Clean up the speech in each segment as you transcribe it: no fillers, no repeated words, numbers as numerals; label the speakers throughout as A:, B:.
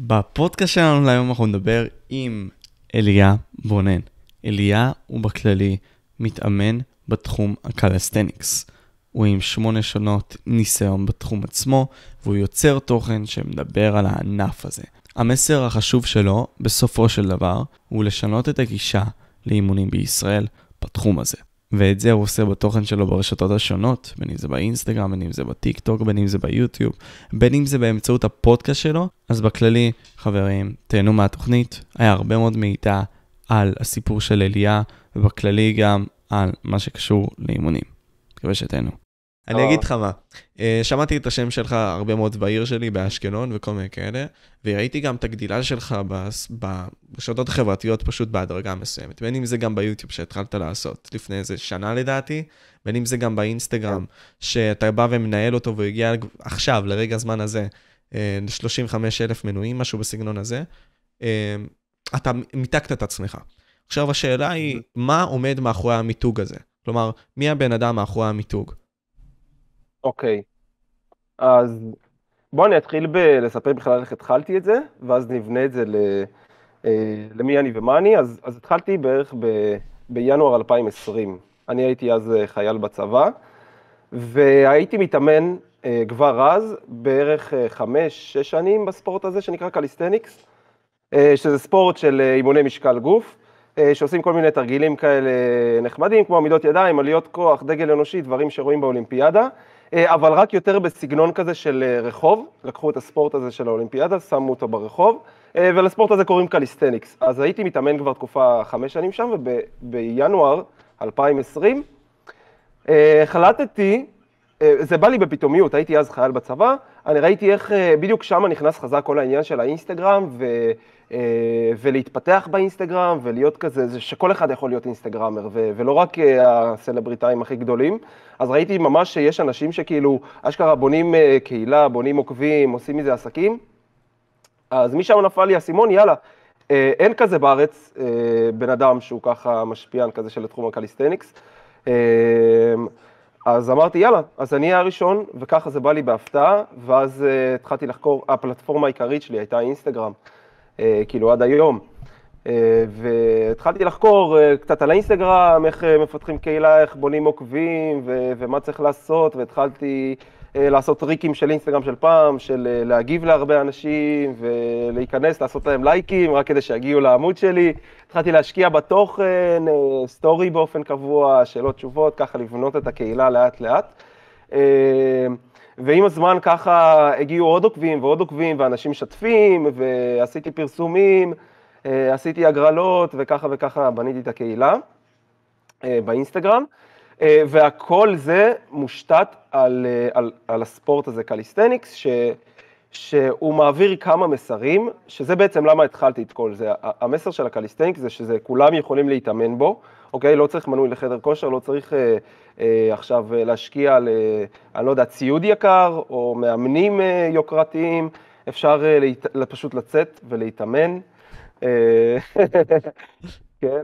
A: בפודקאסט שלנו להיום אנחנו נדבר עם אליה בונן. אליה הוא בכללי מתאמן בתחום הקלסטניקס. הוא עם 8 שנות ניסיון בתחום עצמו, והוא יוצר תוכן שמדבר על הענף הזה. המסר החשוב שלו, בסופו של דבר, הוא לשנות את הגישה לאימונים בישראל בתחום הזה. ואת זה הוא עושה בתוכן שלו ברשתות השונות, בין אם זה באינסטגרם, בין אם זה בטיק טוק, בין אם זה ביוטיוב, בין אם זה באמצעות הפודקאסט שלו. אז בכללי, חברים, תהנו מהתוכנית. היה הרבה מאוד מידע על הסיפור של אליה, ובכללי גם על מה שקשור לאימונים. מקווה שתהנו. אני אגיד לך מה, שמעתי את השם שלך הרבה מאוד בעיר שלי, באשקלון וכל מיני כאלה, וראיתי גם את הגדילה שלך ברשתות החברתיות פשוט בהדרגה מסוימת, בין אם זה גם ביוטיוב שהתחלת לעשות לפני איזה שנה לדעתי, בין אם זה גם באינסטגרם, שאתה בא ומנהל אותו והגיע עכשיו, לרגע הזמן הזה, ל-35,000 מנויים, משהו בסגנון הזה, אתה מיתקת את עצמך. עכשיו השאלה היא, מה עומד מאחורי המיתוג הזה? כלומר, מי הבן אדם מאחורי המיתוג?
B: אוקיי, אז בוא אני אתחיל לספר בכלל איך התחלתי את זה, ואז נבנה את זה למי אני ומה אני. אז התחלתי בערך בינואר 2020. אני הייתי אז חייל בצבא, והייתי מתאמן כבר אז בערך 5-6 שנים בספורט הזה שנקרא קליסטניקס, שזה ספורט של אימוני משקל גוף, שעושים כל מיני תרגילים כאלה נחמדים, כמו עמידות ידיים, עליות כוח, דגל אנושי, דברים שרואים באולימפיאדה, אבל רק יותר בסגנון כזה של רחוב. לקחו את הספורט הזה של האולימפיאדה, שמו אותו ברחוב, ולספורט הזה קוראים קליסטניקס. אז הייתי מתאמן כבר תקופה 5 שנים שם, ובינואר 2020 החלטתי, זה בא לי בפתאומיות, הייתי אז חייל בצבא, אני ראיתי איך בדיוק שם נכנס חזק כל העניין של האינסטגרם, ולהתפתח באינסטגרם, ולהיות כזה, שכל אחד יכול להיות אינסטגרמר, ולא רק הסלבריטאים הכי גדולים. אז ראיתי ממש שיש אנשים שכאילו, אשכרה בונים קהילה, בונים עוקבים, עושים מזה עסקים. אז משם נפל לי הסימון, יאללה, אין כזה בארץ בן אדם שהוא ככה משפיען כזה של תחום הקליסטניקס. אז אמרתי, יאללה, אז אני אהיה הראשון, וככה זה בא לי בהפתעה, ואז התחלתי לחקור, הפלטפורמה העיקרית שלי הייתה אינסטגרם, כאילו עד היום. והתחלתי לחקור קצת על האינסטגרם, איך מפתחים קהילה, איך בונים עוקבים, ומה צריך לעשות, והתחלתי לעשות טריקים של אינסטגרם של פעם, של להגיב להרבה אנשים, ולהיכנס, לעשות להם לייקים, רק כדי שיגיעו לעמוד שלי. התחלתי להשקיע בתוכן, סטורי באופן קבוע, שאלות תשובות, ככה לבנות את הקהילה לאט לאט. ועם הזמן ככה הגיעו עוד עוקבים ועוד עוקבים, ואנשים משתפים, ועשיתי פרסומים, עשיתי הגרלות, וככה וככה בניתי את הקהילה באינסטגרם. והכל זה מושתת על הספורט הזה, קליסטניקס, שהוא מעביר כמה מסרים, שזה בעצם למה התחלתי את כל זה. המסר של הקליסטניקס זה שזה כולם יכולים להתאמן בו, אוקיי? לא צריך מנוי לחדר כושר, לא צריך עכשיו להשקיע אני לא יודע, ציוד יקר, או מאמנים יוקרתיים, אפשר פשוט לצאת ולהתאמן. כן?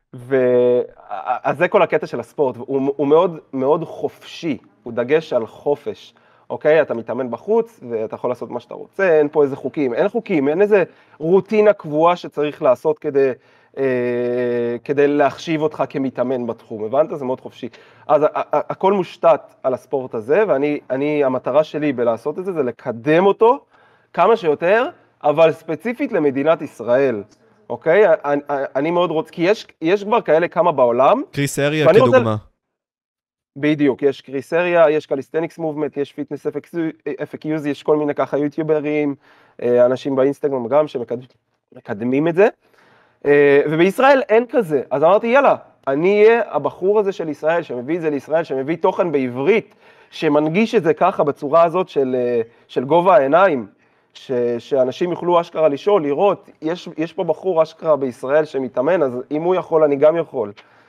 B: אז זה כל הקטע של הספורט, הוא מאוד מאוד חופשי, הוא דגש על חופש, אוקיי? אתה מתאמן בחוץ ואתה יכול לעשות מה שאתה רוצה, אין פה איזה חוקים, אין איזה רוטינה קבועה שצריך לעשות כדי להחשיב אותך כמתאמן בתחום, הבנת? זה מאוד חופשי. אז הכל מושתת על הספורט הזה, המטרה שלי בלעשות את זה, זה לקדם אותו כמה שיותר, אבל ספציפית למדינת ישראל. אוקיי? אני מאוד רוצה, כי יש כבר כאלה כמה בעולם.
A: קריסריה כדוגמה.
B: בדיוק, יש קריסריה, יש קליסטניקס מובמנט, יש פיטנס FAQs, יש כל מיני ככה יוטיוברים, אנשים באינסטגרם גם שמקדמים את זה. ובישראל אין כזה. אז אמרתי, יאללה, אני אהיה הבחור הזה של ישראל, שמביא את זה לישראל, שמביא תוכן בעברית, שמנגיש את זה ככה בצורה הזאת של גובה העיניים. שאנשים יוכלו אשכרה לשאול, לראות, יש פה בחור אשכרה בישראל שמתאמן, אז אם הוא יכול, אני גם יכול.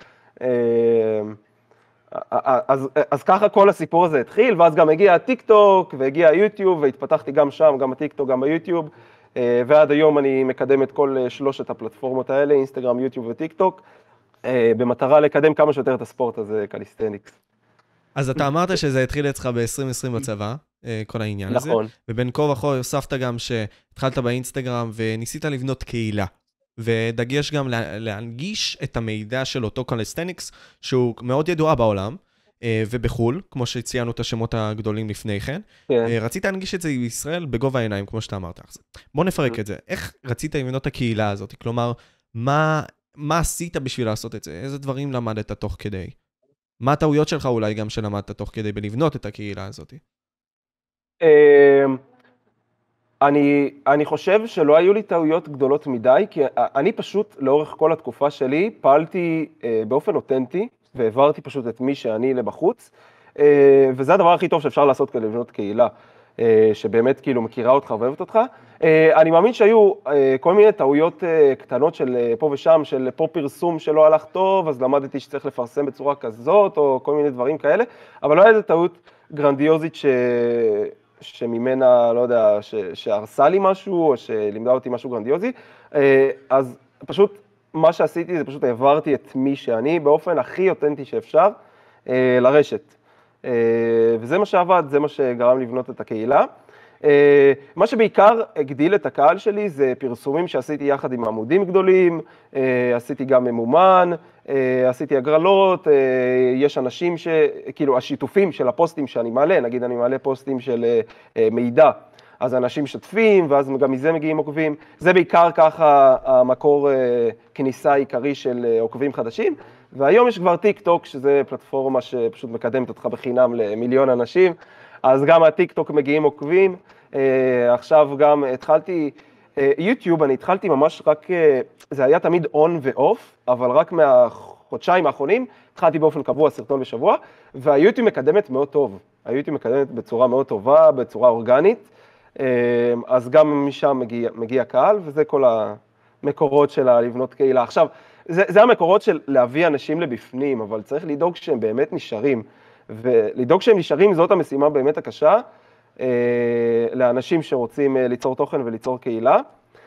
B: אז ככה כל הסיפור הזה התחיל, ואז גם הגיע הטיק טוק, והגיע היוטיוב, והתפתחתי גם שם, גם הטיק טוק, גם ביוטיוב, ועד היום אני מקדם את כל 3 הפלטפורמות האלה, אינסטגרם, יוטיוב וטיק טוק, במטרה לקדם כמה שיותר את הספורט הזה, קליסטניקס.
A: אז אתה אמרת שזה התחיל אצלך ב-2020 בצבא, כל העניין הזה.
B: נכון.
A: ובין כה וכה הוספת גם שהתחלת באינסטגרם וניסית לבנות קהילה. ודגש גם להנגיש את המידע של אותו קליסתניקס, שהוא מאוד ידוע בעולם, ובחול, כמו שציינו את השמות הגדולים לפני כן.
B: כן.
A: רצית להנגיש את זה בישראל בגובה העיניים, כמו שאתה אמרת. בוא נפרק את זה. איך רצית לבנות את הקהילה הזאת? כלומר, מה עשית בשביל לעשות את זה? איזה דברים למדת תוך כדי? מה הטעויות שלך אולי גם שלמדת תוך כדי בלבנות את הקהילה הזאת?
B: אני חושב שלא היו לי טעויות גדולות מדי, כי אני פשוט לאורך כל התקופה שלי פעלתי באופן אותנטי, והעברתי פשוט את מי שאני לבחוץ, וזה הדבר הכי טוב שאפשר לעשות כדי לבנות קהילה, שבאמת כאילו מכירה אותך ואוהבת אותך. אני מאמין שהיו כל מיני טעויות קטנות של פה ושם, של פה פרסום שלא הלך טוב, אז למדתי שצריך לפרסם בצורה כזאת, או כל מיני דברים כאלה, אבל לא היה איזו טעות גרנדיוזית שממנה, לא יודע, שהרסה לי משהו, או שלימדה אותי משהו גרנדיוזי. אז פשוט מה שעשיתי זה פשוט העברתי את מי שאני באופן הכי אותנטי שאפשר לרשת. וזה מה שעבד, זה מה שגרם לבנות את הקהילה. מה שבעיקר הגדיל את הקהל שלי זה פרסומים שעשיתי יחד עם עמודים גדולים, עשיתי גם ממומן, עשיתי הגרלות, יש אנשים כאילו השיתופים של הפוסטים שאני מעלה, נגיד אני מעלה פוסטים של מידע, אז אנשים משתפים ואז גם מזה מגיעים עוקבים, זה בעיקר ככה המקור כניסה העיקרי של עוקבים חדשים, והיום יש כבר טיק טוק שזה פלטפורמה שפשוט מקדמת אותך בחינם למיליון אנשים, אז גם הטיק טוק מגיעים עוקבים, עכשיו גם התחלתי, יוטיוב אני התחלתי ממש רק, זה היה תמיד און ואוף, אבל רק מהחודשיים האחרונים התחלתי באופן קבוע סרטון בשבוע, והיוטיוב מקדמת מאוד טוב, היוטיוב מקדמת בצורה מאוד טובה, בצורה אורגנית, אז גם משם מגיע קהל, וזה כל המקורות של לבנות קהילה. עכשיו, זה המקורות של להביא אנשים לבפנים, אבל צריך לדאוג שהם באמת נשארים, ולדאוג שהם נשארים זאת המשימה באמת הקשה, לאנשים שרוצים ליצור תוכן וליצור קהילה,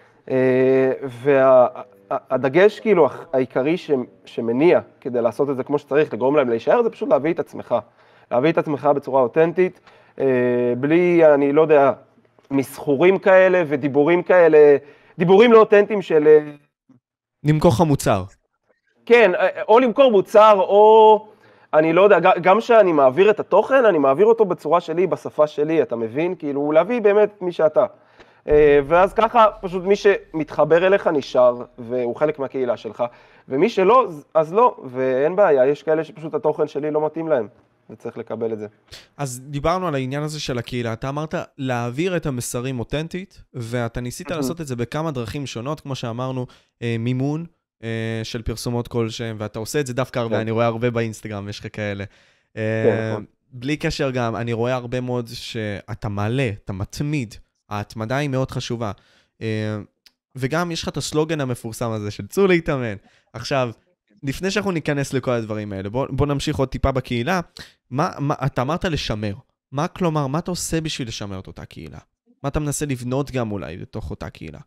B: והדגש כאילו העיקרי שמניע כדי לעשות את זה כמו שצריך, לגרום להם להישאר, זה פשוט להביא את עצמך, להביא את עצמך בצורה אותנטית, בלי, אני לא יודע, מסחורים כאלה ודיבורים כאלה, דיבורים לא אותנטיים של...
A: למכור לך מוצר.
B: כן, או למכור מוצר, או... אני לא יודע, גם שאני מעביר את התוכן, אני מעביר אותו בצורה שלי, בשפה שלי, אתה מבין? כאילו, להביא באמת מי שאתה. ואז ככה, פשוט מי שמתחבר אליך נשאר, והוא חלק מהקהילה שלך, ומי שלא, אז לא, ואין בעיה, יש כאלה שפשוט התוכן שלי לא מתאים להם, וצריך לקבל את זה.
A: אז דיברנו על העניין הזה של הקהילה, אתה אמרת להעביר את המסרים אותנטית, ואתה ניסית לעשות את זה בכמה דרכים שונות, כמו שאמרנו, מימון, של פרסומות כלשהם, ואתה עושה את זה דווקא הרבה, אני רואה הרבה באינסטגרם, יש לך כאלה. בלי קשר גם, אני רואה הרבה מאוד שאתה מעלה, אתה מתמיד, ההתמדה היא מאוד חשובה. וגם יש לך את הסלוגן המפורסם הזה של צאו להתאמן. עכשיו, לפני שאנחנו ניכנס לכל הדברים האלה, בוא נמשיך עוד טיפה בקהילה. אתה אמרת לשמר. כלומר, מה אתה עושה בשביל לשמר את אותה קהילה? מה אתה מנסה לבנות גם אולי בתוך אותה קהילה?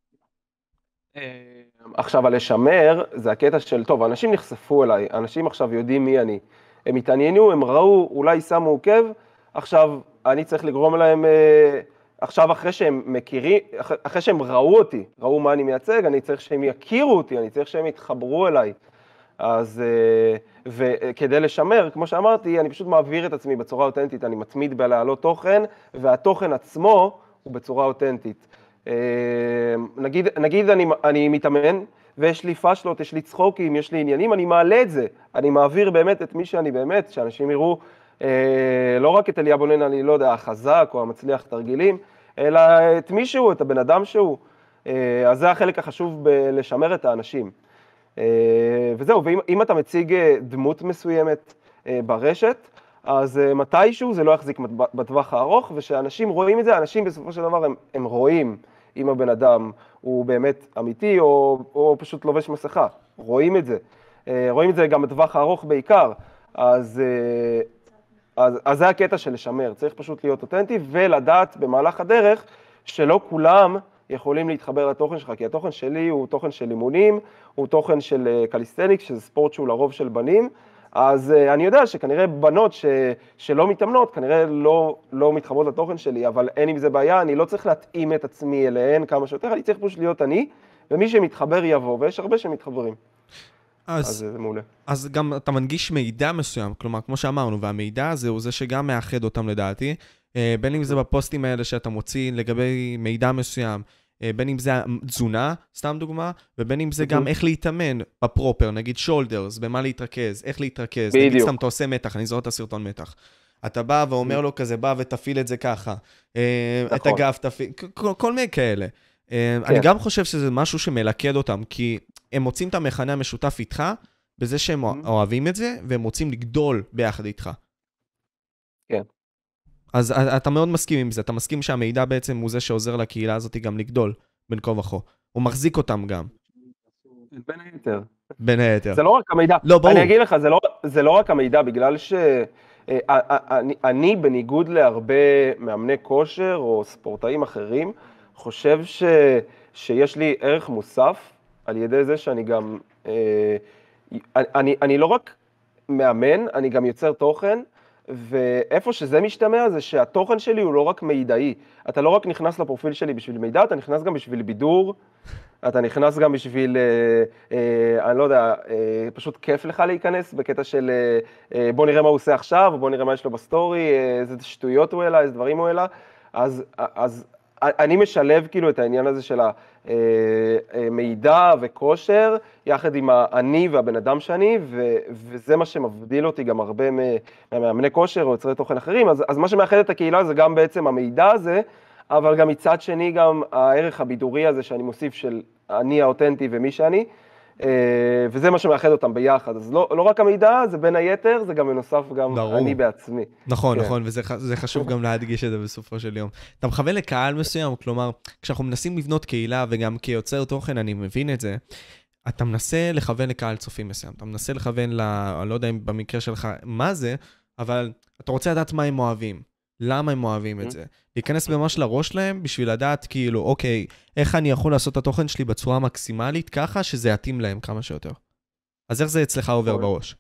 B: עכשיו, הלשמר זה הקטע של, טוב, אנשים נחשפו אליי, אנשים עכשיו יודעים מי אני. הם התעניינו, הם ראו, אולי שמו עוקב, עכשיו אני צריך לגרום להם, עכשיו אחרי שהם מכירים, אחרי שהם ראו אותי, ראו מה אני מייצג, אני צריך שהם יכירו אותי, אני צריך שהם יתחברו אליי. אז, וכדי לשמר, כמו שאמרתי, אני פשוט מעביר את עצמי בצורה אותנטית, אני מתמיד בלהעלות תוכן, והתוכן עצמו הוא בצורה אותנטית. נגיד אני מתאמן, ויש לי פשלות, יש לי צחוקים, יש לי עניינים, אני מעלה את זה, אני מעביר באמת את מי שאני באמת, שאנשים יראו לא רק את אליה בונן, אני לא יודע, החזק או המצליח תרגילים, אלא את מישהו, את הבן אדם שהוא. אז זה החלק החשוב בלשמר את האנשים. וזהו, ואם אתה מציג דמות מסוימת ברשת, אז מתישהו זה לא יחזיק בטווח הארוך, ושאנשים רואים את זה, אנשים בסופו של דבר הם רואים אם הבן אדם הוא באמת אמיתי או פשוט לובש מסכה, רואים את זה. רואים את זה גם בטווח הארוך בעיקר, אז זה הקטע של לשמר, צריך פשוט להיות אותנטי ולדעת במהלך הדרך שלא כולם יכולים להתחבר לתוכן שלך, כי התוכן שלי הוא תוכן של אימונים, הוא תוכן של קליסתניקס, שזה ספורט שהוא לרוב של בנים, אז אני יודע שכנראה בנות שלא מתאמנות, כנראה לא מתחברות לתוכן שלי, אבל אין עם זה בעיה, אני לא צריך להתאים את עצמי אליהן כמה שיותר, אני צריך פשוט להיות אני, ומי שמתחבר יבוא, ויש הרבה שמתחברים. אז זה מעולה.
C: אז גם אתה מנגיש מידע מסוים, כלומר, כמו שאמרנו, והמידע הזה הוא זה שגם מאחד אותם לדעתי, בין אם זה בפוסטים האלה שאתה מוציא לגבי מידע מסוים, בין אם זה תזונה, סתם דוגמה, ובין אם זה גם איך להתאמן בפרופר, נגיד שולדרס, במה להתרכז, איך להתרכז, נגיד סתם אתה עושה מתח, אני זוכר את הסרטון מתח. אתה בא ואומר לו כזה, בא ותפיל את זה ככה, את הגב תפיל, כל מיני כאלה. אני גם חושב שזה משהו שמלכד אותם, כי הם מוצאים את המכנה המשותף איתך, בזה שהם אוהבים את זה, והם רוצים לגדול ביחד איתך.
B: כן.
C: אז אתה מאוד מסכים עם זה, אתה מסכים שהמידע בעצם הוא זה שעוזר לקהילה הזאת גם לגדול, בין כה וכה. הוא מחזיק אותם גם.
B: בין היתר.
C: בין היתר.
B: זה לא רק המידע.
C: לא, ברור.
B: אני אגיד לך, זה לא רק המידע, בגלל שאני בניגוד להרבה מאמני כושר או ספורטאים אחרים, חושב שיש לי ערך מוסף על ידי זה שאני גם, אני לא רק מאמן, אני גם יוצר תוכן, ואיפה שזה משתמע זה שהתוכן שלי הוא לא רק מידעי. אתה לא רק נכנס לפרופיל שלי בשביל מידע, אתה נכנס גם בשביל בידור, אתה נכנס גם בשביל, אני לא יודע, פשוט כיף לך להיכנס בקטע של בוא נראה מה הוא עושה עכשיו, בוא נראה מה יש לו בסטורי, איזה שטויות הוא אלה, איזה דברים הוא אלה. אז אני משלב כאילו את העניין הזה של המידע וכושר, יחד עם אני והבן אדם שאני, וזה מה שמבדיל אותי גם הרבה מהמאמני כושר או יוצרי תוכן אחרים. אז מה שמאחד את הקהילה זה גם בעצם המידע הזה, אבל גם מצד שני גם הערך הבידורי הזה שאני מוסיף של אני האותנטי ומי שאני, וזה מה שמאחד אותם ביחד. אז לא רק המידע, זה בין היתר, זה גם בנוסף גם אני בעצמי.
C: נכון, נכון, וזה חשוב גם להדגיש את זה בסופו של יום. אתה מכוון לקהל מסוים, כלומר, כשאנחנו מנסים לבנות קהילה, וגם כיוצר תוכן, אני מבין את זה, אתה מנסה לכוון לקהל צופים מסוים, אתה מנסה לכוון אני לא יודע אם במקרה שלך מה זה, אבל אתה רוצה לדעת מה הם אוהבים, למה הם אוהבים את זה. להיכנס ממש לראש להם בשביל לדעת כאילו, אוקיי, איך אני יכול לעשות את התוכן שלי בצורה מקסימלית ככה שזה יתאים להם כמה שיותר. אז איך זה אצלך עובר בראש?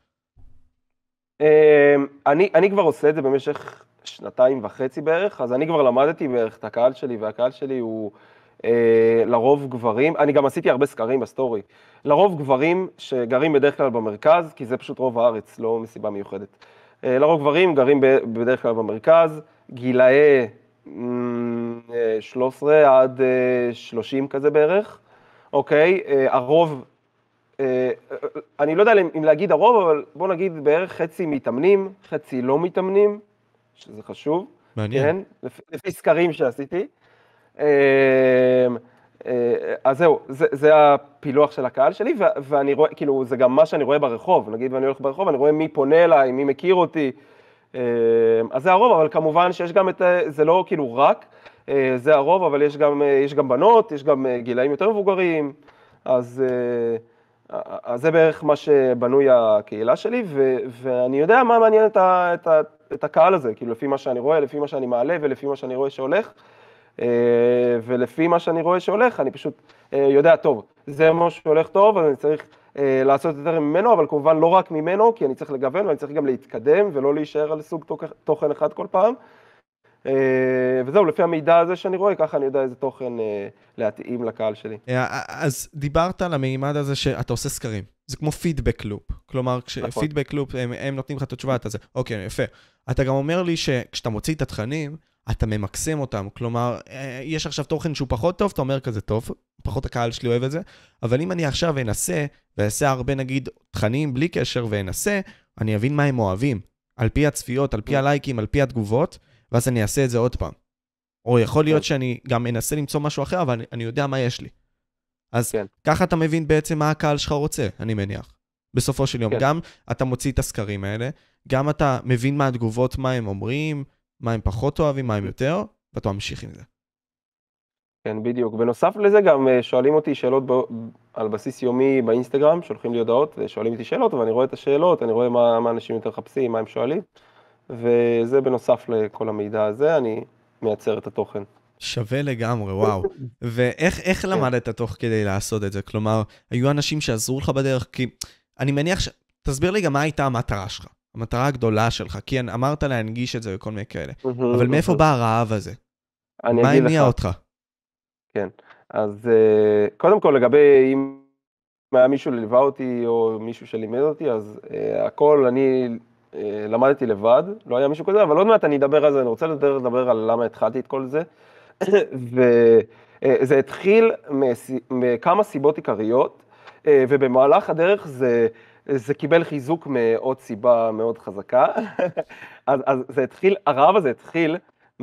B: אני כבר עושה את זה במשך 2.5 בערך, אז אני כבר למדתי בערך את הקהל שלי, והקהל שלי הוא לרוב גברים, אני גם עשיתי הרבה סקרים בסטורי, לרוב גברים שגרים בדרך כלל במרכז, כי זה פשוט רוב הארץ, לא מסיבה מיוחדת. לרוב גברים גרים בדרך כלל במרכז, גילאי 13 עד 30 כזה בערך, אוקיי? הרוב, אני לא יודע אם להגיד הרוב, אבל בוא נגיד בערך חצי מתאמנים, חצי לא מתאמנים, שזה חשוב.
C: מעניין.
B: כן? לפי סקרים שעשיתי. אז זהו, זה הפילוח של הקהל שלי, ואני רואה, כאילו, זה גם מה שאני רואה ברחוב, נגיד ואני הולך ברחוב, אני רואה מי פונה אליי, מי מכיר אותי, אז זה הרוב, אבל כמובן שיש גם זה לא כאילו רק, זה הרוב, אבל יש גם בנות, יש גם גילאים יותר מבוגרים, אז זה בערך מה שבנוי הקהילה שלי, ואני יודע מה מעניין את הקהל הזה, כאילו לפי מה שאני רואה, לפי מה שאני מעלה ולפי מה שאני רואה שהולך, ולפי מה שאני רואה שהולך, אני פשוט יודע, טוב, זה מה שהולך טוב, אז אני צריך לעשות יותר ממנו, אבל כמובן לא רק ממנו, כי אני צריך לגוון, ואני צריך גם להתקדם, ולא להישאר על סוג תוכן אחד כל פעם. וזהו, לפי המידע הזה שאני רואה, ככה אני יודע איזה תוכן להתאים לקהל שלי.
C: אז דיברת על המימד הזה שאתה עושה סקרים. זה כמו פידבק לופ. כלומר, כשפידבק לופ, הם נותנים לך את התשובה, אתה זה, אוקיי, יפה. אתה גם אומר לי שכשאתה מוציא את התכנים, אתה ממקסם אותם. כלומר, יש עכשיו תוכן שהוא פחות טוב, אתה אומר כזה טוב, פחות הקהל שלי אוהב את זה, אבל אם אני עכשיו אנסה, ואעשה הרבה נגיד תכנים בלי קשר ואנסה, אני אבין מה הם אוהבים. על פי הצפיות, על פי הלייקים, על פי התגובות, ואז אני אעשה את זה עוד פעם. או יכול להיות שאני גם אנסה למצוא משהו אחר, אבל אני יודע מה יש לי. אז ככה אתה מבין בעצם מה הקהל שלך רוצה, אני מניח. בסופו של יום, גם אתה מוציא את הסקרים האלה, גם אתה מבין מה התגובות, מה הם אומרים, מה הם פחות אוהבים, מה הם יותר, ואתה ממשיך עם זה.
B: כן, בדיוק. בנוסף לזה גם שואלים אותי שאלות על בסיס יומי באינסטגרם, שולחים לי הודעות ושואלים אותי שאלות, ואני רואה את השאלות, אני רואה מה אנשים יותר חפשים, מה הם שואלים, וזה בנוסף לכל המידע הזה, אני מייצר את התוכן.
C: שווה לגמרי, וואו. ואיך למדת תוך כדי לעשות את זה? כלומר, היו אנשים שעזרו לך בדרך, כי אני מניח תסביר לי גם מה הייתה המטרה שלך, המטרה הגדולה שלך, כי אמרת להנגיש את זה וכל מיני כאלה, אבל מאיפה בא הרעב הזה? מה הניע אותך?
B: כן, אז קודם כל לגבי אם היה מישהו ליווה אותי או מישהו שלימד אותי, אז הכל אני למדתי לבד, לא היה מישהו כזה, אבל עוד מעט אני אדבר על זה, אני רוצה לדבר על למה התחלתי את כל זה, וזה התחיל מכמה סיבות עיקריות, ובמהלך הדרך זה קיבל חיזוק מעוד סיבה מאוד חזקה, אז זה התחיל, הרעב הזה התחיל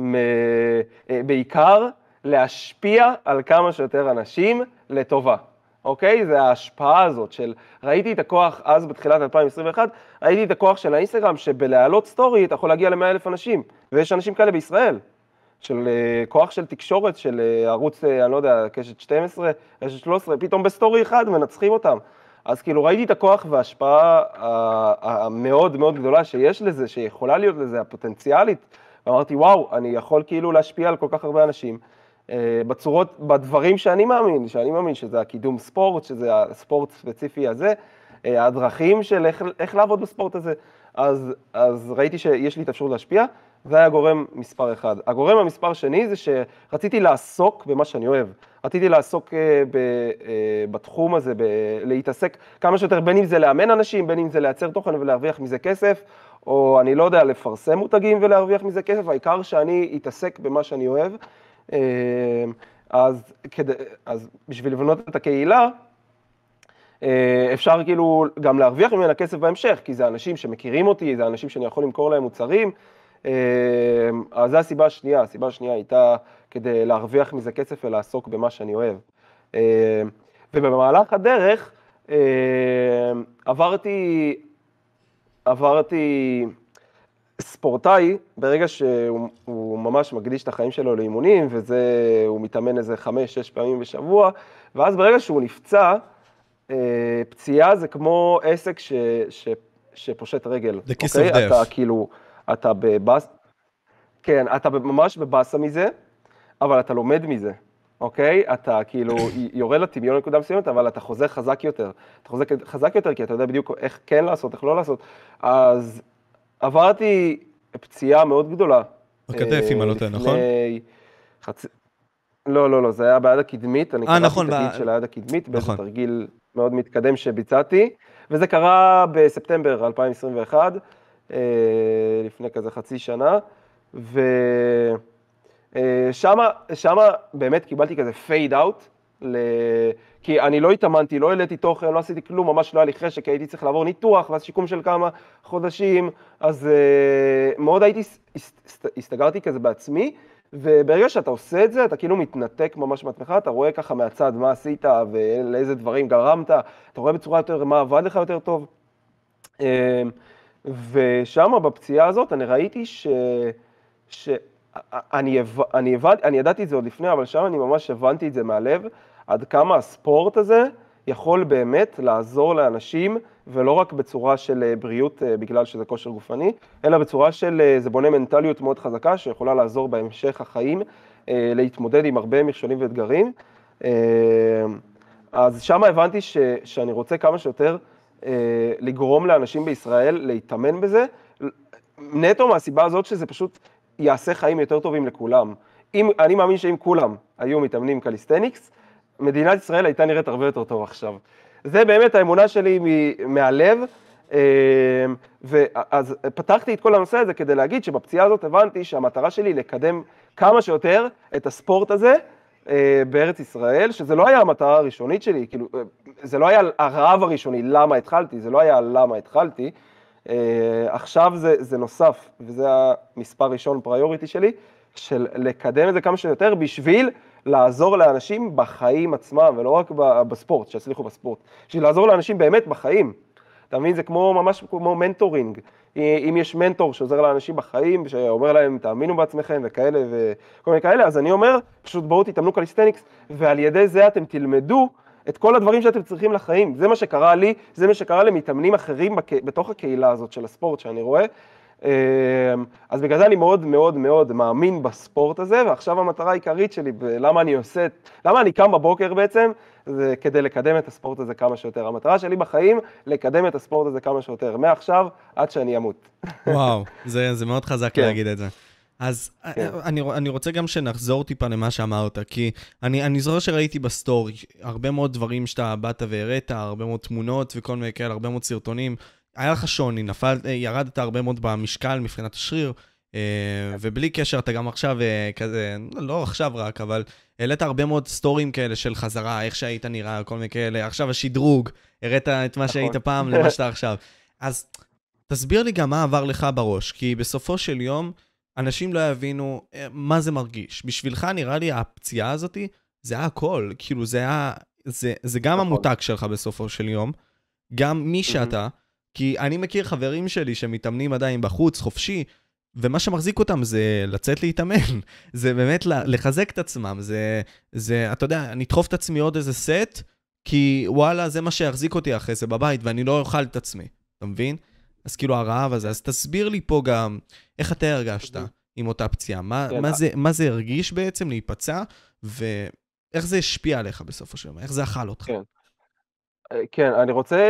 B: בעיקר להשפיע על כמה שיותר אנשים לטובה. אוקיי? זה ההשפעה הזאת של, ראיתי את הכוח אז בתחילת 2021, ראיתי את הכוח של האינסטגרם, שבלהעלות סטורי אתה יכול להגיע ל100,000 אנשים, ויש אנשים כאלה בישראל, של כוח של תקשורת, של ערוץ, אני לא יודע, קשת 12, קשת 13, פתאום בסטורי אחד מנצחים אותם. אז כאילו ראיתי את הכוח וההשפעה המאוד מאוד גדולה שיש לזה, שיכולה להיות לזה, הפוטנציאלית, ואמרתי, וואו, אני יכול כאילו להשפיע על כל כך הרבה אנשים, בצורות, בדברים שאני מאמין שזה הקידום ספורט, שזה הספורט ספציפי הזה, הדרכים של איך לעבוד בספורט הזה, אז ראיתי שיש לי את האפשרות להשפיע, זה היה גורם מספר אחד. הגורם המספר שני זה שרציתי לעסוק במה שאני אוהב, רציתי לעסוק בתחום הזה, להתעסק כמה שיותר, בין אם זה לאמן אנשים, בין אם זה לייצר תוכן ולהרוויח מזה כסף, או אני לא יודע, לפרסם מותגים ולהרוויח מזה כסף, העיקר שאני אתעסק במה שאני אוהב, אז בשביל לבנות את הקהילה, אפשר כאילו גם להרוויח ממנה כסף בהמשך, כי זה אנשים שמכירים אותי, זה אנשים שאני יכול למכור להם מוצרים, אז זו הסיבה השנייה, הסיבה השנייה הייתה כדי להרוויח מזה כסף ולעסוק במה שאני אוהב. ובמהלך הדרך עברתי ספורטאי, ברגע שהוא ממש מקדיש את החיים שלו לאימונים, הוא מתאמן איזה 5-6 פעמים בשבוע, ואז ברגע שהוא נפצע, פציעה זה כמו עסק שפושט רגל.
C: The kiss of death.
B: אתה כאילו, אתה בבאס, כן, אתה ממש בבאסה מזה, אבל אתה לומד מזה, אוקיי? אתה כאילו יורד לטמיון נקודה מסוימת, אבל אתה חוזר חזק יותר. אתה חוזר חזק יותר כי אתה יודע בדיוק איך כן לעשות, איך לא לעשות. אז עברתי פציעה מאוד גדולה.
C: בכתף, אם אני לא טועה, נכון?
B: לא, זה היה ביד הקדמית, אני קראתי
C: נכון,
B: את התגיד של היד הקדמית, באיזה תרגיל מאוד מתקדם שביצעתי, וזה קרה בספטמבר 2021, לפני כזה חצי שנה, ושמה באמת קיבלתי כזה fade out, כי אני לא התאמנתי, לא העליתי תוכן, לא עשיתי כלום, ממש לא היה לי חשק, כי הייתי צריך לעבור ניתוח, ואז שיקום של כמה חודשים, אז מאוד הסתגרתי כזה בעצמי, וברגע שאתה עושה את זה, אתה כאילו מתנתק ממש מעצמך, אתה רואה ככה מהצד מה עשית ולאיזה דברים גרמת, אתה רואה בצורה יותר, מה עבד לך יותר טוב. ושם בפציעה הזאת אני ראיתי אני ידעתי את זה עוד לפני, אבל שם אני ממש הבנתי את זה מהלב, עד כמה הספורט הזה יכול באמת לעזור לאנשים, ולא רק בצורה של בריאות בגלל שזה כושר גופני, אלא בצורה של, זה בונה מנטליות מאוד חזקה, שיכולה לעזור בהמשך החיים, להתמודד עם הרבה מכשולים ואתגרים. אז שם הבנתי שאני רוצה כמה שיותר לגרום לאנשים בישראל להתאמן בזה, נטו מהסיבה הזאת שזה פשוט יעשה חיים יותר טובים לכולם. אני מאמין שאם כולם היו מתאמנים קליסטניקס, מדינת ישראל הייתה נראית הרבה יותר טוב עכשיו. זה באמת האמונה שלי מהלב, אז פתחתי את כל הנושא הזה כדי להגיד שבפציעה הזאת הבנתי שהמטרה שלי לקדם כמה שיותר את הספורט הזה בארץ ישראל, שזה לא היה המטרה הראשונית שלי, כאילו, זה לא היה הרעב הראשוני, למה התחלתי, זה לא היה למה התחלתי, עכשיו זה נוסף, וזה המספר ראשון פריוריטי שלי, של לקדם את זה כמה שיותר בשביל לעזור לאנשים בחיים עצמם, ולא רק בספורט, שיצליחו בספורט, בשביל לעזור לאנשים באמת בחיים. אתה מבין, זה ממש כמו מנטורינג. אם יש מנטור שעוזר לאנשים בחיים, שאומר להם, תאמינו בעצמכם וכאלה וכל מיני כאלה, אז אני אומר, פשוט בואו תתאמנו קליסטניקס, ועל ידי זה אתם תלמדו את כל הדברים שאתם צריכים לחיים. זה מה שקרה לי, זה מה שקרה למתאמנים אחרים בתוך הקהילה הזאת של הספורט שאני רואה, אז בגלל זה אני מאוד מאוד מאוד מאמין בספורט הזה, ועכשיו המטרה העיקרית שלי, למה אני קם בבוקר בעצם, זה כדי לקדם את הספורט הזה כמה שיותר. המטרה שלי בחיים, לקדם את הספורט הזה כמה שיותר, מעכשיו עד שאני אמות.
C: וואו, זה מאוד חזק להגיד את זה. אז אני רוצה גם שנחזור טיפה למה שאמרת, כי אני זוכר שראיתי בסטורי הרבה מאוד דברים שאתה באת והראית, הרבה מאוד תמונות וכל מיני כאלה, הרבה מאוד סרטונים. היה לך שוני, ירדת הרבה מאוד במשקל מבחינת השריר, ובלי קשר אתה גם עכשיו כזה, לא עכשיו רק, אבל העלית הרבה מאוד סטורים כאלה של חזרה, איך שהיית נראה, כל מיני כאלה, עכשיו השדרוג, הראת את מה שהיית פעם למה שאתה עכשיו. אז תסביר לי גם מה עבר לך בראש, כי בסופו של יום, אנשים לא יבינו מה זה מרגיש. בשבילך נראה לי הפציעה הזאת, זה היה הכל, כאילו זה גם המותג שלך בסופו של יום, גם מי שאתה, כי אני מכיר חברים שלי שמתאמנים עדיין בחוץ, חופשי, ומה שמחזיק אותם זה לצאת להתאמן, זה באמת לחזק את עצמם, זה, אתה יודע, אני אדחוף את עצמי עוד איזה סט, כי וואלה, זה מה שיחזיק אותי אחרי זה בבית, ואני לא אוכל את עצמי, אתה מבין? אז כאילו הרעב הזה, אז תסביר לי פה גם, איך אתה הרגשת עם אותה פציעה, מה זה הרגיש בעצם להיפצע, ואיך זה השפיע עליך בסופו של דבר, איך זה אכל אותך?
B: כן, אני רוצה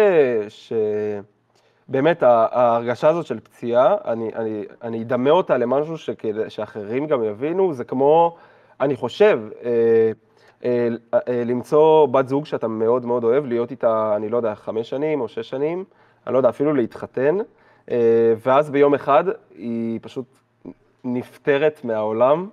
B: באמת ההרגשה הזאת של פציעה, אני אדמה אותה למשהו שאחרים גם יבינו, זה כמו, אני חושב, למצוא בת זוג שאתה מאוד מאוד אוהב, להיות איתה, אני לא יודע, 5 שנים או 6 שנים, אני לא יודע, אפילו להתחתן, ואז ביום אחד היא פשוט נפטרת מהעולם,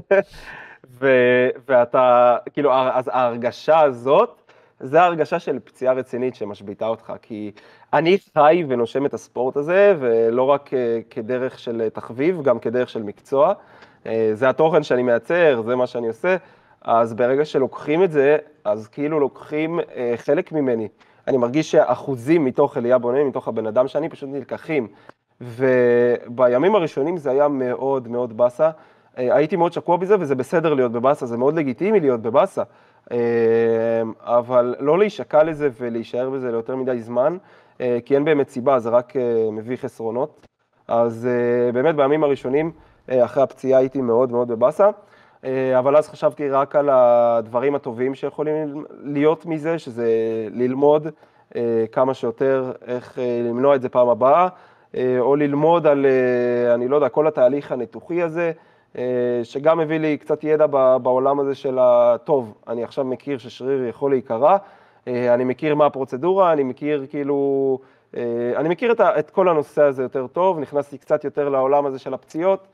B: ואתה, כאילו, אז ההרגשה הזאת, זה ההרגשה של פציעה רצינית שמשביטה אותך, כי אני חי ונושם את הספורט הזה, ולא רק כדרך של תחביב, גם כדרך של מקצוע. זה התוכן שאני מייצר, זה מה שאני עושה, אז ברגע שלוקחים את זה, אז כאילו לוקחים חלק ממני. אני מרגיש שאחוזים מתוך אליה בונן, מתוך הבן אדם שאני פשוט נלקחים. ובימים הראשונים זה היה מאוד מאוד בסה. הייתי מאוד שקוע בזה, וזה בסדר להיות בבאסה, זה מאוד לגיטימי להיות בבאסה. אבל לא להישקע לזה ולהישאר בזה ליותר מדי זמן, כי אין באמת סיבה, זה רק מביא חסרונות. אז באמת בימים הראשונים, אחרי הפציעה הייתי מאוד מאוד בבאסה, אבל אז חשבתי רק על הדברים הטובים שיכולים להיות מזה, שזה ללמוד כמה שיותר איך למנוע את זה פעם הבאה, או ללמוד על, אני לא יודע, כל התהליך הניתוחי הזה, שגם הביא לי קצת ידע בעולם הזה של הטוב, אני עכשיו מכיר ששריר יכול להיקרע, אני מכיר מה הפרוצדורה, אני מכיר כאילו, אני מכיר את כל הנושא הזה יותר טוב, נכנסתי קצת יותר לעולם הזה של הפציעות,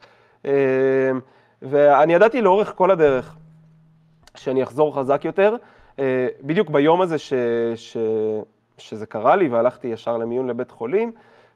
B: ואני ידעתי לאורך כל הדרך שאני אחזור חזק יותר, בדיוק ביום הזה שזה קרה לי, והלכתי ישר למיון לבית חולים,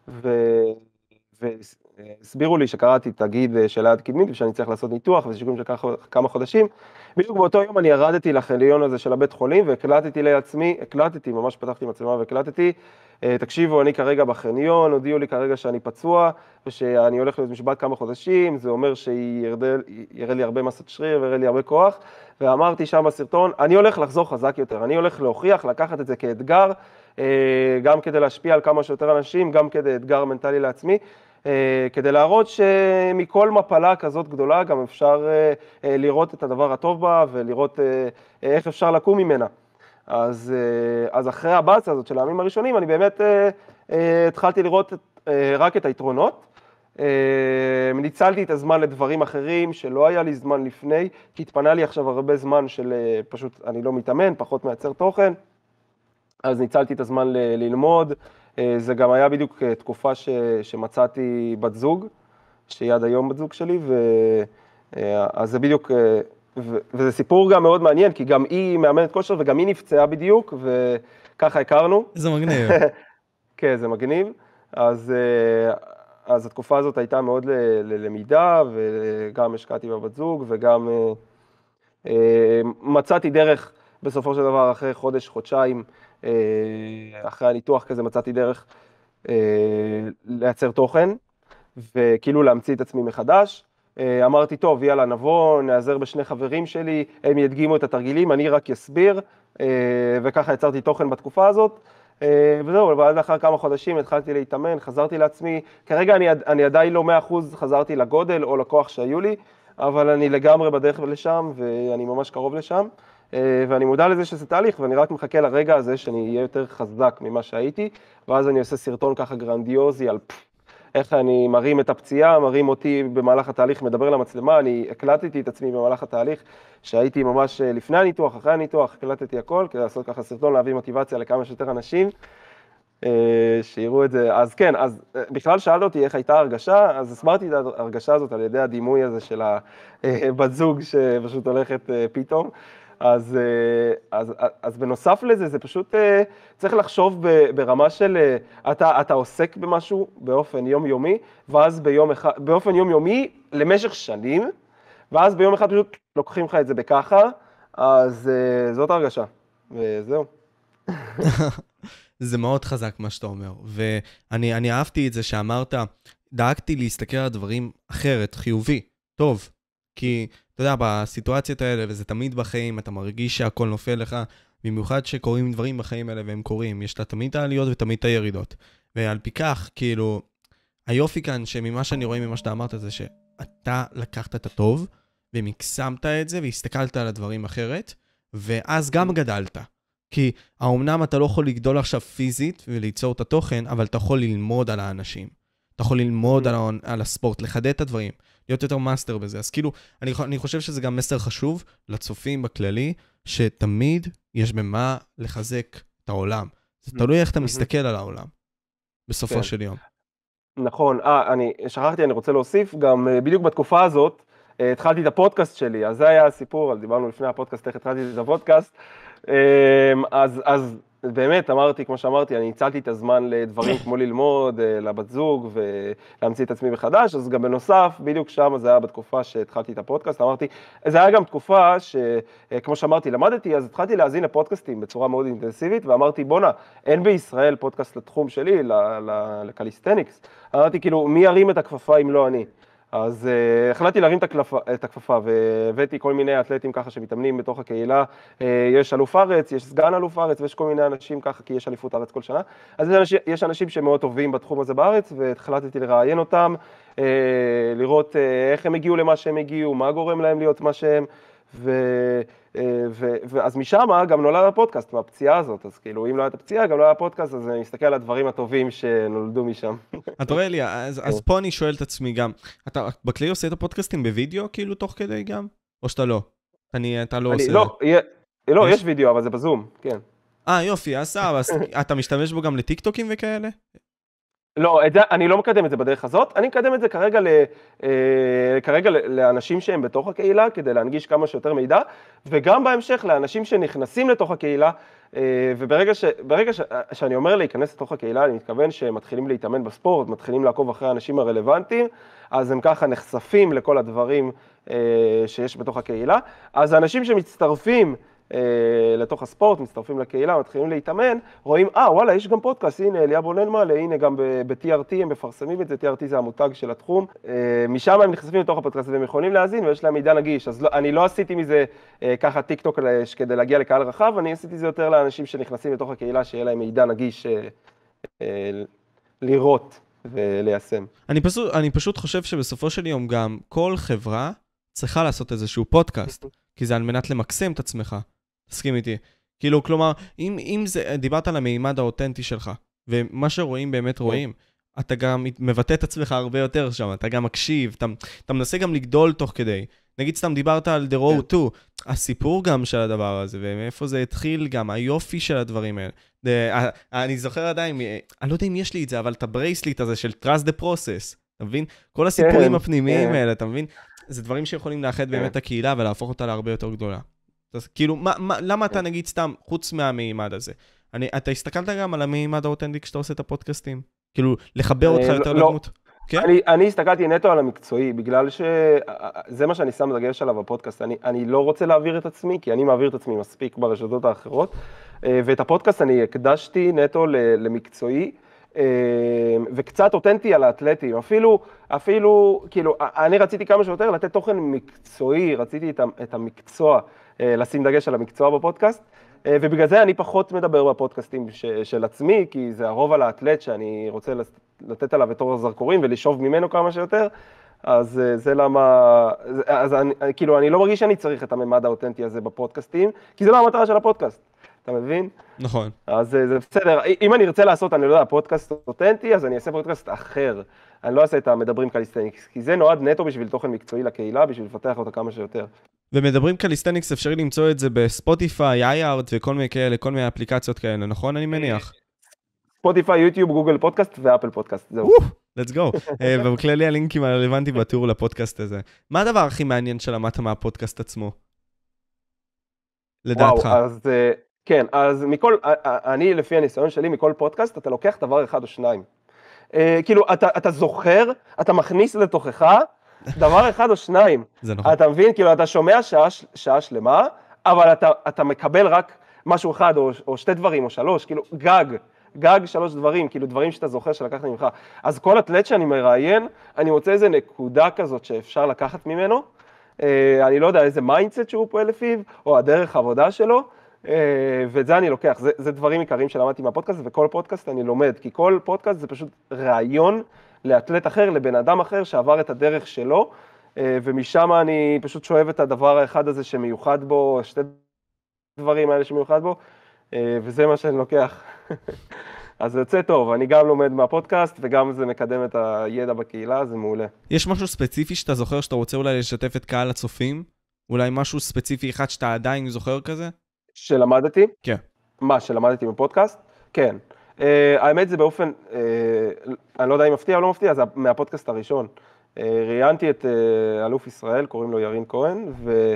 B: והסבירו לי שקראתי תגיד של יד קדמית, ושאני צריך לעשות ניתוח, וזה שיקום של כמה חודשים. בדיוק באותו יום אני ירדתי לחניון הזה של הבית חולים, והקלטתי לעצמי, ממש פתחתי מצלמה והקלטתי, תקשיבו, אני כרגע בחניון, הודיעו לי כרגע שאני פצוע, ושאני הולך להיות משבת כמה חודשים, זה אומר שיראה לי הרבה מסת שריר, ויראה לי הרבה כוח, ואמרתי שם בסרטון, אני הולך לחזור חזק יותר, אני הולך להוכיח, לקחת את זה כאתגר, גם כדי להשפיע על כמה שיותר אנשים, גם כדי אתגר מנטלי לעצמי, כדי להראות שמכל מפלה כזאת גדולה גם אפשר לראות את הדבר הטוב בה, ולראות איך אפשר לקום ממנה. אז אחרי הבאסה הזאת של הימים הראשונים, אני באמת התחלתי לראות רק את היתרונות. ניצלתי את הזמן לדברים אחרים שלא היה לי זמן לפני, כי התפנה לי עכשיו הרבה זמן של פשוט אני לא מתאמן, פחות מייצר תוכן. אז ניצלתי את הזמן ללמוד, זה גם היה בדיוק תקופה שמצאתי בת זוג, שהיא עד היום בת זוג שלי, אז זה בדיוק, וזה סיפור גם מאוד מעניין, כי גם היא מאמנת כושר וגם היא נפצעה בדיוק, וככה הכרנו.
C: זה מגניב.
B: כן, זה מגניב. אז התקופה הזאת הייתה מאוד ללמידה, וגם השקעתי בבת זוג, וגם מצאתי דרך, בסופו של דבר, אחרי חודש, חודשיים, אחרי הניתוח כזה מצאתי דרך לייצר תוכן, וכאילו להמציא את עצמי מחדש. אמרתי, טוב, יאללה, נבוא, נעזר בשני חברים שלי, הם ידגימו את התרגילים, אני רק אסביר, וככה יצרתי תוכן בתקופה הזאת. וזהו, ואז לאחר כמה חודשים התחלתי להתאמן, חזרתי לעצמי, כרגע אני עדיין לא 100% חזרתי לגודל או לכוח שהיו לי, אבל אני לגמרי בדרך לשם, ואני ממש קרוב לשם, ואני מודע לזה שזה תהליך, ואני רק מחכה לרגע הזה שאני אהיה יותר חזק ממה שהייתי, ואז אני עושה סרטון ככה גרנדיוזי על איך אני מרים את הפציעה, מרים אותי במהלך התהליך, מדבר למצלמה, אני הקלטתי את עצמי במהלך התהליך, שהייתי ממש לפני הניתוח, אחרי הניתוח, הקלטתי הכל, כדי לעשות ככה סרטון, להביא מוטיבציה לכמה שיותר אנשים, שיראו את זה. אז כן, אז בכלל שאלת אותי איך הייתה הרגשה, אז הסברתי את ההרגשה הזאת על ידי הדימוי הזה של הבת זוג שפשוט הולכת פתאום. אז בנוסף לזה, זה פשוט צריך לחשוב ברמה של, אתה עוסק במשהו באופן יומיומי, ואז באופן יומיומי למשך שנים, ואז ביום אחד פשוט לוקחים לך את זה בככה, אז זאת הרגשה, וזהו.
C: זה מאוד חזק מה שאתה אומר, ואני אהבתי את זה שאמרת, דאגתי להסתכל על הדברים אחרת, חיובי, טוב, כי אתה יודע, בסיטואציות האלה, וזה תמיד בחיים, אתה מרגיש שהכל נופל לך, במיוחד שקורים דברים בחיים האלה והם קורים, יש לה תמיד העליות ותמיד הירידות. ועל פי כך, כאילו, היופי כאן שממה שאני רואה ממה שאתה אמרת זה שאתה לקחת את הטוב, ומקסמת את זה והסתכלת על הדברים אחרת, ואז גם גדלת. כי האומנם אתה לא יכול לגדול עכשיו פיזית וליצור את התוכן, אבל אתה יכול ללמוד על האנשים. אתה יכול ללמוד על הספורט, לחדד את הדברים, להיות יותר מאסטר בזה. אז כאילו, אני חושב שזה גם מסר חשוב לצופים בכללי, שתמיד יש במה לחזק את העולם. זה תלוי איך אתה מסתכל על העולם, בסופו של יום.
B: נכון, אני שכחתי, אני רוצה להוסיף, גם בדיוק בתקופה הזאת, התחלתי את הפודקאסט שלי, אז זה היה הסיפור, דיברנו לפני הפודקאסט, איך התחלתי את הפודקאסט, אז באמת אמרתי, כמו שאמרתי, אני הצלתי את הזמן לדברים כמו ללמוד, לבת זוג ולהמציא את עצמי מחדש, אז גם בנוסף, בדיוק שם זה היה בתקופה שהתחלתי את הפודקאסט, אמרתי, זה היה גם תקופה שכמו שאמרתי, למדתי, אז התחלתי להאזין לפודקאסטים בצורה מאוד אינטנסיבית, ואמרתי, בונה, אין בישראל פודקאסט לתחום שלי, לקליסטניקס, אמרתי, כאילו, מי ירים את הכפפה אם לא אני? אז החלטתי להרים את הכפפה, והבאתי כל מיני אתלטים ככה שמתאמנים בתוך הקהילה, יש אלוף ארץ, יש סגן אלוף ארץ, ויש כל מיני אנשים ככה, כי יש אליפות ארץ כל שנה, אז יש אנשים שמאוד טובים בתחום הזה בארץ, והחלטתי לראיין אותם, לראות איך הם הגיעו למה שהם הגיעו, מה גורם להם להיות מה שהם, ואז משם גם נולד הפודקאסט, מהפציעה הזאת, אז כאילו, אם לא הייתה פציעה, גם לא היה פודקאסט, אז אני מסתכל על הדברים הטובים שנולדו משם.
C: אתה רואה לי, אז פה אני שואל את עצמי גם, אתה בכלי עושה את הפודקאסטים בווידאו, כאילו, תוך כדי גם? או שאתה לא? אתה לא עושה...
B: לא, יש וידאו, אבל זה בזום, כן.
C: יופי, אז אתה משתמש בו גם לטיקטוקים וכאלה?
B: לא, אני לא מקדם את זה בדרך הזאת, אני מקדם את זה כרגע לאנשים שהם בתוך הקהילה, כדי להנגיש כמה שיותר מידע, וגם בהמשך לאנשים שנכנסים לתוך הקהילה, וברגע שאני אומר להיכנס לתוך הקהילה, אני מתכוון שהם מתחילים להתאמן בספורט, מתחילים לעקוב אחרי האנשים הרלוונטיים, אז הם ככה נחשפים לכל הדברים שיש בתוך הקהילה, אז האנשים שמצטרפים לתוך הספורט, מצטרפים לקהילה, מתחילים להתאמן, רואים, וואלה, יש גם פודקאסט, הנה, אליה בונן מעלה, הנה, גם ב-TRT הם מפרסמים את זה, TRT זה המותג של התחום, משם הם נחשפים לתוך הפודקאסט והם יכולים להאזין, ויש להם מידע נגיש, אז אני לא עשיתי מזה ככה טיקטוק כדי להגיע לקהל רחב, אני עשיתי זה יותר לאנשים שנכנסים לתוך הקהילה, שיהיה להם מידע נגיש לראות וליישם.
C: אני פשוט חושב שבסופו של יום גם כל חברה צריכה לעשות איזשהו פודקאסט, כי זה על מנת למקסם את עצמך. תסכים איתי. כאילו, כלומר, אם זה, דיברת על המימד האותנטי שלך, ומה שרואים באמת רואים, אתה גם מבטא את עצמך הרבה יותר שם, אתה גם מקשיב, אתה מנסה גם לגדול תוך כדי. נגיד סתם דיברת על The Road to, הסיפור גם של הדבר הזה, ומאיפה זה התחיל גם, היופי של הדברים האלה. אני זוכר עדיין, אני לא יודע אם יש לי את זה, אבל את הברייסליט הזה של Trust the Process, אתה מבין? כל הסיפורים הפנימיים האלה, אתה מבין? זה דברים שיכולים לאחד באמת את הקהילה ולהפוך אותה להרבה יותר גדולה. אז כאילו, למה אתה נגיד סתם, חוץ מהמימד הזה? אתה הסתכלת גם על המימד האותנטי כשאתה עושה את הפודקאסטים? כאילו, לחבר אותך יותר לדמות?
B: אני הסתכלתי נטו על המקצועי, בגלל שזה מה שאני שם דגש עליו בפודקאסט. אני לא רוצה להעביר את עצמי, כי אני מעביר את עצמי מספיק ברשתות האחרות, ואת הפודקאסט אני הקדשתי נטו למקצועי, וקצת אותנטי על האתלטים, אפילו, כאילו, אני רציתי כמה שיותר לתת תוכן מקצועי, רציתי את המקצוע, לשים דגש על המקצוע בפודקאסט, ובגלל זה אני פחות מדבר בפודקאסטים של עצמי, כי זה הרוב על האתלט שאני רוצה לתת עליו את אור הזרקורים ולשאוב ממנו כמה שיותר, אז זה למה, אז כאילו אני לא מרגיש שאני צריך את הממד האותנטי הזה בפודקאסטים, כי זה לא המטרה של הפודקאסט, אתה מבין?
C: נכון.
B: אז זה בסדר, אם אני ארצה לעשות, אני לא יודע, פודקאסט אותנטי, אז אני אעשה פודקאסט אחר. אני לא אעשה את המדברים קליסטניקס, כי זה נועד נטו בשביל תוכן מקצועי לקהילה, בשביל לפתח אותה כמה שיותר.
C: ומדברים קליסטניקס, אפשר למצוא את זה בספוטיפיי, איי-ארט וכל מיני כאלה, כל מיני אפליקציות כאלה, נכון? אני מניח.
B: ספוטיפיי, יוטיוב, גוגל פודקאסט ואפל פודקאסט, זהו.
C: let's go. ובכללי הלינקים הרלוונטיים בתיאור לפודקאסט הזה. מה הדבר הכי מעניין שלמדת מהפודקאסט עצמו? לדעתך.
B: וואו, אז כן, אז אני לפי הניסיון שלי, מכל פודקאסט, אתה לוקח דבר אחד או שניים. כאילו, אתה זוכר, אתה מכניס לתוכך דבר אחד או שניים.
C: זה נכון.
B: אתה מבין? כאילו, אתה שומע שעה שלמה, אבל אתה מקבל רק משהו אחד או שתי דברים או שלוש, כאילו, גג 3 דברים, כאילו דברים שאתה זוכר שלקחת ממך. אז כל אתלט שאני מראיין, אני מוצא איזה נקודה כזאת שאפשר לקחת ממנו. אני לא יודע איזה מיינדסט שהוא פועל לפיו, או הדרך העבודה שלו, ואת זה אני לוקח. זה דברים עיקריים שלמדתי מהפודקאסט, וכל פודקאסט אני לומד, כי כל פודקאסט זה פשוט רעיון לאתלט אחר, לבן אדם אחר שעבר את הדרך שלו, ומשם אני פשוט שואב את הדבר האחד הזה שמיוחד בו, שתי דברים האלה שמיוחד בו, וזה מה שאני לוקח. אז זה יוצא טוב, אני גם לומד מהפודקאסט, וגם זה מקדם את הידע בקהילה, זה מעולה.
C: יש משהו ספציפי שאתה זוכר שאתה רוצה אולי לשתף את קהל הצופים? אולי משהו ספציפי אחד שאתה עדיין זוכר כזה?
B: שלמדתי?
C: כן.
B: מה, שלמדתי בפודקאסט? כן. האמת זה באופן, אני לא יודע אם מפתיע או לא מפתיע, זה מהפודקאסט הראשון. ראיינתי את אלוף ישראל, קוראים לו ירין כהן,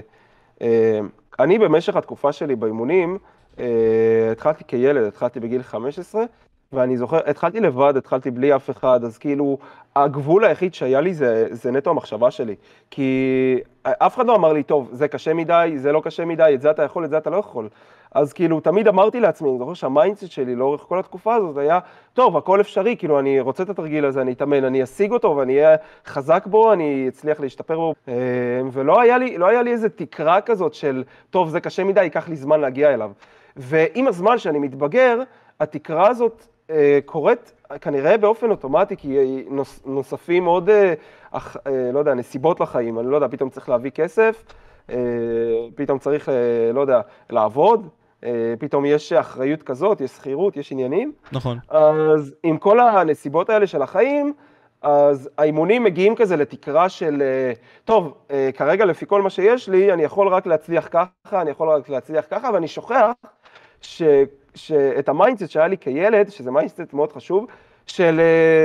B: ואני במשך התקופה שלי באימונים, התחלתי כילד, התחלתי בגיל 15, ואני זוכר, התחלתי לבד, התחלתי בלי אף אחד, אז כאילו, הגבול היחיד שהיה לי זה נטו המחשבה שלי, כי אף אחד לא אמר לי, טוב, זה קשה מדי, זה לא קשה מדי, את זה אתה יכול, את זה אתה לא יכול. אז כאילו, תמיד אמרתי לעצמי, אני זוכר שהמיינדסט שלי לאורך כל התקופה הזאת היה, טוב, הכל אפשרי, כאילו, אני רוצה את התרגיל הזה, אני אתאמן, אני אשיג אותו, ואני אהיה חזק בו, אני אצליח להשתפר בו, ולא היה לי איזה תקרה כזאת של, טוב, זה קשה מדי, ייקח לי זמן להגיע אליו. ועם הזמן שאני מתבגר, התקרה הזאת קורית כנראה באופן אוטומטי, כי נוספים עוד, לא יודע, נסיבות לחיים, אני לא יודע, פתאום צריך להביא כסף, פתאום צריך, לא יודע, לעבוד, פתאום יש אחריות כזאת, יש שכירות, יש עניינים.
C: נכון.
B: אז עם כל הנסיבות האלה של החיים, אז האימונים מגיעים כזה לתקרה של, טוב, כרגע לפי כל מה שיש לי, אני יכול רק להצליח ככה, אני יכול רק להצליח ככה, ואני שוכח שאת המיינדסט שהיה לי כילד, שזה מיינדסט מאוד חשוב, של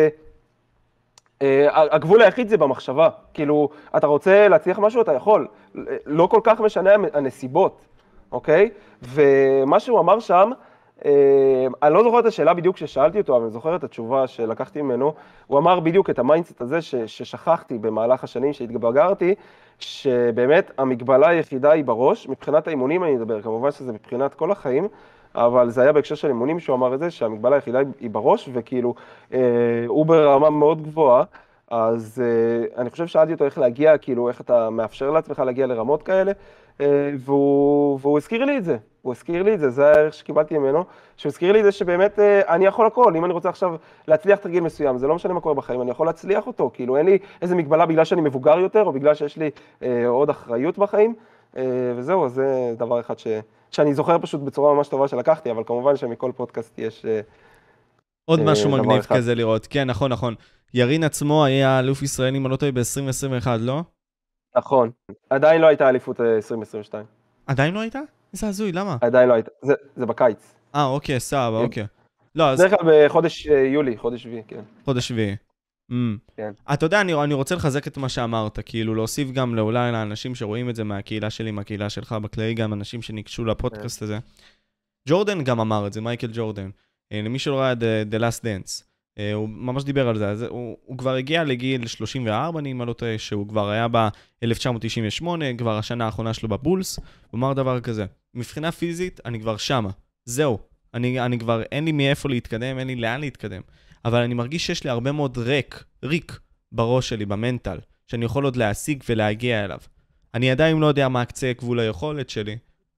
B: הגבול היחיד זה במחשבה. כאילו, אתה רוצה להצליח משהו, אתה יכול. לא כל כך משנה הנסיבות, אוקיי? ומה שהוא אמר שם, אני לא זוכר את השאלה בדיוק ששאלתי אותו, אבל אני זוכר את התשובה שלקחתי ממנו. הוא אמר בדיוק את המיינדסט הזה ששכחתי במהלך השנים שהתבגרתי, שבאמת המגבלה היחידה היא בראש. מבחינת האימונים אני מדבר, כמובן שזה מבחינת כל החיים, אבל זה היה בהקשר של אימונים שהוא אמר את זה, שהמגבלה היחידה היא בראש, וכאילו הוא ברמה מאוד גבוהה, אז אני חושב שאלתי אותו איך להגיע, כאילו איך אתה מאפשר לעצמך להגיע לרמות כאלה, והוא הזכיר לי את זה, זה הערך שקיבלתי ממנו, שהוא הזכיר לי את זה שבאמת אני יכול הכל, אם אני רוצה עכשיו להצליח תרגיל מסוים, זה לא משנה מה קורה בחיים, אני יכול להצליח אותו, כאילו אין לי איזה מגבלה בגלל שאני מבוגר יותר, או בגלל שיש לי עוד אחריות בחיים, וזהו, זה דבר אחד שאני זוכר פשוט בצורה ממש טובה שלקחתי, אבל כמובן שמכל פודקאסט יש
C: עוד משהו מגניב כזה לראות, כן, נכון. ירין עצמו היה אלוף ישראלי, אם אני לא טועה, ב-2021, לא? נכון.
B: עדיין לא הייתה אליפות 2022.
C: עדיין לא הייתה? איזה הזוי, למה?
B: עדיין לא הייתה, זה בקיץ.
C: אוקיי, סבבה, אוקיי. לא, אז...
B: בדרך כלל בחודש יולי, חודש שביעי, כן.
C: חודש שביעי.
B: כן.
C: אתה יודע, אני רוצה לחזק את מה שאמרת, כאילו להוסיף גם לאולי לאנשים שרואים את זה מהקהילה שלי, מהקהילה שלך, בכללי גם אנשים שניגשו לפודקאסט הזה. ג'ורדן גם אמר את זה, מייקל ג'ורדן. למי שלא ראה The Last Dance. הוא ממש דיבר על זה, הוא כבר הגיע לגיל 34, אני אמר אותו, שהוא כבר היה ב-1998, כבר השנה האחרונה שלו בבולס, הוא אמר דבר כזה, מבחינה פיזית, אני כבר שמה, זהו, אני כבר, אין לי מאיפה להתקדם, אין לי לאן להתקדם, אבל אני מרגיש שיש לי הרבה מאוד ריק בראש שלי, במנטל, שאני יכול עוד להשיג ולהגיע אליו. אני עדיין לא יודע מה קצה גבול היכולת שלי,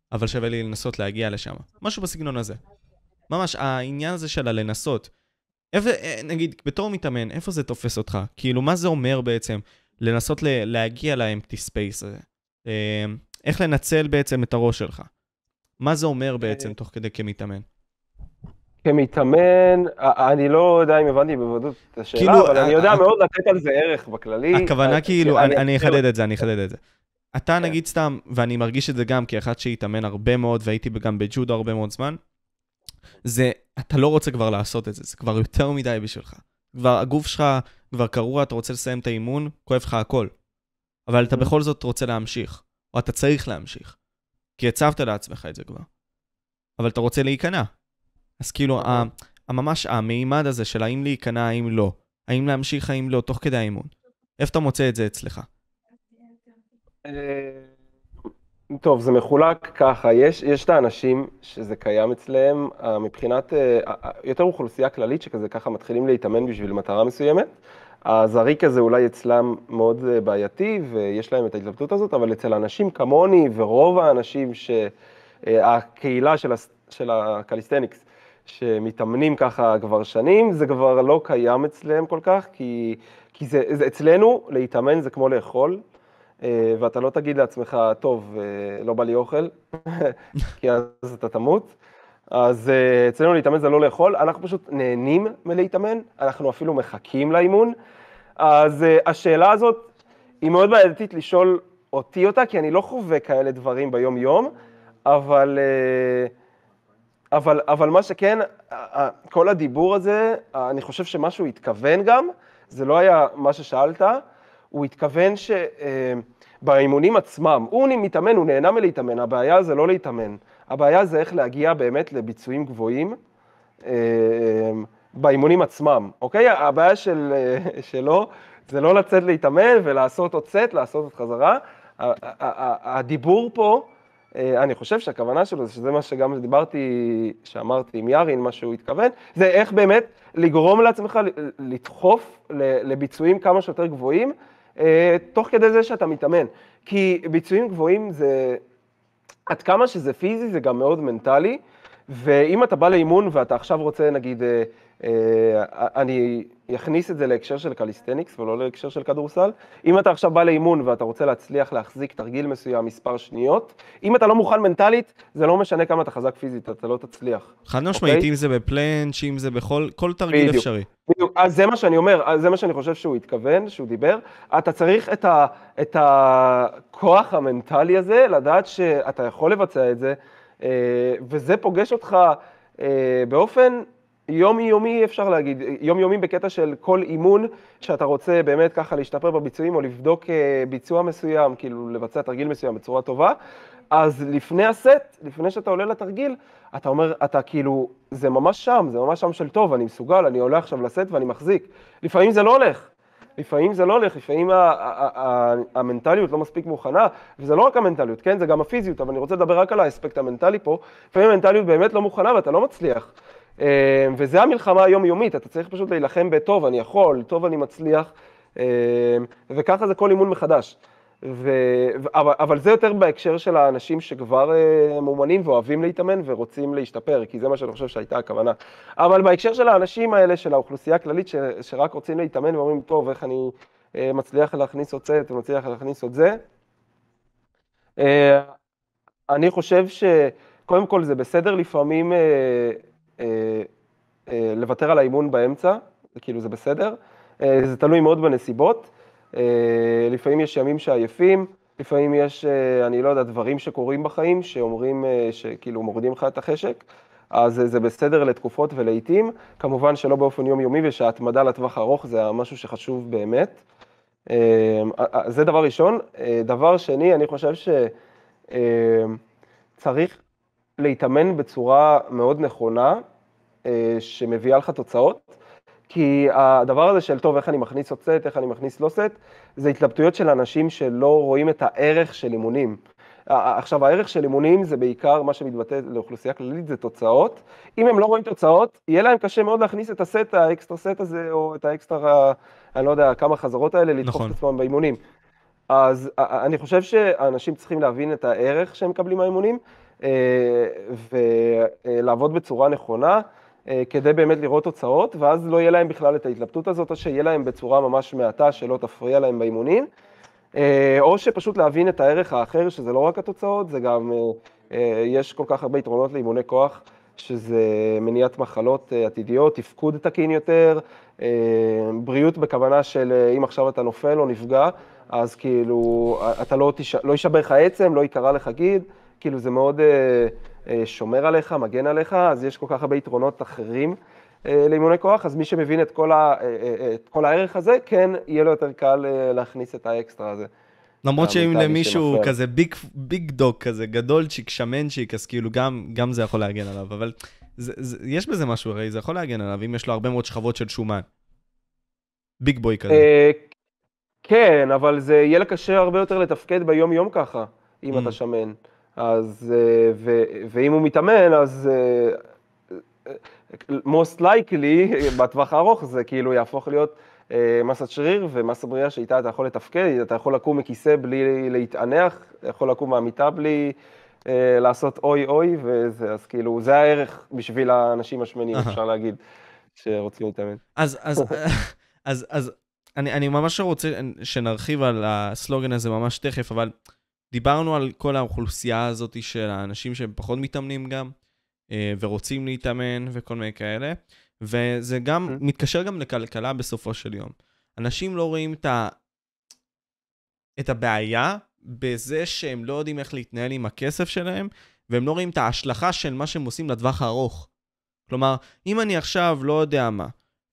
C: אבל שווה לי לנסות להגיע לשם. משהו בסגנון הזה. ממש, העניין הזה של הלנסות. נגיד, בתור מתאמן, איפה זה תופס אותך? כאילו, מה זה אומר בעצם לנסות להגיע לאמפטי ספייס הזה? איך לנצל בעצם את הראש שלך? מה זה אומר בעצם תוך כדי כמתאמן?
B: כמתאמן, אני לא יודע אם הבנתי בוודאות את השאלה, אבל אני יודע מאוד לתת על זה ערך בכללי.
C: הכוונה כאילו, אני אחדד את זה. אתה נגיד סתם, ואני מרגיש את זה גם כאחד שהתאמן הרבה מאוד, והייתי גם בג'ודו הרבה מאוד זמן, זה, אתה לא רוצה כבר לעשות את זה, זה כבר יותר מדי בשבילך. כבר הגוף שלך כבר קרוע, אתה רוצה לסיים את האימון, כואב לך הכל. אבל אתה בכל זאת רוצה להמשיך, או אתה צריך להמשיך. כי הצבת לעצמך את זה כבר. אבל אתה רוצה להיכנע. אז כאילו, ממש המימד הזה של האם להיכנע, האם לא, האם להמשיך, האם לא, תוך כדי האימון. איפה אתה מוצא את זה אצלך?
B: טוב, זה מחולק ככה, יש את האנשים שזה קיים אצלם, מבחינת יותר אוכלוסייה כללית שכזה ככה מתחילים להתאמן בשביל מטרה מסוימת, אז הריק הזה אולי אצלם מאוד בעייתי ויש להם את ההתלבטות הזאת, אבל אצל אנשים כמוני ורוב האנשים שהקהילה של הקליסטניקס שמתאמנים ככה כבר שנים, זה כבר לא קיים אצלם כל כך, כי זה אצלנו להתאמן זה כמו לאכול, ואתה לא תגיד לעצמך, טוב, לא בא לי אוכל, כי אז אתה תמות. אז אצלנו להתאמן זה לא לאכול, אנחנו פשוט נהנים מלהתאמן, אנחנו אפילו מחכים לאימון. אז השאלה הזאת היא מאוד בעייתית לשאול אותי אותה, כי אני לא חווה כאלה דברים ביום-יום, אבל מה שכן, כל הדיבור הזה, אני חושב שמשהו התכוון גם, זה לא היה מה ששאלת, הוא התכוון שבאימונים עצמם, הוא מתאמן, הוא נהנה מלהתאמן, הבעיה זה לא להתאמן, הבעיה זה איך להגיע באמת לביצועים גבוהים באימונים עצמם, אוקיי? הבעיה שלו זה לא לצאת להתאמן ולעשות עוד סט, לעשות עוד חזרה, הדיבור פה, אני חושב שהכוונה שלו, שזה מה שגם שאמרתי עם ירין, מה שהוא התכוון, זה איך באמת לגרום לעצמך לדחוף לביצועים כמה שיותר גבוהים, תוך כדי זה שאתה מתאמן. כי ביצועים גבוהים זה, עד כמה שזה פיזי, זה גם מאוד מנטלי, ואם אתה בא לאימון ואתה עכשיו רוצה, נגיד, אני אכניס את זה להקשר של קליסטניקס ולא להקשר של כדורסל, אם אתה עכשיו בא לאימון ואתה רוצה להצליח להחזיק תרגיל מסוים מספר שניות, אם אתה לא מוכן מנטלית, זה לא משנה כמה אתה חזק פיזית, אתה לא תצליח.
C: חד משמעית, אם זה בפלנץ', אם זה בכל תרגיל אפשרי.
B: בדיוק, אז זה מה שאני אומר, זה מה שאני חושב שהוא התכוון, שהוא דיבר, אתה צריך את הכוח המנטלי הזה, לדעת שאתה יכול לבצע את זה, וזה פוגש אותך באופן יומי, אפשר להגיד, יומי בקטע של כל אימון שאתה רוצה באמת ככה להשתפר בביצועים או לבדוק ביצוע מסוים, כאילו לבצע תרגיל מסוים בצורה טובה, אז לפני הסט, לפני שאתה עולה לתרגיל, אתה אומר, אתה כאילו, זה ממש שם של טוב, אני מסוגל, אני עולה עכשיו לסט ואני מחזיק. לפעמים זה לא הולך, לפעמים המנטליות לא מספיק מוכנה, וזה לא רק המנטליות, כן? זה גם הפיזיות, אבל אני רוצה לדבר רק על האספקט המנטלי פה, לפעמים המנטליות באמת לא מוכנה ואתה לא מצליח. וזה המלחמה היומיומית, אתה צריך פשוט להילחם בטוב, אני יכול, טוב אני מצליח, וככה זה כל אימון מחדש. אבל זה יותר בהקשר של האנשים שכבר מאומנים ואוהבים להתאמן ורוצים להשתפר, כי זה מה שאני חושב שהייתה הכוונה. אבל בהקשר של האנשים האלה, של האוכלוסייה הכללית, שרק רוצים להתאמן ואומרים, טוב, איך אני מצליח להכניס עוד זה, ומצליח להכניס עוד זה, אני חושב שקודם כל זה בסדר לפעמים לוותר על האימון באמצע, כאילו זה בסדר, זה תלוי מאוד בנסיבות, לפעמים יש ימים שעייפים, לפעמים יש, אני לא יודע, דברים שקורים בחיים, שאומרים שכאילו מורידים לך את החשק, אז זה בסדר לתקופות ולעיתים, כמובן שלא באופן יומיומי ושההתמדה לטווח ארוך זה משהו שחשוב באמת. זה דבר ראשון. דבר שני, אני חושב שצריך להתאמן בצורה מאוד נכונה, שמביאה לך תוצאות, כי הדבר הזה של טוב, איך אני מכניס עוד סט, איך אני מכניס לא סט, זה התלבטויות של אנשים שלא רואים את הערך של אימונים. עכשיו, הערך של אימונים זה בעיקר מה שמתבטא לאוכלוסייה כללית, זה תוצאות. אם הם לא רואים תוצאות, יהיה להם קשה מאוד להכניס את הסט, האקסטרה סט הזה, או את האקסטרה, אני לא יודע, כמה חזרות האלה, לדחוף את עצמם באימונים. אז אני חושב שאנשים צריכים להבין את הערך שהם מקבלים מהאימונים, ולעבוד בצורה נכונה, כדי באמת לראות תוצאות, ואז לא יהיה להם בכלל את ההתלבטות הזאת, או שיהיה להם בצורה ממש מעטה שלא תפריע להם באימונים, או שפשוט להבין את הערך האחר, שזה לא רק התוצאות, זה גם, יש כל כך הרבה יתרונות לאימוני כוח, שזה מניעת מחלות עתידיות, תפקוד תקין יותר, בריאות בכוונה של אם עכשיו אתה נופל או נפגע, אז כאילו, אתה לא יישבר לך עצם, לא יקרה לך גיד, כאילו זה מאוד שומר עליך, מגן עליך, אז יש כל כך הרבה יתרונות אחרים לאימוני כוח, אז מי שמבין את כל הערך הזה, כן, יהיה לו יותר קל להכניס את האקסטרה הזה.
C: למרות שאם למישהו כזה ביג דוג כזה, גדולצ'יק, שמנצ'יק, אז כאילו גם זה יכול להגן עליו, אבל יש בזה משהו, הרי זה יכול להגן עליו, אם יש לו הרבה מאוד שכבות של שומן. ביג בוי כזה.
B: כן, אבל זה יהיה קשה הרבה יותר לתפקד ביום יום ככה, אם אתה שמן. אז, ואם הוא מתאמן, אז most likely, בטווח הארוך, זה כאילו יהפוך להיות מסת שריר ומסה בריאה שאיתה אתה יכול לתפקד, אתה יכול לקום מכיסא בלי להתענח, אתה יכול לקום מהמיטה בלי לעשות אוי אוי, וזה, אז כאילו, זה הערך בשביל האנשים השמנים, אפשר להגיד, שרוצים להתאמן.
C: אז אני ממש רוצה שנרחיב על הסלוגן הזה ממש תכף, אבל דיברנו על כל האוכלוסייה הזאת של האנשים שהם פחות מתאמנים גם, ורוצים להתאמן וכל מיני כאלה, וזה גם מתקשר גם לכלכלה בסופו של יום. אנשים לא רואים את הבעיה בזה שהם לא יודעים איך להתנהל עם הכסף שלהם, והם לא רואים את ההשלכה של מה שהם עושים לטווח הארוך. כלומר, אם אני עכשיו לא יודע מה,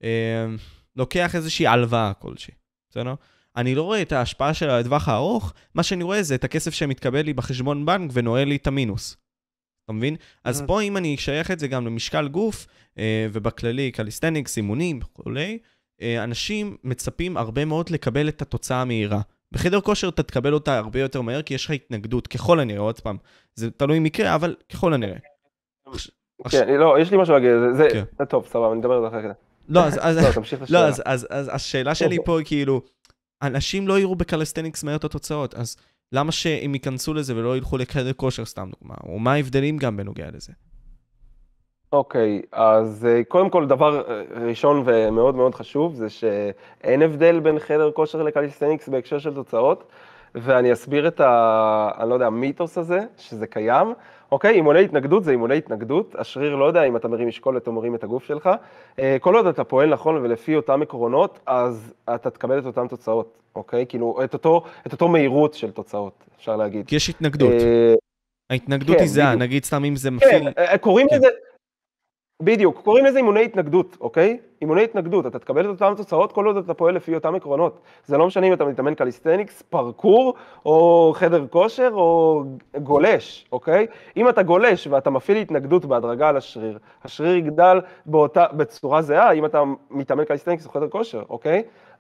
C: לוקח איזושהי הלוואה כלשהי, בסדר? אני לא רואה את ההשפעה של הטווח הארוך, מה שאני רואה זה את הכסף שמתקבל לי בחשבון בנק ונועל לי את המינוס. אתה מבין? אז פה אם אני אשייך את זה גם למשקל גוף, ובכללי קליסטניקס, אימונים וכולי, אנשים מצפים הרבה מאוד לקבל את התוצאה המהירה. בחדר כושר אתה תקבל אותה הרבה יותר מהר, כי יש לך התנגדות, ככל הנראה, עוד פעם. זה תלוי מקרה, אבל ככל הנראה.
B: כן, לא, יש לי משהו להגיד, זה טוב, סבבה, אני אדבר על זה אחרי כזה.
C: לא, אז השאלה שלי פה היא כאילו, אנשים לא יראו בקליסטניקס מהר את התוצאות, אז למה שהם ייכנסו לזה ולא ילכו לחדר כושר, סתם דוגמה? או מה ההבדלים גם בנוגע לזה?
B: אוקיי, אז קודם כל דבר ראשון ומאוד מאוד חשוב, זה שאין הבדל בין חדר כושר לקליסטניקס בהקשר של תוצאות, ואני אסביר את אני לא יודע, המיתוס הזה, שזה קיים. אוקיי, אימוני התנגדות זה אימוני התנגדות, השריר לא יודע אם אתה מרים משקולת או מרים את הגוף שלך, כל עוד אתה פועל נכון ולפי אותם עקרונות, אז אתה תקבל את אותם תוצאות, אוקיי? כאילו, את אותו מהירות של תוצאות, אפשר להגיד.
C: כי יש התנגדות. ההתנגדות היא זהה, נגיד סתם אם זה מפעיל...
B: כן, קוראים לזה... בדיוק, קוראים לזה אימוני התנגדות, אוקיי? אימוני התנגדות, אתה תקבל את אותם תוצאות כל עוד אתה פועל לפי אותם עקרונות. זה לא משנה אם אתה מתאמן קליסטניקס, פרקור, או חדר כושר, או גולש, אוקיי? אם אתה גולש ואתה מפעיל התנגדות בהדרגה על השריר, השריר יגדל בצורה זהה, אם אתה מתאמן קליסטניקס או חדר כושר, אוקיי?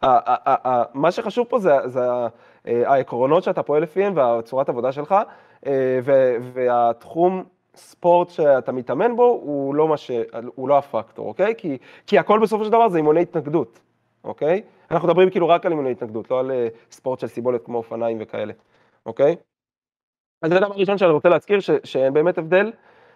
B: מה שחשוב פה זה העקרונות שאתה פועל לפיהם והצורת עבודה שלך, והתחום ספורט שאתה מתאמן בו הוא לא הפקטור, אוקיי? כי הכל בסופו של דבר זה אימוני התנגדות, אוקיי? אנחנו מדברים כאילו רק על אימוני התנגדות, לא על ספורט של סיבולת כמו אופניים וכאלה, אוקיי? אז זה דבר ראשון שאני רוצה להזכיר שאין באמת הבדל,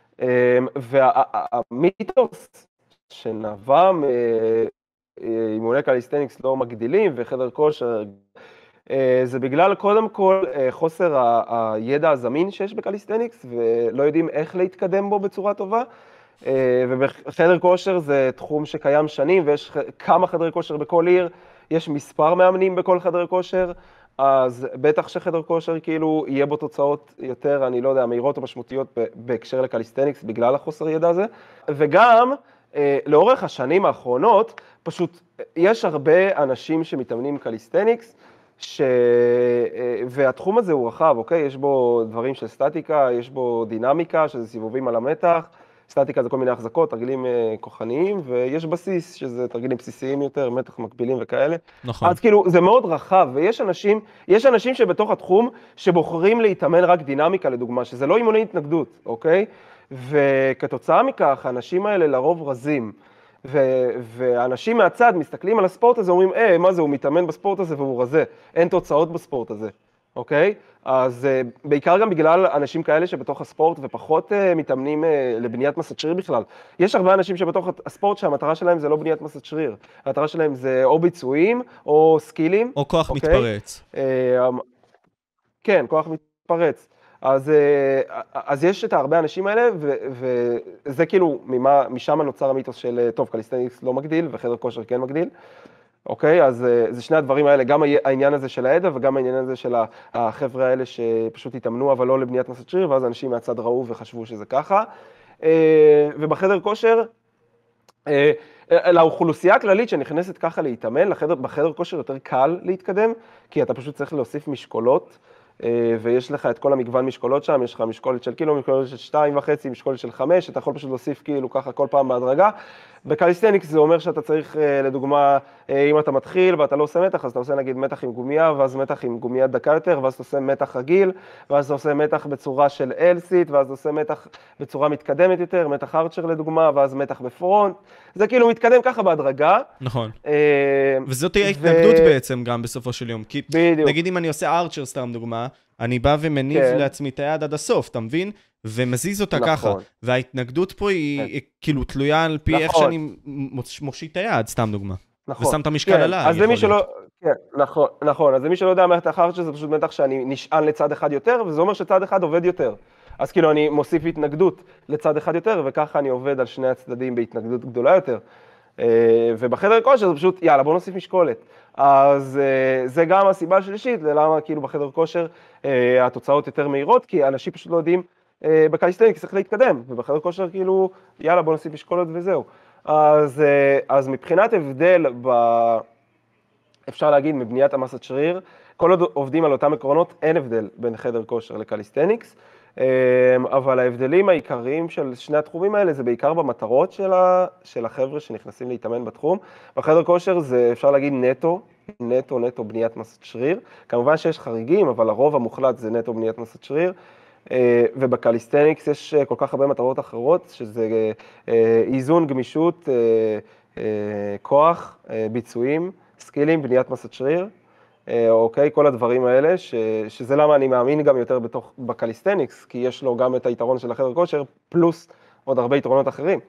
B: והמיתוס שנבע מאימוני קליסטניקס לא מגדילים וחדר כושר, זה בגלל קודם כל חוסר הידע הזמין שיש בקליסטניקס, ולא יודעים איך להתקדם בו בצורה טובה, ובחדר כושר זה תחום שקיים שנים, ויש כמה חדרי כושר בכל עיר, יש מספר מאמנים בכל חדר כושר, אז בטח שחדר כושר כאילו יהיה בו תוצאות יותר, אני לא יודע, מהירות או משמעותיות בהקשר לקליסטניקס, בגלל החוסר ידע הזה, וגם לאורך השנים האחרונות, פשוט יש הרבה אנשים שמתאמנים קליסטניקס, והתחום הזה הוא רחב, אוקיי? יש בו דברים של סטטיקה, יש בו דינמיקה, שזה סיבובים על המתח, סטטיקה זה כל מיני החזקות, תרגילים כוחניים, ויש בסיס, שזה תרגילים בסיסיים יותר, מתח מקבילים וכאלה.
C: נכון.
B: אז כאילו, זה מאוד רחב, ויש אנשים שבתוך התחום, שבוחרים להתאמן רק דינמיקה, לדוגמה, שזה לא אימוני התנגדות, אוקיי? וכתוצאה מכך, האנשים האלה לרוב רזים, ואנשים מהצד מסתכלים על הספורט הזה, אומרים, מה זה, הוא מתאמן בספורט הזה והוא רזה, אין תוצאות בספורט הזה, אוקיי? אז בעיקר גם בגלל אנשים כאלה שבתוך הספורט ופחות מתאמנים לבניית מסת שריר בכלל. יש הרבה אנשים שבתוך הספורט שהמטרה שלהם זה לא בניית מסת שריר. המטרה שלהם זה או ביצועים או סקילים.
C: או כוח
B: אוקיי?
C: מתפרץ.
B: כן, כוח מתפרץ. אז יש את הרבה אנשים האלה, וזה כאילו, משם נוצר המיתוס של, טוב, קליסטניקס לא מגדיל, וחדר כושר כן מגדיל. אוקיי, אז זה שני הדברים האלה, גם העניין הזה של הידע, וגם העניין הזה של החבר'ה האלה שפשוט התאמנו, אבל לא לבניית מסת שריר, ואז אנשים מהצד ראו וחשבו שזה ככה. ובחדר כושר, לאוכלוסייה הכללית שנכנסת ככה להתאמן, בחדר כושר יותר קל להתקדם, כי אתה פשוט צריך להוסיף משקולות, ויש לך את כל המגוון משקולות שם, יש לך משקולת של קילו, משקולת של 2.5, משקולת של 5, אתה יכול פשוט להוסיף כאילו ככה כל פעם בהדרגה. בקליסטניקס זה אומר שאתה צריך, לדוגמה, אם אתה מתחיל ואתה לא עושה מתח, אז אתה עושה נגיד מתח עם גומיה, ואז מתח עם גומיה דקה יותר, ואז אתה עושה מתח רגיל, ואז אתה עושה מתח בצורה של אלסיט, ואז אתה עושה מתח בצורה מתקדמת יותר, מתח ארצ'ר לדוגמה, ואז מתח בפרונט. זה כאילו מתקדם ככה בהדרגה.
C: נכון. וזאת תהיה התנגדות בעצם גם בסופו של יום. כי נגיד אם אני עושה ארצ'ר סתם דוגמה, אני בא ומניב לעצמי את היד עד הסוף, אתה מבין? ומזיז אותה ככה. וההתנגדות פה היא כאילו תלויה על פי איך שאני מושיט את היד, סתם דוגמה. ושם את המשקל עליי.
B: אז למי שלא, נכון, אז למי שלא יודע מתח ארצ'ר זה פשוט מתח שאני נשען לצד אחד יותר, וזה אומר שצד אחד עובד יותר. אז כאילו אני מוסיף התנגדות לצד אחד יותר, וככה אני עובד על שני הצדדים בהתנגדות גדולה יותר. ובחדר כושר זה פשוט, יאללה, בוא נוסיף משקולת. אז זה גם הסיבה השלישית, ללמה כאילו בחדר כושר התוצאות יותר מהירות, כי אנשים פשוט לא יודעים בקליסטניקס צריך להתקדם, ובחדר כושר כאילו, יאללה, בוא נוסיף משקולת וזהו. אז מבחינת הבדל, אפשר להגיד, מבניית המסת שריר, כל עוד עובדים על אותם עקרונות, אין הבדל בין חדר כושר לקליסטניקס, אבל ההבדלים העיקריים של שני התחומים האלה זה בעיקר במטרות של החבר'ה שנכנסים להתאמן בתחום. בחדר כושר זה אפשר להגיד נטו בניית מסת שריר. כמובן שיש חריגים, אבל הרוב המוחלט זה נטו בניית מסת שריר. ובקליסטניקס יש כל כך הרבה מטרות אחרות, שזה איזון, גמישות, כוח, ביצועים, סקילים, בניית מסת שריר. אוקיי, כל הדברים האלה, שזה למה אני מאמין גם יותר בקליסטניקס, כי יש לו גם את היתרון של החדר כושר, פלוס עוד הרבה יתרונות אחרים.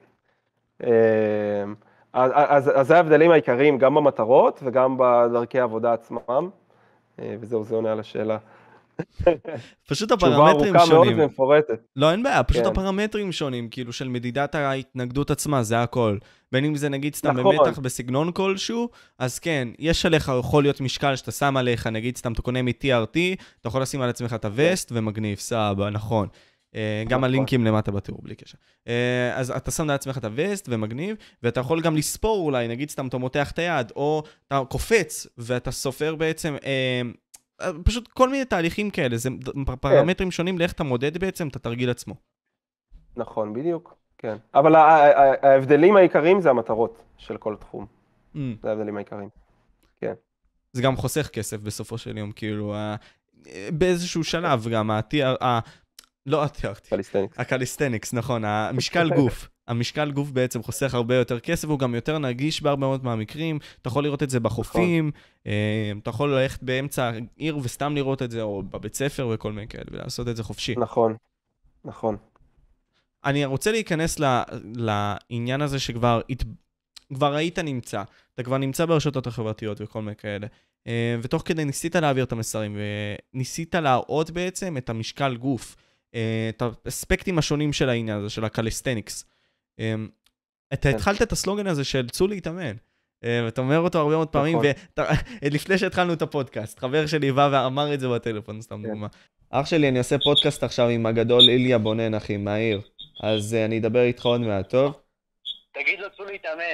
B: אז זה ההבדלים העיקריים, גם במטרות וגם בדרכי העבודה עצמם, וזהו, זה עונה על השאלה.
C: פשוט הפרמטרים שונים.
B: מאוד ומפורטת.
C: לא, אין בעיה, פשוט הפרמטרים שונים, כאילו של מדידת ההתנגדות עצמה, זה הכל. בין אם זה נגיד סתם במתח בסגנון כלשהו, אז כן, יש עליך, יכול להיות משקל שאתה שם עליך, נגיד סתם אתה קונה מ-TRT, אתה יכול לשים על עצמך את הווסט ומגניב, סבא, נכון. גם הלינקים למטה בתיאור, בלי קשר. אז אתה שם לעצמך את הווסט ומגניב, ואתה יכול גם לספור אולי, נגיד סתם אתה מותח את היד, או אתה קופץ, ואתה סופר בעצם פשוט כל מיני תהליכים כאלה, זה פרמטרים שונים לאיך אתה מודד בעצם את התרגיל עצמו.
B: נכון, בדיוק, כן. אבל ההבדלים העיקריים זה המטרות של כל תחום. זה ההבדלים העיקריים, כן.
C: זה גם חוסך כסף בסופו של יום, כאילו, באיזשהו שלב גם, לא הקליסטניקס, נכון, המשקל גוף. המשקל גוף בעצם חוסך הרבה יותר כסף, הוא גם יותר נגיש בהרבה מאוד מהמקרים, אתה יכול לראות את זה בחופים, אתה יכול ללכת באמצע עיר וסתם לראות את זה, או בבית ספר וכל מיני כאלה, ולעשות את זה חופשי.
B: נכון.
C: אני רוצה להיכנס לעניין הזה שכבר היית נמצא, אתה כבר נמצא ברשתות החברתיות וכל מיני כאלה, ותוך כדי ניסית להעביר את המסרים, וניסית להראות בעצם את המשקל גוף, את האספקטים השונים של העניין הזה, של הקליסטניקס. אתה התחלת את הסלוגן הזה של צאו להתאמן, ואתה אומר אותו הרבה מאוד פעמים, ולפני שהתחלנו את הפודקאסט, חבר שלי בא ואמר את זה בטלפון, סתם דוגמה. אח שלי, אני עושה פודקאסט עכשיו עם הגדול איליה בונן, אחי, מהעיר. אז אני אדבר איתך עוד מעט, טוב?
D: תגיד לו, צאו להתאמן.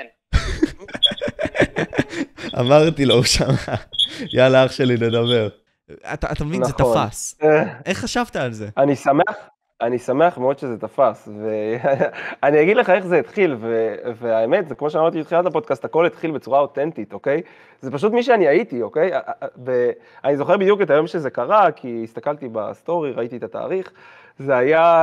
C: אמרתי לו, הוא שמע. יאללה, אח שלי, נדבר. אתה מבין, זה תפס. איך חשבת על זה?
B: אני שמח מאוד שזה תפס, ואני אגיד לך איך זה התחיל, והאמת, זה כמו שאמרתי בתחילת הפודקאסט, הכל התחיל בצורה אותנטית, אוקיי? זה פשוט מי שאני הייתי, אוקיי? ואני זוכר בדיוק את היום שזה קרה, כי הסתכלתי בסטורי, ראיתי את התאריך, זה היה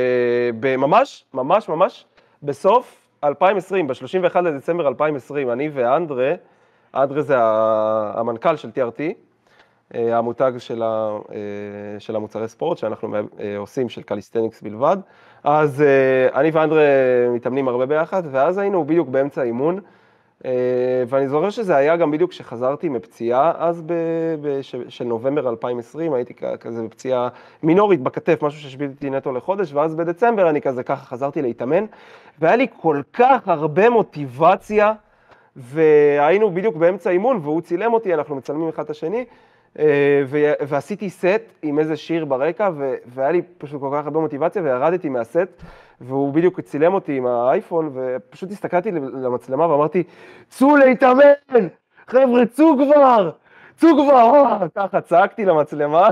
B: ממש בסוף 2020, ב-31 לדצמבר 2020, אני ואנדרה, אנדרה זה המנכ"ל של TRT, המותג של המוצרי ספורט שאנחנו עושים, של קליסטניקס בלבד. אז אני ואנדרה מתאמנים הרבה ביחד, ואז היינו בדיוק באמצע האימון, ואני זוכר שזה היה גם בדיוק כשחזרתי מפציעה, אז של נובמבר 2020, הייתי כזה בפציעה מינורית בכתף, משהו שהשביתי נטו לחודש, ואז בדצמבר אני כזה ככה חזרתי להתאמן, והיה לי כל כך הרבה מוטיבציה, והיינו בדיוק באמצע אימון, והוא צילם אותי, אנחנו מצלמים אחד את השני, ועשיתי סט עם איזה שיר ברקע, והיה לי פשוט כל כך הרבה מוטיבציה, וירדתי מהסט, והוא בדיוק צילם אותי עם האייפון, ופשוט הסתכלתי למצלמה ואמרתי, צאו להתאמן! חבר'ה, צאו כבר! צאו כבר! ככה צעקתי למצלמה.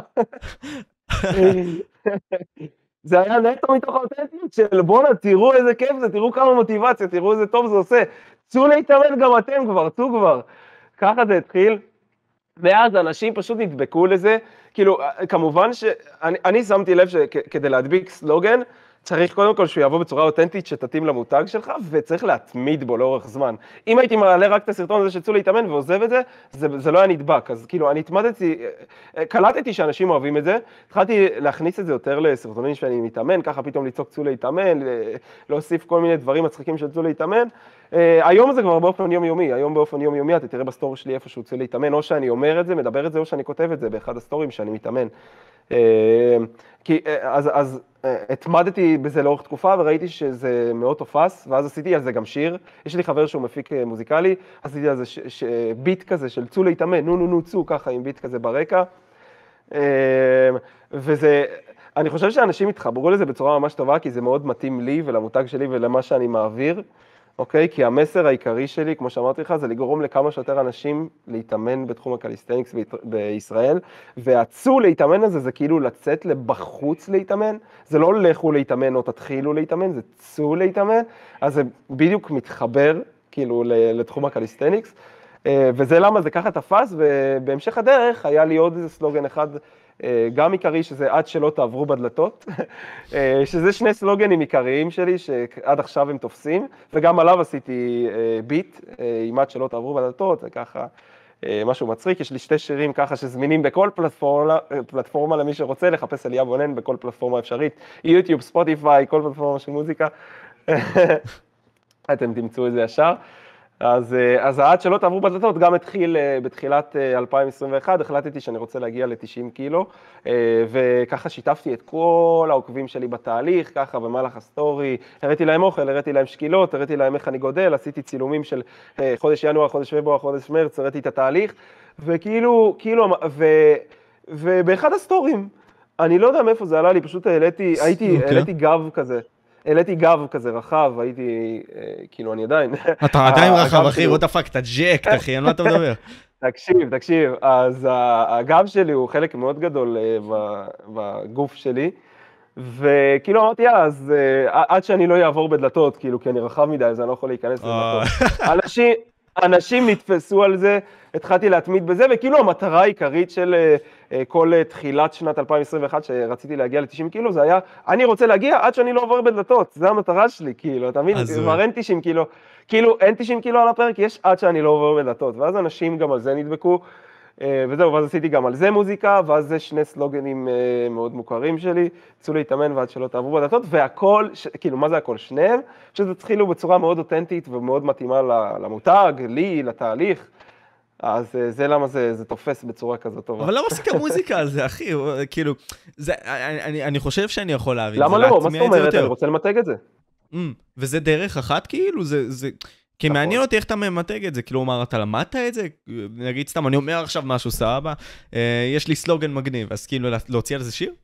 B: זה היה נטו מתוך האותנטיות של בואנה, תראו איזה כיף זה, תראו כמה מוטיבציה, תראו איזה טוב זה עושה. צאו להתאמן גם אתם כבר, צאו כבר. ככה זה התחיל. ואז אנשים פשוט נדבקו לזה, כאילו, כמובן שאני שמתי לב שכדי להדביק סלוגן, צריך קודם כל שהוא יבוא בצורה אותנטית שתתאים למותג שלך, וצריך להתמיד בו לאורך זמן. אם הייתי מעלה רק את הסרטון הזה שצאו להתאמן ועוזב את זה, זה לא היה נדבק. אז כאילו, אני קלטתי שאנשים אוהבים את זה, התחלתי להכניס את זה יותר לסרטונים שאני מתאמן, ככה פתאום לצעוק צאו להתאמן, להוסיף כל מיני דברים מצחיקים של צאו להתאמן. היום זה כבר באופן יומיומי, היום באופן יומיומי, אתה תראה בסטורי שלי איפשהו צאו להתאמן, או שאני אומר את זה, מדבר את זה, או שאני כותב את זה באחד הסטורים שאני מתאמן. אז התמדתי בזה לאורך תקופה, וראיתי שזה מאוד תופס, ואז עשיתי על זה גם שיר. יש לי חבר שהוא מפיק מוזיקלי, עשיתי על זה ביט כזה של צאו להתאמן, נו צאו, ככה עם ביט כזה ברקע. וזה, אני חושב שאנשים התחברו לזה בצורה ממש טובה, כי זה מאוד מתאים לי ולמותג שלי ולמה שאני מעביר. אוקיי? כי המסר העיקרי שלי, כמו שאמרתי לך, זה לגרום לכמה שיותר אנשים להתאמן בתחום הקליסטניקס בישראל, והצאו להתאמן הזה זה כאילו לצאת לבחוץ להתאמן, זה לא לכו להתאמן או תתחילו להתאמן, זה צאו להתאמן, אז זה בדיוק מתחבר כאילו לתחום הקליסטניקס, וזה למה זה ככה תפס, ובהמשך הדרך היה לי עוד איזה סלוגן אחד, גם עיקרי, שזה עד שלא תעברו בדלתות, שזה שני סלוגנים עיקריים שלי, שעד עכשיו הם תופסים, וגם עליו עשיתי ביט, עם עד שלא תעברו בדלתות, זה ככה משהו מצחיק, יש לי שתי שירים ככה שזמינים בכל פלטפורמה למי שרוצה לחפש אליה בונן בכל פלטפורמה אפשרית, יוטיוב, ספוטיפיי, כל פלטפורמה של מוזיקה, אתם תמצאו את זה ישר. אז העד שלא תעברו בדלתות גם התחיל בתחילת 2021, החלטתי שאני רוצה להגיע ל-90 קילו, וככה שיתפתי את כל העוקבים שלי בתהליך, ככה במהלך הסטורי, הראיתי להם אוכל, הראיתי להם שקילות, הראיתי להם איך אני גודל, עשיתי צילומים של חודש ינואר, חודש פברואר, חודש מרץ, הראיתי את התהליך, ובאחד הסטורים, אני לא יודע מאיפה זה עלה לי, פשוט העליתי גב כזה. העליתי גב כזה רחב, הייתי, כאילו, אני עדיין...
C: אתה עדיין רחב, אחי, what the fuck, אתה ג'קט, אחי, על מה אתה מדבר?
B: תקשיב, אז הגב שלי הוא חלק מאוד גדול בגוף שלי, וכאילו אמרתי, אז עד שאני לא אעבור בדלתות, כאילו, כי אני רחב מדי, אז אני לא יכול להיכנס לדלתות. אנשים נתפסו על זה, התחלתי להתמיד בזה, וכאילו המטרה העיקרית של כל תחילת שנת 2021 שרציתי להגיע ל-90 קילו, זה היה, אני רוצה להגיע עד שאני לא עובר בדלתות, זה המטרה שלי, כאילו, אתה מבין? כבר אין 90 קילו, כאילו אין 90 קילו על הפרק, יש עד שאני לא עובר בדלתות, ואז אנשים גם על זה נדבקו, וזהו, ואז עשיתי גם על זה מוזיקה, ואז זה שני סלוגנים מאוד מוכרים שלי, צאו להתאמן ועד שלא תעברו בדלתות, והכל, כאילו, מה זה הכל? שניהם, שזה התחילו בצורה מאוד אותנטית ומאוד מתאימה למותג, לי, לתהליך, אז זה למה זה תופס בצורה כזאת טובה.
C: אבל למה עשית מוזיקה על זה, אחי? כאילו, אני חושב שאני יכול להבין.
B: למה לא? מה זאת אומרת? אני רוצה למתג את זה.
C: וזה דרך אחת, כאילו? כי מעניין אותי איך אתה ממתג את זה, כאילו, אתה למדת את זה? נגיד סתם, אני אומר עכשיו משהו, סבבה, יש לי סלוגן מגניב, אז כאילו להוציא על זה שיר?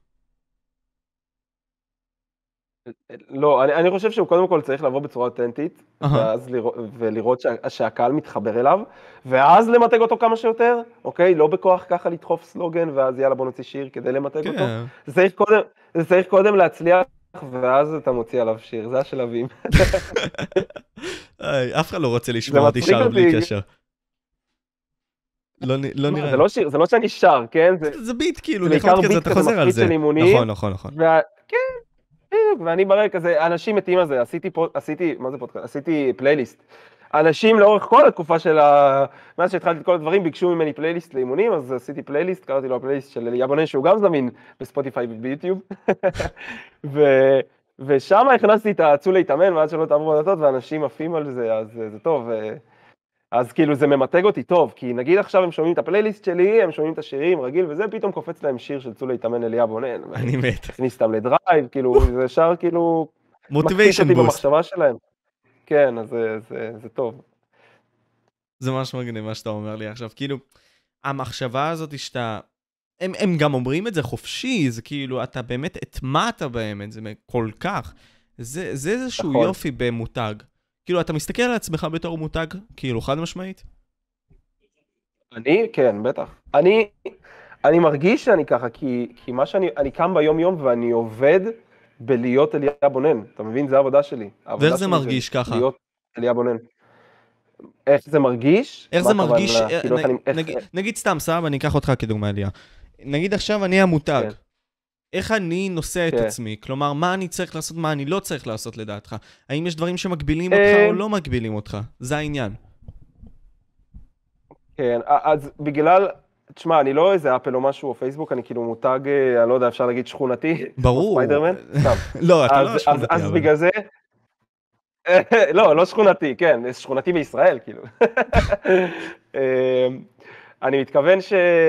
B: לא, אני חושב שהוא קודם כל צריך לבוא בצורה אותנטית, ולראות שהקהל מתחבר אליו, ואז למתג אותו כמה שיותר, אוקיי? לא בכוח ככה לדחוף סלוגן, ואז יאללה בוא נוציא שיר כדי למתג אותו. זה צריך קודם להצליח, ואז אתה מוציא עליו שיר, זה השלבים.
C: אף אחד לא רוצה לשמוע אותי שר בלי קשר. לא נראה.
B: זה לא שאני שר, כן?
C: זה ביט, כאילו, נחמד כזה, אתה חוזר על זה. נכון.
B: כן. ואני ברקע כזה, אנשים מתים על זה, עשיתי פלייליסט אנשים לאורך כל התקופה מאז שהתחלתי את כל הדברים, ביקשו ממני פלייליסט לאימונים, אז עשיתי פלייליסט, קראתי לו הפלייליסט של אליה בונן, שהוא גם זמין בספוטיפיי וביוטיוב. ושם הכנסתי את הצאו להתאמן, ועד שלא תעברו בדלתות, ואנשים עפים על זה, אז זה טוב. אז כאילו זה ממתג אותי טוב, כי נגיד עכשיו הם שומעים את הפלייליסט שלי, הם שומעים את השירים רגיל, וזה פתאום קופץ להם שיר של צאו להתאמן אליה בונן.
C: אני מת.
B: הכניס אותם לדרייב, כאילו, זה שר כאילו...
C: מוטיביישן בוסט.
B: במחשבה שלהם. כן, אז זה טוב.
C: זה ממש מגניב מה שאתה אומר לי עכשיו, כאילו, המחשבה הזאת שאתה, הם גם אומרים את זה חופשי, זה כאילו, אתה באמת התמעת בהם את זה כל כך, זה איזשהו
B: נכון.
C: יופי במותג. כאילו, אתה מסתכל על עצמך בתור מותג, כאילו, חד משמעית?
B: כן, בטח. אני מרגיש שאני ככה, כי מה אני קם ביום יום ואני עובד בלהיות אליה בונן. אתה מבין? זה העבודה שלי.
C: ואיך זה מרגיש ככה?
B: להיות אליה בונן. איך זה מרגיש?
C: איך זה מרגיש? נגיד סתם, סבבה, אני אקח אותך כדוגמה אליה. נגיד עכשיו אני המותג. איך אני נושא את עצמי? כלומר, מה אני צריך לעשות, מה אני לא צריך לעשות לדעתך? האם יש דברים שמגבילים אותך או לא מגבילים אותך? זה העניין.
B: כן, אז בגלל, תשמע, אני לא איזה אפל או משהו או פייסבוק, אני כאילו מותג, אני לא יודע, אפשר להגיד שכונתי.
C: ברור.
B: ספיידרמן?
C: לא, אתה לא שכונתי.
B: אז בגלל זה... לא שכונתי, כן, שכונתי בישראל, כאילו. אני מתכוון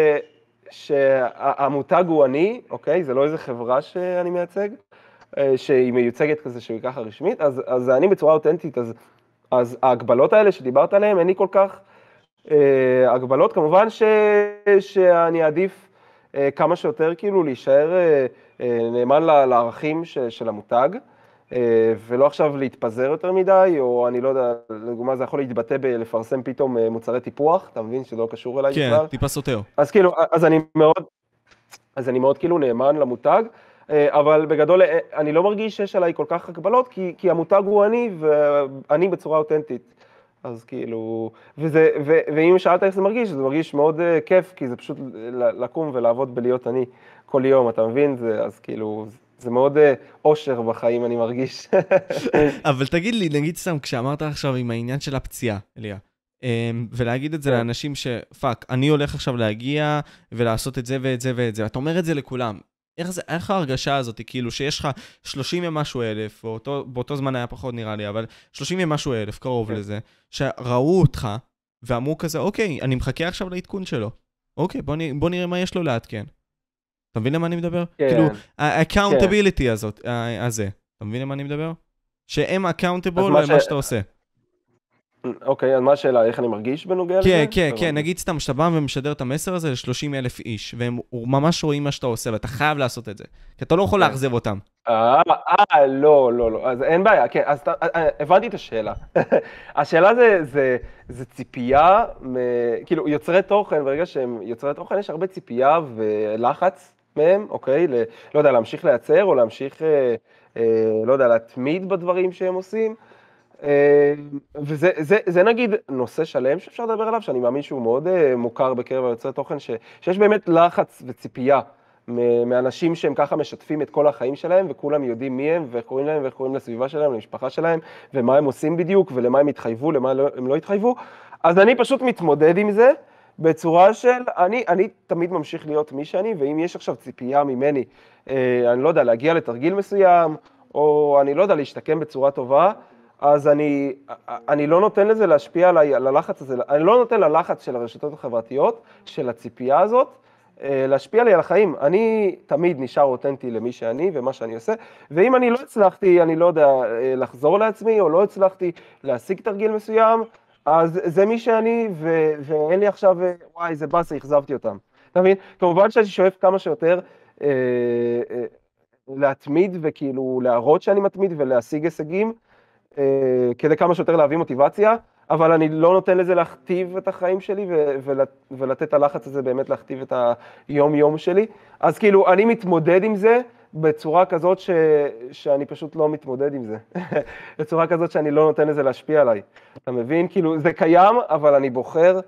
B: שהמותג הוא אני, אוקיי? זה לא איזה חברה שאני מייצג, שהיא מיוצגת כזה שהיא ככה רשמית, אז אני בצורה אותנטית, אז ההגבלות האלה שדיברת עליהן, אין לי כל כך הגבלות, כמובן שאני עדיף כמה שיותר כאילו להישאר נאמן לערכים של המותג, ולא עכשיו להתפזר יותר מדי, או אני לא יודע, לדוגמה זה יכול להתבטא בלפרסם פתאום מוצרי טיפוח, אתה מבין שזה לא קשור אליי בכלל?
C: כן, טיפה סותר.
B: אז כאילו, אז אני מאוד כאילו נאמן למותג, אבל בגדול אני לא מרגיש שיש עליי כל כך הגבלות, כי המותג הוא אני, ואני בצורה אותנטית. אז כאילו, ואם שאלת איך זה מרגיש מאוד כיף, כי זה פשוט לקום ולעבוד בלהיות אני כל יום, אתה מבין? אז כאילו, זה מאוד אושר בחיים, אני מרגיש.
C: אבל תגיד לי, נגיד סתם, כשאמרת עכשיו עם העניין של הפציעה, אליה, ולהגיד את זה לאנשים שפאק, אני הולך עכשיו להגיע ולעשות את זה ואת זה ואת זה, אתה אומר את זה לכולם. איך ההרגשה הזאת, כאילו שיש לך 30 ומשהו אלף, באותו זמן היה פחות נראה לי, אבל 30 ומשהו אלף, קרוב לזה, שראו אותך ואמרו כזה, אוקיי, אני מחכה עכשיו לעדכון שלו. אוקיי, בוא נראה מה יש לו לעדכן. אתה מבין למה אני מדבר? כאילו, ה-accountability הזה, אתה מבין למה אני מדבר? שהם accountable למה שאתה עושה.
B: אוקיי, אז מה השאלה? איך אני מרגיש בנוגע לזה?
C: כן, נגיד סתם שאתה בא ומשדר את המסר הזה ל-30,000 איש, והם ממש רואים מה שאתה עושה, ואתה חייב לעשות את זה, כי אתה לא יכול לאכזב אותם.
B: לא, אז אין בעיה, כן, אז הבנתי את השאלה. השאלה זה ציפייה, כאילו יוצרי תוכן, ברגע שהם יוצרי תוכן, יש הרבה ציפייה ולחץ מהם, אוקיי? לא יודע, להמשיך לייצר, או להמשיך, לא יודע, להתמיד בדברים שהם עושים. וזה נגיד נושא שלם שאפשר לדבר עליו, שאני מאמין שהוא מאוד מוכר בקרב היוצרי תוכן, שיש באמת לחץ וציפייה מאנשים שהם ככה משתפים את כל החיים שלהם, וכולם יודעים מי הם, ואיך קוראים להם, ואיך קוראים לסביבה שלהם, למשפחה שלהם, ומה הם עושים בדיוק, ולמה הם התחייבו, למה הם לא התחייבו. אז אני פשוט מתמודד עם זה, בצורה של, אני תמיד ממשיך להיות מי שאני, ואם יש עכשיו ציפייה ממני, אני לא יודע, להגיע לתרגיל מסוים, או אני לא יודע, להשתקם בצורה טובה, אז אני לא נותן לזה להשפיע על הלחץ הזה, אני לא נותן ללחץ של הרשתות החברתיות, של הציפייה הזאת, להשפיע לי על החיים. אני תמיד נשאר אותנטי למי שאני ומה שאני עושה, ואם אני לא הצלחתי, אני לא יודע, לחזור לעצמי, או לא הצלחתי להשיג תרגיל מסוים, אז זה מי שאני, ואין לי עכשיו, וואי, זה באסה, החזבתי אותם. אתה מבין? כמובן שאני שואף כמה שיותר להתמיד, וכאילו להראות שאני מתמיד ולהשיג הישגים, כדי כמה שיותר להביא מוטיבציה, אבל אני לא נותן לזה להכתיב את החיים שלי, ולתת את הלחץ הזה באמת להכתיב את היום-יום שלי. אז כאילו, אני מתמודד עם זה בצורה כזאת שאני פשוט לא מתמודד עם זה. בצורה כזאת שאני לא נותן לזה להשפיע עליי. אתה מבין? כאילו, זה קיים, אבל אני בוחר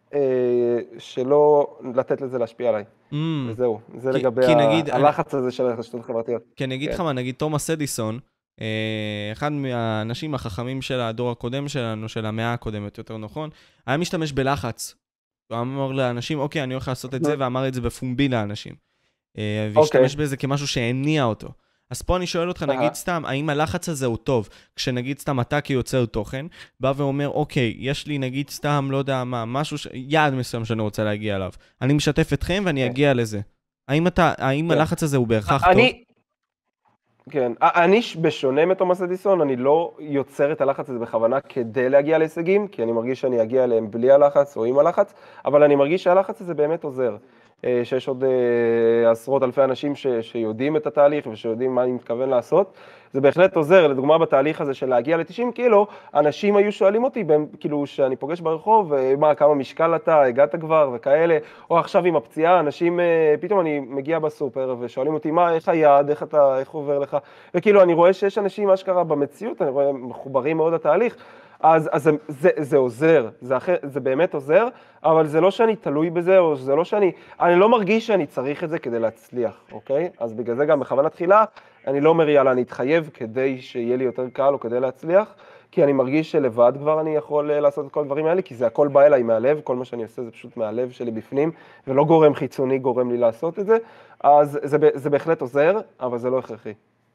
B: שלא לתת לזה להשפיע עליי. וזהו, זה לגבי הלחץ הזה של הרשתות החברתיות.
C: כי אני אגיד לך מה, נגיד תומאס אדיסון, אחד מהאנשים החכמים של הדור הקודם שלנו, של המאה הקודמת, יותר נכון, היה משתמש בלחץ. הוא אמר לאנשים, אוקיי, אני הולך לעשות את זה, ואמר את זה בפומבי לאנשים. והשתמש בזה כמשהו שהניע אותו. אז פה אני שואל אותך, נגיד סתם, האם הלחץ הזה הוא טוב? כשנגיד סתם אתה כיוצר תוכן, בא ואומר, אוקיי, יש לי נגיד סתם, לא יודע מה, משהו, יעד מסוים שאני רוצה להגיע אליו. אני משתף אתכם ואני אגיע לזה. האם הלחץ הזה הוא בהכרח טוב?
B: כן, אני בשונה מתומאס אדיסון, אני לא יוצר את הלחץ הזה בכוונה כדי להגיע להישגים, כי אני מרגיש שאני אגיע אליהם בלי הלחץ או עם הלחץ, אבל אני מרגיש שהלחץ הזה באמת עוזר. שיש עוד עשרות אלפי אנשים שיודעים את התהליך ושיודעים מה אני מתכוון לעשות. זה בהחלט עוזר, לדוגמה בתהליך הזה של להגיע ל-90 קילו, אנשים היו שואלים אותי, כאילו שאני פוגש ברחוב, מה, כמה משקל אתה, הגעת כבר וכאלה, או עכשיו עם הפציעה, אנשים, פתאום אני מגיע בסופר ושואלים אותי, מה, איך היד, איך עובר לך, וכאילו אני רואה שיש אנשים, מה שקרה במציאות, אני רואה מחוברים מאוד לתהליך, אז זה עוזר, זה באמת עוזר, אבל זה לא שאני תלוי בזה, או זה לא אני לא מרגיש שאני צריך את זה כדי להצליח, אוקיי? אז בגלל זה גם בכוונה תחילה, אני לא אומר יאללה, אני אתחייב כדי שיהיה לי יותר קל או כדי להצליח, כי אני מרגיש שלבד כבר אני יכול לעשות את כל הדברים האלה, כי זה הכל בא אליי מהלב, כל מה שאני עושה זה פשוט מהלב שלי בפנים, ולא גורם חיצוני גורם לי לעשות את זה, אז זה בהחלט עוזר, אבל זה לא הכרחי.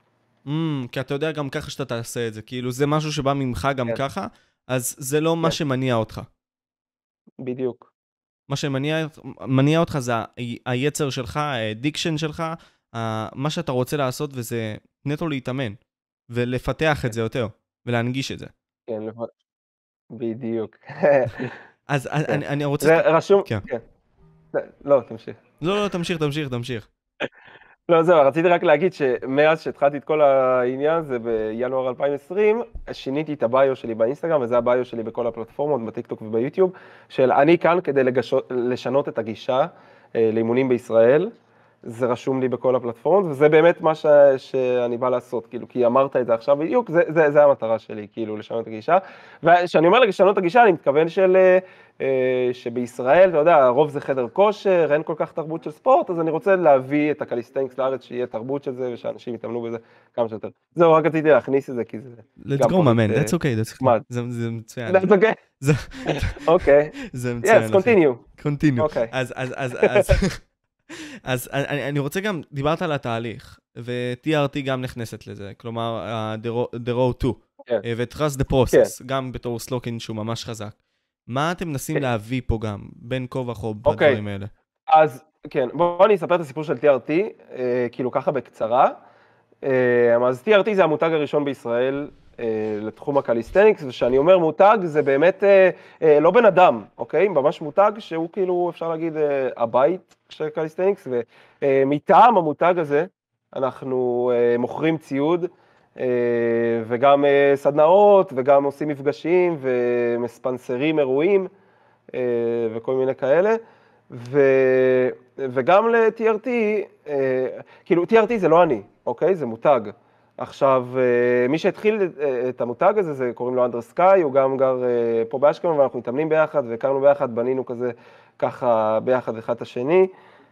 C: כי אתה יודע גם ככה שאתה תעשה את זה, כאילו זה משהו שבא ממך גם ככה, אז זה לא מה שמניע אותך.
B: בדיוק.
C: מה שמניע אותך זה היצר שלך, האדיקשן שלך, מה שאתה רוצה לעשות, וזה נטו להתאמן, ולפתח את זה יותר, ולהנגיש את זה.
B: כן, בדיוק.
C: אז אני רוצה...
B: זה רשום... כן. לא, תמשיך.
C: לא, תמשיך.
B: לא, זהו, רציתי רק להגיד שמאז שהתחלתי את כל העניין הזה בינואר 2020, שיניתי את הביו שלי באינסטגרם, וזה הביו שלי בכל הפלטפורמות, בטיקטוק וביוטיוב, של אני כאן כדי לשנות את הגישה לאימונים בישראל. זה רשום לי בכל הפלטפורמות, וזה באמת מה שאני בא לעשות, כאילו, כי אמרת את זה עכשיו בדיוק, זה המטרה שלי, כאילו, לשנות את הגישה. וכשאני אומר לשנות את הגישה, אני מתכוון שבישראל, אתה יודע, הרוב זה חדר כושר, אין כל כך תרבות של ספורט, אז אני רוצה להביא את הקליסטניקס לארץ, שיהיה תרבות של זה, ושאנשים יתאמנו בזה כמה שיותר. זהו, רק רציתי להכניס את זה, כי זה...
C: Let's go, my man, that's okay. זה מצוין.
B: That's okay? אוקיי.
C: זה מצוין.
B: Yes, continue.
C: אוקיי. אז אני רוצה גם, דיברת על התהליך, ו-TRT גם נכנסת לזה, כלומר, the road to, ו-trust the process, גם בתור סלוקין שהוא ממש חזק. מה אתם מנסים להביא פה גם, בין כה וכה בדברים האלה?
B: אז כן, בואו אני אספר את הסיפור של TRT, כאילו ככה בקצרה. אז TRT זה המותג הראשון בישראל לתחום הקליסטניקס, ושאני אומר מותג זה באמת לא בן אדם, אוקיי? ממש מותג שהוא כאילו אפשר להגיד הבית של קליסטניקס, ומטעם המותג הזה אנחנו מוכרים ציוד, וגם סדנאות, וגם עושים מפגשים, ומספנסרים אירועים, וכל מיני כאלה. וגם ל-TRT, כאילו TRT זה לא אני, אוקיי? זה מותג. עכשיו, מי שהתחיל את המותג הזה, זה קוראים לו אנדרס סקאי, הוא גם גר פה באשקלון, ואנחנו מתאמנים ביחד, והכרנו ביחד, בנינו כזה ככה ביחד אחד את השני.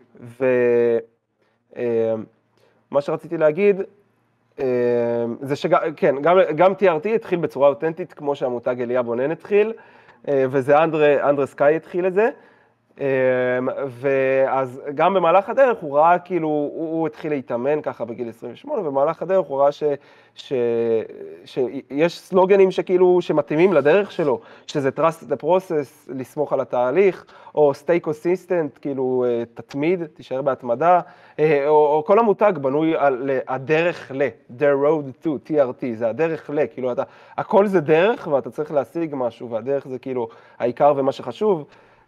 B: ומה שרציתי להגיד, זה שכן, גם TRT התחיל בצורה אותנטית, כמו שהמותג אליה בונן התחיל, וזה אנדרס סקאי התחיל את זה. ואז גם במהלך הדרך הוא ראה כאילו, הוא התחיל להתאמן ככה בגיל 28, ובמהלך הדרך הוא ראה שיש סלוגנים שכאילו, שמתאימים לדרך שלו, שזה trust the process, לסמוך על התהליך, או stay consistent, כאילו תתמיד, תישאר בהתמדה, או כל המותג בנוי על הדרך the road to, TRT, זה הדרך כאילו הכל זה דרך ואתה צריך להשיג משהו, והדרך זה כאילו העיקר ומה שחשוב,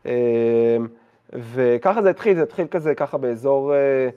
B: וככה זה התחיל כזה, ככה באזור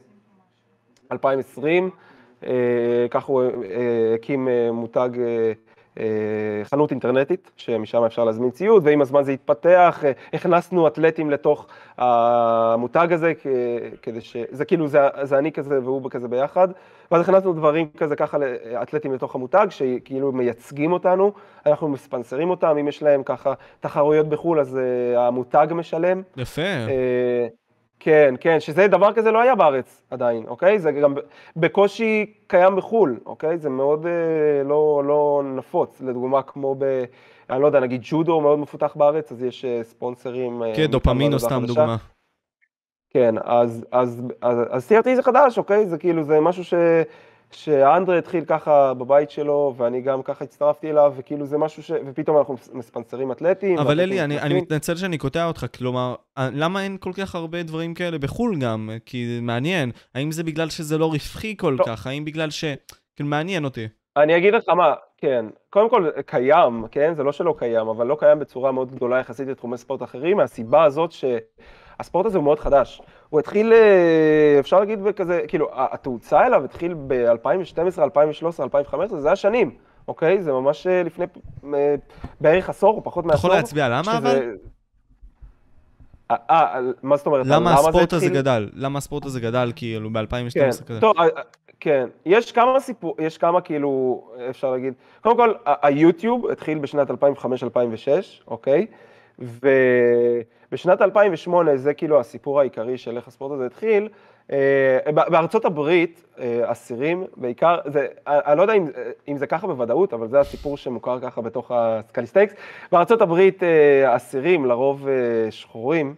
B: 2020, ככה הוא הקים מותג חנות אינטרנטית, שמשם אפשר להזמין ציוד, ועם הזמן זה התפתח, הכנסנו אתלטים לתוך המותג הזה, כדי זה כאילו, זה אני כזה והוא כזה ביחד, ואז הכנסנו דברים כזה ככה לאתלטים לתוך המותג, שכאילו מייצגים אותנו, אנחנו מספנסרים אותם, אם יש להם ככה תחרויות בחול, אז המותג משלם.
C: יפה.
B: כן, כן, שזה דבר כזה לא היה בארץ עדיין, אוקיי? זה גם בקושי קיים בחול, אוקיי? זה מאוד לא נפוץ, לדוגמה כמו אני לא יודע, נגיד ג'ודו מאוד מפותח בארץ, אז יש ספונסרים.
C: כן, דופמין או סתם דוגמה.
B: כן, אז TRT זה חדש, אוקיי? זה כאילו, זה משהו שאנדרה התחיל ככה בבית שלו, ואני גם ככה הצטרפתי אליו, וכאילו זה משהו ופתאום אנחנו מספנסרים אתלטים.
C: אבל אלי, אני מתנצל שאני קוטע אותך, כלומר, למה אין כל כך הרבה דברים כאלה בחול גם? כי זה מעניין. האם זה בגלל שזה לא רווחי כל כך? האם בגלל כאילו מעניין אותי?
B: אני אגיד לך מה, כן. קודם כל, קיים, כן? זה לא שלא קיים, אבל לא קיים בצורה מאוד גדולה יחסית לתחומי ספורט אחרים, מהסיבה הזאת שהספורט הזה הוא מאוד חדש. הוא התחיל, אפשר להגיד בכזה, כאילו, התאוצה אליו התחיל ב-2012, 2013, 2015, זה היה שנים, אוקיי? זה ממש לפני בערך עשור, או פחות מעשור.
C: אתה יכול להצביע, למה אבל?
B: מה זאת אומרת?
C: למה הספורט הזה גדל? למה הספורט הזה גדל כאילו ב-2012 כזה?
B: טוב, כן, יש כמה כאילו, אפשר להגיד, קודם כל, היוטיוב התחיל בשנת 2005-2006, אוקיי? ובשנת 2008, זה כאילו הסיפור העיקרי של איך הספורט הזה התחיל, בארצות הברית, אסירים, בעיקר, אני לא יודע אם זה ככה בוודאות, אבל זה הסיפור שמוכר ככה בתוך הקליסטניקס, בארצות הברית, אסירים, לרוב שחורים,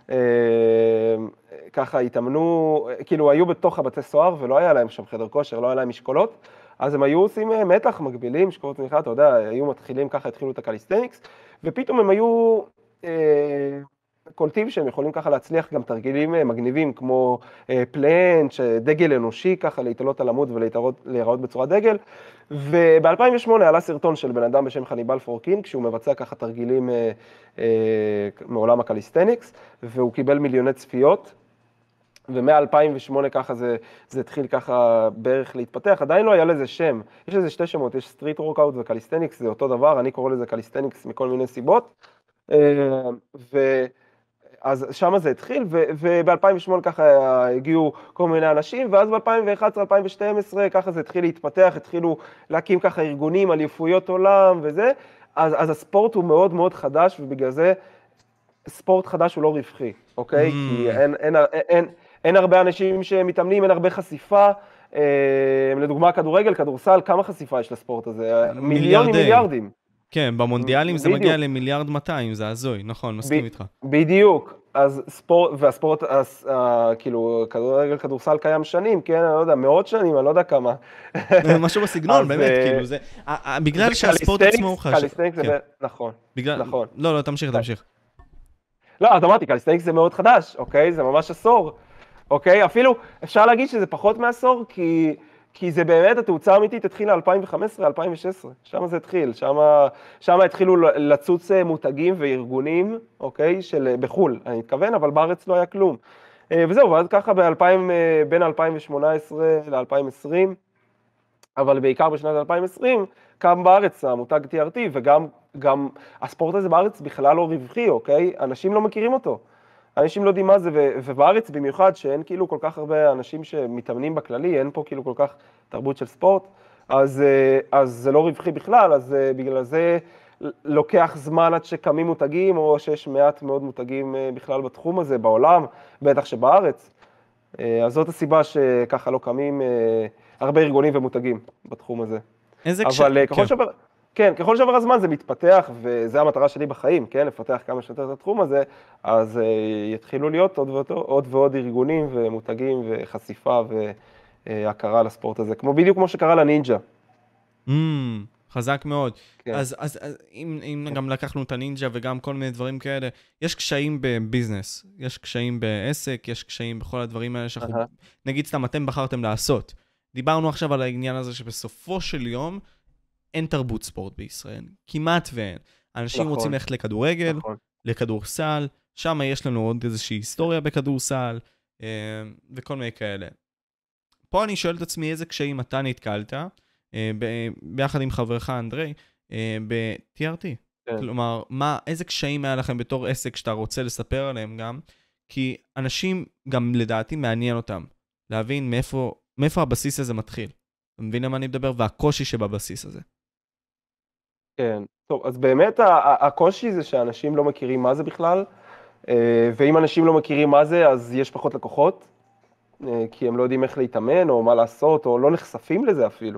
B: ככה התאמנו, כאילו היו בתוך הבתי סוהר ולא היה להם שם חדר כושר, לא היה להם משקולות, אז הם היו עושים מתח, מגבילים, משקולות תמיכה, אתה יודע, היו מתחילים ככה, התחילו את הקליסטניקס, ופתאום הם היו קולטים שהם יכולים ככה להצליח גם תרגילים מגניבים, כמו פלנץ', דגל אנושי, ככה להתעלות על עמוד ולהיראות בצורה דגל, וב-2008 עלה סרטון של בן אדם בשם חניבל פורקין, כשהוא מבצע ככה תרגילים מעולם הקליסטניקס, והוא קיבל מיליוני צפיות, ומ-2008 ככה זה התחיל ככה בערך להתפתח, עדיין לא היה לזה שם, יש לזה שתי שמות, יש סטריט וורקאוט וקליסטניקס, זה אותו דבר, אני קורא לזה קליסטניקס מכל מיני סיבות, אז שם זה התחיל, וב-2008 ככה הגיעו כל מיני אנשים, ואז ב-2011-2012 ככה זה התחיל להתפתח, התחילו להקים ככה ארגונים, אליפויות עולם וזה, אז הספורט הוא מאוד מאוד חדש, ובגלל זה ספורט חדש הוא לא רווחי, אוקיי? כי אין הרבה אנשים שמתאמנים, אין הרבה חשיפה, לדוגמה כדורגל, כדורסל, כמה חשיפה יש לספורט הזה? מיליארדים.
C: כן, במונדיאלים זה מגיע ל1.2 מיליארד, זה הזוי, נכון, מסכים איתך.
B: בדיוק, אז והספורט, כאילו, כדורגל, כדורסל קיים שנים, כן, אני לא יודע, מאות שנים, אני לא יודע כמה.
C: משהו בסגנון, באמת, כאילו, זה, בגלל שהספורט עצמו הוא חשוב.
B: קליסטניקס זה, נכון.
C: לא, תמשיך.
B: לא, אז אמרתי, קליסטניקס זה מאוד חדש, אוקיי? זה ממש עשור, אוקיי? אפילו אפשר להגיד שזה פחות מעשור, כי זה באמת, התאוצה האמיתית התחילה 2015-2016, שם זה התחיל, שם התחילו לצוץ מותגים וארגונים, אוקיי, בחול, אני מתכוון, אבל בארץ לא היה כלום. וזהו, ואז ככה בין 2018 ל-2020, אבל בעיקר בשנת 2020, קם בארץ המותג TRT, וגם הספורט הזה בארץ בכלל לא רווחי, אוקיי? אנשים לא מכירים אותו. אנשים לא יודעים מה זה, ובארץ במיוחד שאין כאילו כל כך הרבה אנשים שמתאמנים בכללי, אין פה כאילו כל כך תרבות של ספורט, אז זה לא רווחי בכלל, אז בגלל זה לוקח זמן עד שקמים מותגים, או שיש מעט מאוד מותגים בכלל בתחום הזה, בעולם, בטח שבארץ. אז זאת הסיבה שככה לא קמים הרבה ארגונים ומותגים בתחום הזה. אבל ככל שעבר הזמן זה מתפתח, וזה המטרה שלי בחיים, כן? לפתח כמה שיותר את התחום הזה, אז יתחילו להיות עוד ועוד ארגונים ומותגים וחשיפה והכרה לספורט הזה, בדיוק כמו שקרה לנינג'ה.
C: חזק מאוד. אז אם גם לקחנו את הנינג'ה וגם כל מיני דברים כאלה, יש קשיים בביזנס, יש קשיים בעסק, יש קשיים בכל הדברים האלה שאנחנו, נגיד סתם, אתם בחרתם לעשות. דיברנו עכשיו על העניין הזה שבסופו של יום, אין תרבות ספורט בישראל, כמעט ואין. אנשים רוצים ללכת לכדורגל, לכדורסל, שם יש לנו עוד איזושהי היסטוריה בכדורסל, וכל מיני כאלה. פה אני שואל את עצמי איזה קשיים אתה נתקלת, ביחד עם חברך אנדרי, ב-TRT. כלומר, איזה קשיים היה לכם בתור עסק שאתה רוצה לספר עליהם גם, כי אנשים גם לדעתי מעניין אותם, להבין מאיפה הבסיס הזה מתחיל. אתה מבין למה אני מדבר? והקושי שבבסיס הזה.
B: כן, טוב, אז באמת הקושי זה שאנשים לא מכירים מה זה בכלל, ואם אנשים לא מכירים מה זה, אז יש פחות לקוחות, כי הם לא יודעים איך להתאמן או מה לעשות, או לא נחשפים לזה אפילו.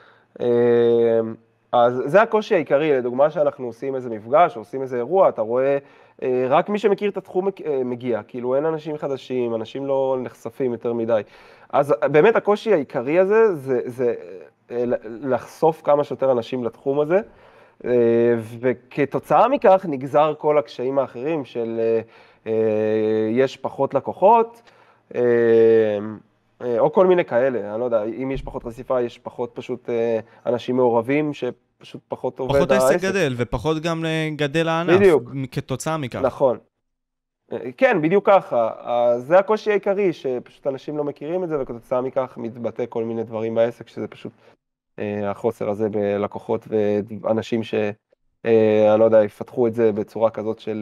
B: אז זה הקושי העיקרי, לדוגמה שאנחנו עושים איזה מפגש, או עושים איזה אירוע, אתה רואה, רק מי שמכיר את התחום מגיע, כאילו אין אנשים חדשים, אנשים לא נחשפים יותר מדי. אז באמת הקושי העיקרי הזה, זה לחשוף כמה שיותר אנשים לתחום הזה, וכתוצאה מכך נגזר כל הקשיים האחרים של יש פחות לקוחות, או כל מיני כאלה, אני לא יודע, אם יש פחות חשיפה, יש פחות פשוט אנשים מעורבים שפשוט פחות עובד העסק.
C: פחות העסק גדל, ופחות גם גדל הענף.
B: בדיוק.
C: כתוצאה מכך.
B: נכון. כן, בדיוק ככה. זה הקושי העיקרי, שפשוט אנשים לא מכירים את זה, וכתוצאה מכך מתבטא כל מיני דברים בעסק, שזה פשוט החוסר הזה בלקוחות ואנשים אני לא יודע, יפתחו את זה בצורה כזאת של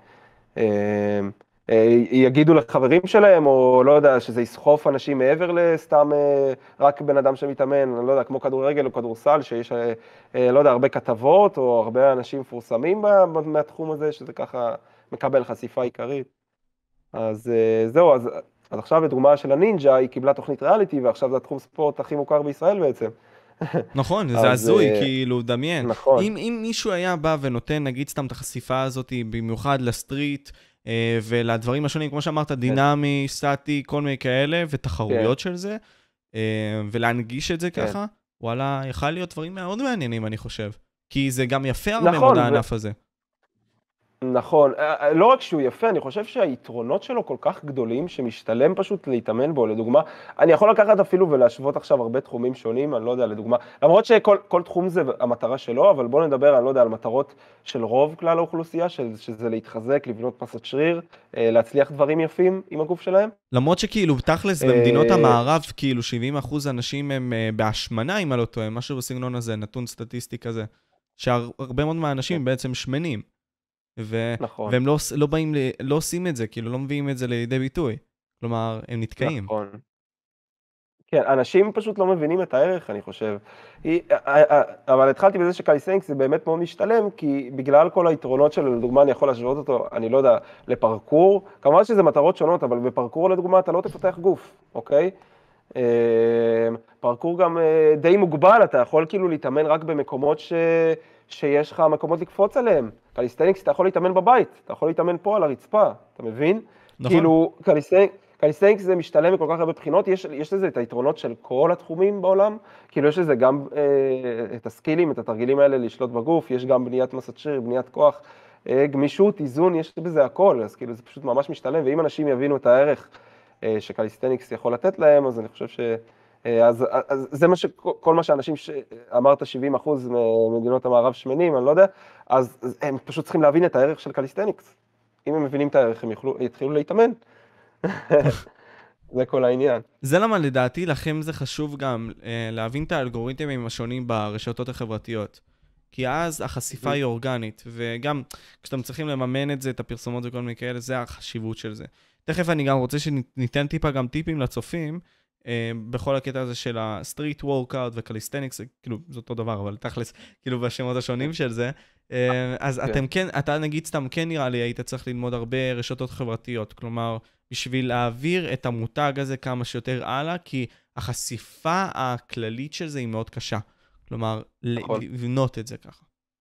B: יגידו לחברים שלהם, או לא יודע, שזה יסחוף אנשים מעבר לסתם רק בן אדם שמתאמן, אני לא יודע, כמו כדורגל או כדורסל, שיש, לא יודע, הרבה כתבות, או הרבה אנשים מפורסמים מהתחום הזה, שזה ככה מקבל חשיפה עיקרית. אז זהו, אז עכשיו בדוגמה של הנינג'ה, היא קיבלה תוכנית ריאליטי, ועכשיו זה התחום ספורט הכי מוכר בישראל בעצם.
C: נכון, זה הזוי, כאילו, דמיין.
B: נכון.
C: אם מישהו היה בא ונותן, נגיד סתם את החשיפה הזאת, במיוחד לסטריט, ולדברים השונים, כמו שאמרת, דינמי, סטטי, כל מיני כאלה, ותחרויות של זה, ולהנגיש את זה ככה, וואלה, יכל להיות דברים מאוד מעניינים, אני חושב. כי זה גם יפה הרבה מאוד הענף הזה.
B: נכון, לא רק שהוא יפה, אני חושב שהיתרונות שלו כל כך גדולים, שמשתלם פשוט להתאמן בו. לדוגמה, אני יכול לקחת אפילו ולהשוות עכשיו הרבה תחומים שונים, אני לא יודע, לדוגמה, למרות שכל תחום זה המטרה שלו, אבל בואו נדבר, אני לא יודע, על מטרות של רוב כלל האוכלוסייה, שזה להתחזק, לבנות מסת שריר, להצליח דברים יפים עם הגוף שלהם.
C: למרות שכאילו, תכלס, במדינות המערב, כאילו 70% אנשים הם בהשמנה, אם אני לא טועה, משהו בסגנון הזה, נתון סטטיסטי כזה, שהרבה מאוד מהאנשים בעצם שמנים.
B: נכון.
C: והם לא באים, לא עושים את זה, כאילו לא מביאים את זה לידי ביטוי. כלומר, הם נתקעים.
B: נכון. כן, אנשים פשוט לא מבינים את הערך, אני חושב. אבל התחלתי בזה שקליסטניקס זה באמת מאוד משתלם, כי בגלל כל היתרונות שלו, לדוגמה, אני יכול להשוות אותו, אני לא יודע, לפרקור. כמובן שזה מטרות שונות, אבל בפרקור, לדוגמה, אתה לא תפתח גוף, אוקיי? פרקור גם די מוגבל, אתה יכול כאילו להתאמן רק במקומות שיש לך מקומות לקפוץ עליהם. קליסטניקס, אתה יכול להתאמן בבית, אתה יכול להתאמן פה על הרצפה, אתה מבין?
C: נכון.
B: כאילו, קליסטניקס זה משתלם בכל כך הרבה בחינות, יש לזה את היתרונות של כל התחומים בעולם, כאילו יש לזה גם את הסקילים, את התרגילים האלה לשלוט בגוף, יש גם בניית מסת שריר, בניית כוח, גמישות, איזון, יש בזה הכל, אז כאילו זה פשוט ממש משתלם, ואם אנשים יבינו את הערך שקליסטניקס יכול לתת להם, אז אני חושב אז זה כל מה שאנשים שאמרת 70% ממדינות המערב שמנים, אני לא יודע, אז הם פשוט צריכים להבין את הערך של קליסטניקס. אם הם מבינים את הערך, הם יתחילו להתאמן. זה כל העניין.
C: זה למה לדעתי לכם זה חשוב גם להבין את האלגוריתמים השונים ברשתות החברתיות. כי אז החשיפה היא אורגנית, וגם כשאתם צריכים לממן את זה, את הפרסומות וכל מיני כאלה, זה החשיבות של זה. תכף אני גם רוצה שניתן טיפה גם טיפים לצופים, בכל הקטע הזה של הסטריט וורקאוט וקליסטניקס, כאילו זה אותו דבר, אבל תכלס, כאילו בשמות השונים של זה, אז אתם כן, אתה נגיד סתם כן נראה לי, היית צריך ללמוד הרבה רשתות חברתיות, כלומר, בשביל להעביר את המותג הזה כמה שיותר הלאה, כי החשיפה הכללית של זה היא מאוד קשה. כלומר, לבנות את זה ככה.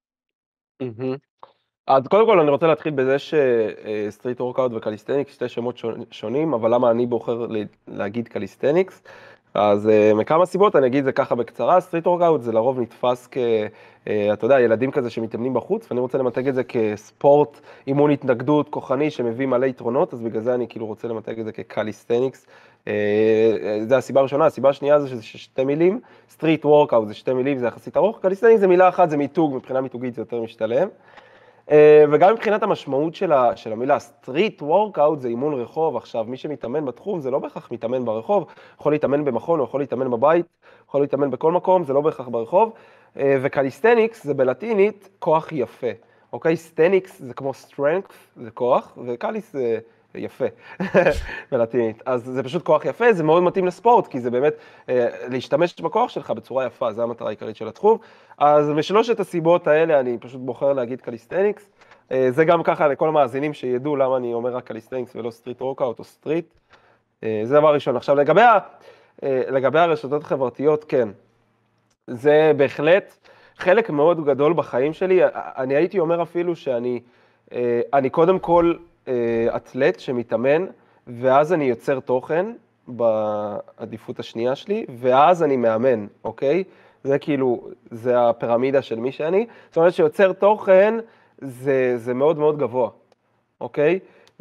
B: אז קודם כל אני רוצה להתחיל בזה שסטריט וורקאוט וקליסטניקס, שתי שמות שונים, אבל למה אני בוחר להגיד קליסטניקס? אז מכמה סיבות, אני אגיד זה ככה בקצרה, סטריט וורקאוט זה לרוב נתפס אתה יודע, ילדים כזה שמתאמנים בחוץ, ואני רוצה למתג את זה כספורט, אימון התנגדות, כוחני, שמביא מלא יתרונות, אז בגלל זה אני כאילו רוצה למתג את זה כקליסטניקס. זה הסיבה הראשונה, הסיבה השנייה זה שזה שתי מילים, סטריט וורקאוט זה שתי מילים, זה יחסית ארוך, קליסטניקס זה מילה אחת, זה מיתוג, מבחינה מיתוגית זה יותר משתלם. וגם מבחינת המשמעות של המילה, סטריט וורקאוט זה אימון רחוב. עכשיו, מי שמתאמן בתחום זה לא בהכרח מתאמן ברחוב, יכול להתאמן במכון, או יכול להתאמן בבית, יכול להתאמן בכל מקום, זה לא בהכרח ברחוב. וקליסטניקס זה בלטינית כוח יפה, אוקיי? סטניקס זה כמו strength, זה כוח, וקליס זה יפה בלטינית. אז זה פשוט כוח יפה, זה מאוד מתאים לספורט, כי זה באמת להשתמש בכוח שלך בצורה יפה, זה המטרה העיקרית של התחום. אז בשלושת הסיבות האלה אני פשוט בוחר להגיד קליסטניקס. זה גם ככה לכל המאזינים שידעו למה אני אומר רק קליסטניקס ולא סטריט וורקאוט או סטריט. זה דבר ראשון. עכשיו, לגבי הרשתות החברתיות, כן. זה בהחלט חלק מאוד גדול בחיים שלי. אני הייתי אומר אפילו שאני קודם כל אתלט שמתאמן, ואז אני יוצר תוכן בעדיפות השנייה שלי, ואז אני מאמן, אוקיי? זה כאילו, זה הפירמידה של מי שאני. זאת אומרת שיוצר תוכן זה מאוד מאוד גבוה, אוקיי?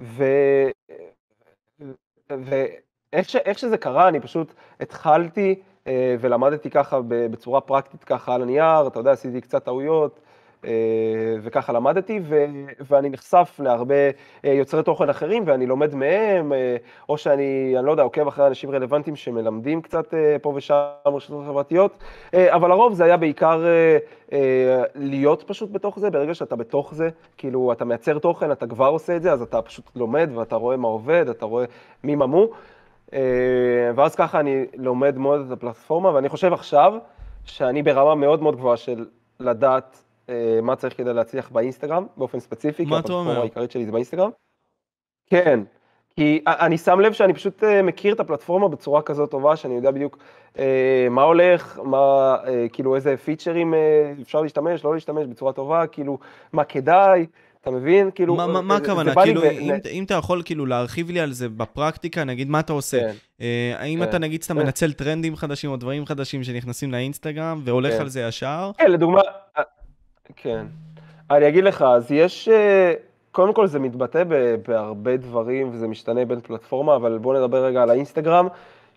B: ואיך שזה קרה, אני פשוט התחלתי ולמדתי ככה בצורה פרקטית ככה על הנייר, אתה יודע, עשיתי קצת טעויות, וככה למדתי, ואני נחשף להרבה יוצרי תוכן אחרים, ואני לומד מהם, או שאני לא יודע, עוקב אחרי אנשים רלוונטיים שמלמדים קצת פה ושם רשתות חברתיות, אבל לרוב זה היה בעיקר להיות פשוט בתוך זה, ברגע שאתה בתוך זה, כאילו אתה מייצר תוכן, אתה כבר עושה את זה, אז אתה פשוט לומד ואתה רואה מה עובד, אתה רואה מי ממו, ואז ככה אני לומד מאוד את הפלטפורמה, ואני חושב עכשיו שאני ברמה מאוד מאוד גבוהה של לדעת מה צריך כדי להצליח באינסטגרם, באופן ספציפי, כי הפלטפורמה העיקרית שלי זה באינסטגרם. כן, כי אני שם לב שאני פשוט מכיר את הפלטפורמה בצורה כזאת טובה, שאני יודע בדיוק מה הולך, כאילו איזה פיצ'רים אפשר להשתמש, לא להשתמש בצורה טובה, כאילו מה כדאי, אתה מבין? כאילו,
C: מה הכוונה? כאילו, אם אתה יכול כאילו להרחיב לי על זה בפרקטיקה, נגיד מה אתה עושה? האם אתה נגיד סתם מנצל טרנדים חדשים או דברים חדשים שנכנסים לאינסטגרם והולך על זה ישר?
B: כן, לדוגמה, כן. אני אגיד לך, אז יש, קודם כל זה מתבטא בהרבה דברים וזה משתנה בין פלטפורמה, אבל בואו נדבר רגע על האינסטגרם,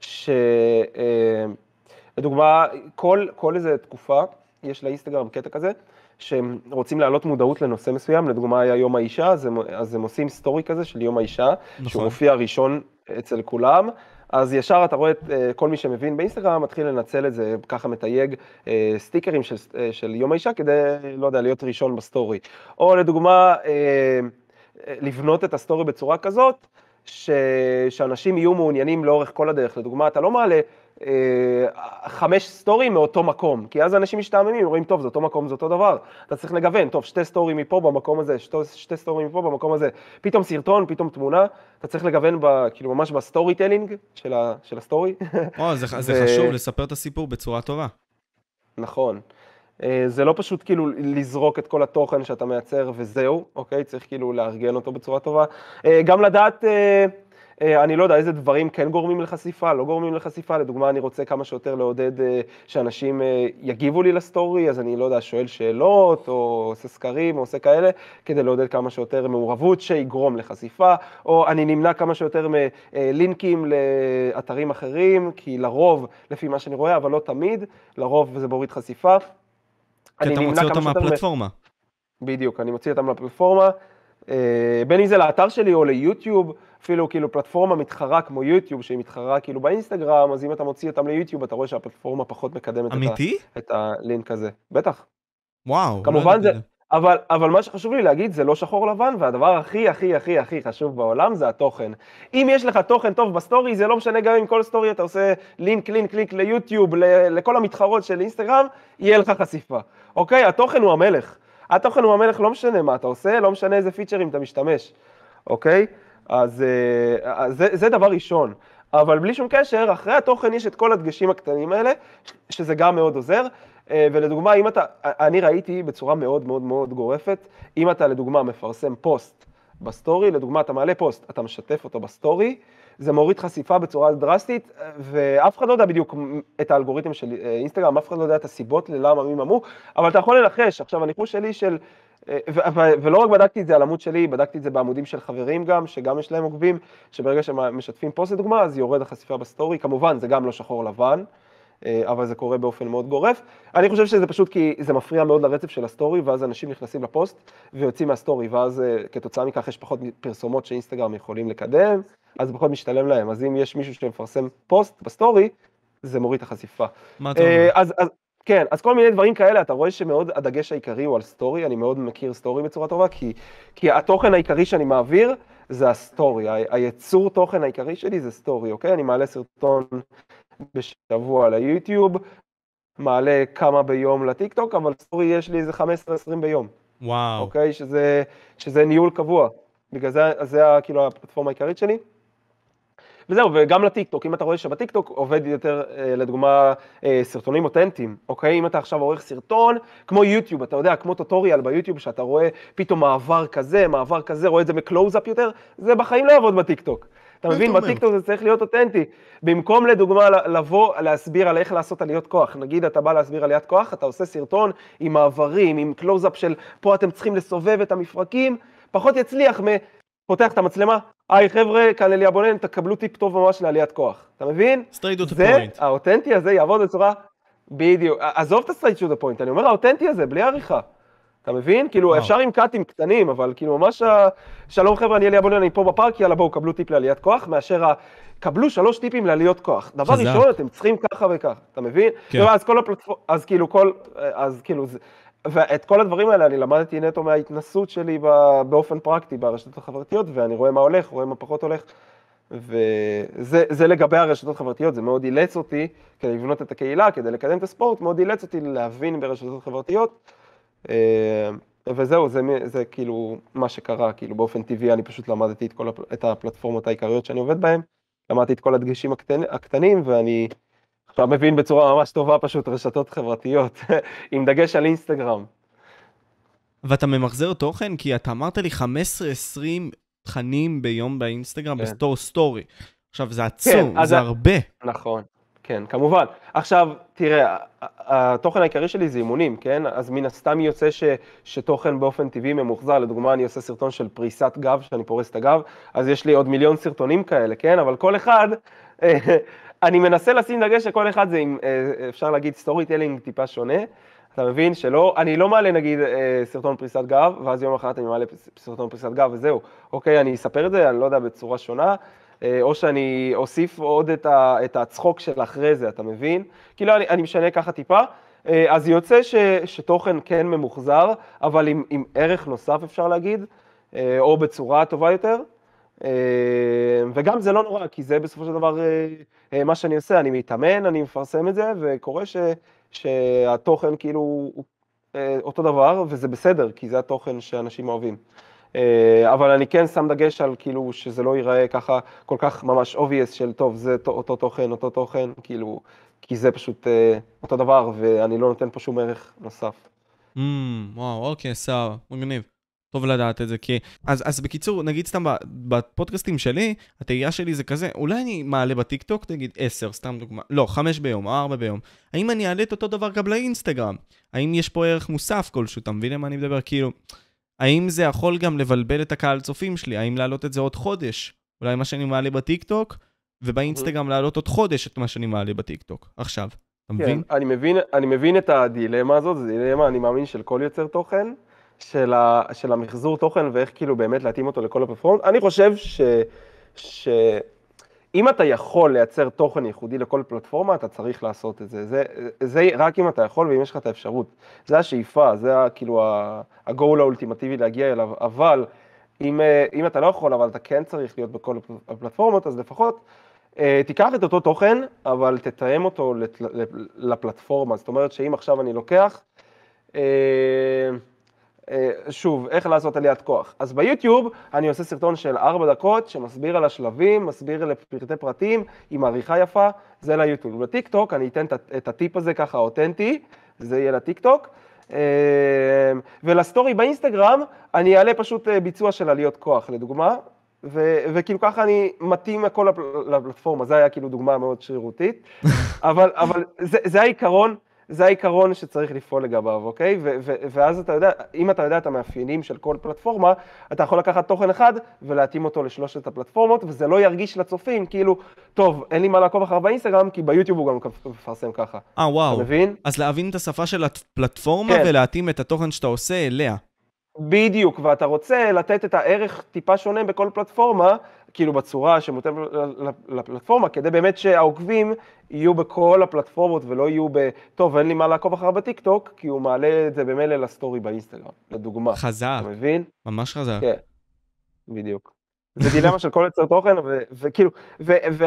B: לדוגמה, כל איזה תקופה יש לאינסטגרם קטע כזה, שהם רוצים להעלות מודעות לנושא מסוים, לדוגמה היה יום האישה, אז הם עושים סטורי כזה של יום האישה, שהוא מופיע ראשון אצל כולם, אז ישר אתה רואה את כל מי שמבין באינסטגרם, מתחיל לנצל את זה, ככה מתייג סטיקרים של יום האישה, כדי, לא יודע, להיות ראשון בסטורי. או לדוגמה, לבנות את הסטורי בצורה כזאת, שאנשים יהיו מעוניינים לאורך כל הדרך. לדוגמה, אתה לא מעלה 5 סטורים מאותו מקום, כי אז אנשים משתעממים, רואים, טוב, זה אותו מקום, זה אותו דבר. אתה צריך לגוון, טוב, 2 סטורים מפה במקום הזה, 2 סטורים מפה במקום הזה. פתאום סרטון, פתאום תמונה, אתה צריך לגוון כאילו ממש בסטורי טלינג של הסטורי.
C: זה חשוב לספר את הסיפור בצורה טובה.
B: נכון. זה לא פשוט כאילו לזרוק את כל התוכן שאתה מייצר וזהו, אוקיי? צריך כאילו לארגן אותו בצורה טובה. גם לדעת, אני לא יודע איזה דברים כן גורמים לחשיפה, לא גורמים לחשיפה. לדוגמה, אני רוצה כמה שיותר לעודד שאנשים יגיבו לי לסטורי, אז אני לא יודע, שואל שאלות או עושה סקרים או עושה כאלה, כדי לעודד כמה שיותר מעורבות שיגרום לחשיפה, או אני נמנע כמה שיותר מלינקים לאתרים אחרים, כי לרוב, לפי מה שאני רואה, אבל לא תמיד, לרוב זה מוריד חשיפה.
C: כי אתה מוציא אותם מהפלטפורמה.
B: בדיוק, אני מוציא אותם מהפלטפורמה, בין אם זה לאתר שלי או ליוטיוב, אפילו כאילו פלטפורמה מתחרה כמו יוטיוב, שהיא מתחרה כאילו באינסטגרם, אז אם אתה מוציא אותם ליוטיוב, אתה רואה שהפלטפורמה פחות מקדמת את הלינק הזה. בטח.
C: וואו.
B: כמובן זה, אבל מה שחשוב לי להגיד זה לא שחור לבן, והדבר הכי הכי הכי הכי חשוב בעולם זה התוכן. אם יש לך תוכן טוב בסטורי, זה לא משנה גם אם כל סטורי אתה עושה לינק ליוטיוב, לכל המתחרות של אינסטגרם, יהיה לך חשיפה. אוקיי? התוכן הוא המלך. התוכן הוא המלך, לא משנה מה אתה עושה, לא משנה איזה פיצ'רים אתה משתמש. אוקיי? אז זה דבר ראשון. אבל בלי שום קשר, אחרי התוכן יש את כל הדגשים הקטנים האלה, שזה גם מאוד עוזר. ולדוגמה, אני ראיתי בצורה מאוד מאוד מאוד גורפת, אם אתה לדוגמה מפרסם פוסט בסטורי, לדוגמה אתה מעלה פוסט, אתה משתף אותו בסטורי, זה מוריד חשיפה בצורה דרסטית, ואף אחד לא יודע בדיוק את האלגוריתם של אינסטגרם, אף אחד לא יודע את הסיבות ללמה מי ממו, אבל אתה יכול לנחש. עכשיו, הניחוש שלי ולא רק בדקתי את זה על עמוד שלי, בדקתי את זה בעמודים של חברים גם, שגם יש להם עוקבים, שברגע שמשתפים פוסט לדוגמה, אז יורד החשיפה בסטורי, כמובן זה גם לא שחור לבן, אבל זה קורה באופן מאוד גורף. אני חושב שזה פשוט כי זה מפריע מאוד לרצף של הסטורי, ואז אנשים נכנסים לפוסט ויוצאים מהסטורי, ואז כתוצאה מכך יש פחות פרסומות שאינסטגרם יכולים לקדם, אז פחות משתלם להם. אז אם יש מישהו שמפרסם פוסט בסטורי, זה מוריד את החשיפה.
C: מה אתה אומר?
B: כן, אז כל מיני דברים כאלה, אתה רואה שמאוד הדגש העיקרי הוא על סטורי, אני מאוד מכיר סטורי בצורה טובה, כי התוכן העיקרי שאני מעביר זה הסטורי, היצור תוכן העיקרי שלי זה סטורי, אוקיי? אני מעלה סרטון בשבוע ליוטיוב, מעלה כמה ביום לטיק טוק, אבל סטורי יש לי איזה 15-20 ביום,
C: וואו.
B: אוקיי? שזה ניהול קבוע. בגלל זה כאילו הפלטפורמה העיקרית שלי. וזהו, וגם לטיקטוק, אם אתה רואה שבטיקטוק עובד יותר, לדוגמה, סרטונים אותנטיים, אוקיי? אם אתה עכשיו עורך סרטון, כמו יוטיוב, אתה יודע, כמו טוטוריאל ביוטיוב, שאתה רואה פתאום מעבר כזה, רואה את זה בקלוז-אפ יותר, זה בחיים לא יעבוד בטיקטוק. אתה מבין? בטיקטוק זה צריך להיות אותנטי. במקום לדוגמה לבוא, להסביר על איך לעשות עליות כוח. נגיד, אתה בא להסביר עליית כוח, אתה עושה סרטון עם מעברים, עם קלוז-אפ של פה אתם צריכים לסובב את המפרקים, פחות יצליח פותח את המצלמה, היי חבר'ה, כאן אליה בונן, תקבלו טיפ טוב ממש לעליית כוח. אתה מבין?
C: Straight to the
B: זה,
C: point.
B: האותנטי הזה יעבוד בצורה, בדיוק, עזוב את ה-straight to the point, אני אומר האותנטי הזה, בלי עריכה. אתה מבין? כאילו, אפשר עם קאטים קטנים, אבל כאילו ממש, שלום חבר'ה, אני אליה בונן, אני פה בפארק, יאללה בואו, קבלו טיפ לעליית כוח, מאשר קבלו 3 טיפים לעליות כוח. דבר ראשון, אתם צריכים ככה וככה, אתה מבין? אז כל הפלטפורמה, אז כאילו, ואת כל הדברים האלה אני למדתי נטו מההתנסות שלי באופן פרקטי ברשתות החברתיות, ואני רואה מה הולך, רואה מה פחות הולך, וזה לגבי הרשתות החברתיות, זה מאוד אילץ אותי, כדי לבנות את הקהילה, כדי לקדם את הספורט, מאוד אילץ אותי להבין ברשתות חברתיות, וזהו, זה כאילו מה שקרה, כאילו באופן טבעי אני פשוט למדתי את הפלטפורמות העיקריות שאני עובד בהן, למדתי את כל הדגשים הקטנים, ואני עכשיו מבין בצורה ממש טובה פשוט רשתות חברתיות, עם דגש על אינסטגרם.
C: ואתה ממחזר תוכן? כי אתה אמרת לי 15-20 תכנים ביום באינסטגרם בסטור סטורי. עכשיו, זה עצום, זה הרבה.
B: נכון, כן, כמובן. עכשיו, תראה, התוכן העיקרי שלי זה אימונים, כן? אז מן הסתם יוצא שתוכן באופן טבעי ממוחזר. לדוגמה, אני עושה סרטון של פריסת גב, שאני פורס את הגב, אז יש לי עוד מיליון סרטונים כאלה, כן? אבל כל אחד... אני מנסה לשים דגש שכל אחד זה, אפשר להגיד, סטורי טלינג טיפה שונה. אתה מבין שלא, אני לא מעלה נגיד סרטון פריסת גב, ואז יום אחת אני מעלה סרטון פריסת גב וזהו. אוקיי, אני אספר את זה, אני לא יודע, בצורה שונה, או שאני אוסיף עוד את הצחוק של אחרי זה, אתה מבין? כאילו אני משנה ככה טיפה, אז יוצא שתוכן כן ממוחזר, אבל עם ערך נוסף אפשר להגיד, או בצורה טובה יותר. וגם זה לא נורא, כי זה בסופו של דבר מה שאני עושה, אני מתאמן, אני מפרסם את זה, וקורה שהתוכן כאילו הוא אותו דבר, וזה בסדר, כי זה התוכן שאנשים אוהבים. אבל אני כן שם דגש על כאילו שזה לא ייראה ככה כל כך ממש obvious של טוב, זה אותו תוכן, כאילו, כי זה פשוט אותו דבר, ואני לא נותן פה שום ערך נוסף.
C: וואו, אוקיי, סבבה, מגניב. טוב לדעת את זה, כי... אז בקיצור, נגיד סתם בפודקאסטים שלי, התהייה שלי זה כזה, אולי אני מעלה בטיקטוק, תגיד 10, סתם דוגמה, לא, 5 ביום, 4 ביום. האם אני אעלה את אותו דבר גם לאינסטגרם? האם יש פה ערך מוסף כלשהו? אתה מבין למה אני מדבר? כאילו, האם זה יכול גם לבלבל את הקהל צופים שלי? האם להעלות את זה עוד חודש? אולי מה שאני מעלה בטיקטוק, ובאינסטגרם להעלות עוד חודש את מה שאני מעלה בטיקטוק. עכשיו, אתה מבין?
B: כן, אני מבין את הדילמה הזאת, זו דילמה, אני מאמין, של כל יוצר תוכן. של המחזור תוכן ואיך כאילו באמת להתאים אותו לכל הפלטפורמות. אני חושב שאם אתה יכול לייצר תוכן ייחודי לכל פלטפורמה, אתה צריך לעשות את זה. זה רק אם אתה יכול ואם יש לך את האפשרות. זה השאיפה, זה כאילו הגול האולטימטיבי להגיע אליו. אבל אם אתה לא יכול, אבל אתה כן צריך להיות בכל הפלטפורמות, אז לפחות תיקח את אותו תוכן, אבל תתאם אותו לפלטפורמה. זאת אומרת שאם עכשיו אני לוקח... שוב, איך לעשות עליית כוח. אז ביוטיוב אני עושה סרטון של 4 דקות שמסביר על השלבים, מסביר לפרטי פרטים, עם עריכה יפה, זה ליוטיוב. בטיקטוק אני אתן את הטיפ הזה ככה אותנטי, זה יהיה לטיקטוק. ולסטורי באינסטגרם אני אעלה פשוט ביצוע של עליות כוח, לדוגמה, וכאילו ככה אני מתאים הכל לפלטפורמה, זה היה כאילו דוגמה מאוד שרירותית, אבל זה העיקרון, זה העיקרון שצריך לפעול לגביו, אוקיי? ואז אתה יודע, אם אתה יודע את המאפיינים של כל פלטפורמה, אתה יכול לקחת תוכן אחד ולהתאים אותו לשלושת הפלטפורמות, וזה לא ירגיש לצופים, כאילו, טוב, אין לי מה לעקוב אחר באינסטגרם, כי ביוטיוב הוא גם מפרסם ככה.
C: וואו.
B: אתה מבין?
C: אז להבין את השפה של הפלטפורמה ולהתאים את התוכן שאתה עושה אליה.
B: בדיוק, ואתה רוצה לתת את הערך טיפה שונה בכל פלטפורמה, כאילו בצורה שמותאם לפלטפורמה, כדי באמת שהעוקבים יהיו בכל הפלטפורמות ולא יהיו טוב, אין לי מה לעקוב אחר בטיקטוק, כי הוא מעלה את זה במילא לסטורי באינסטגרם, לדוגמה.
C: חזק.
B: אתה מבין?
C: ממש חזק.
B: כן, בדיוק. זה דילמה של כל יוצר תוכן, וכאילו,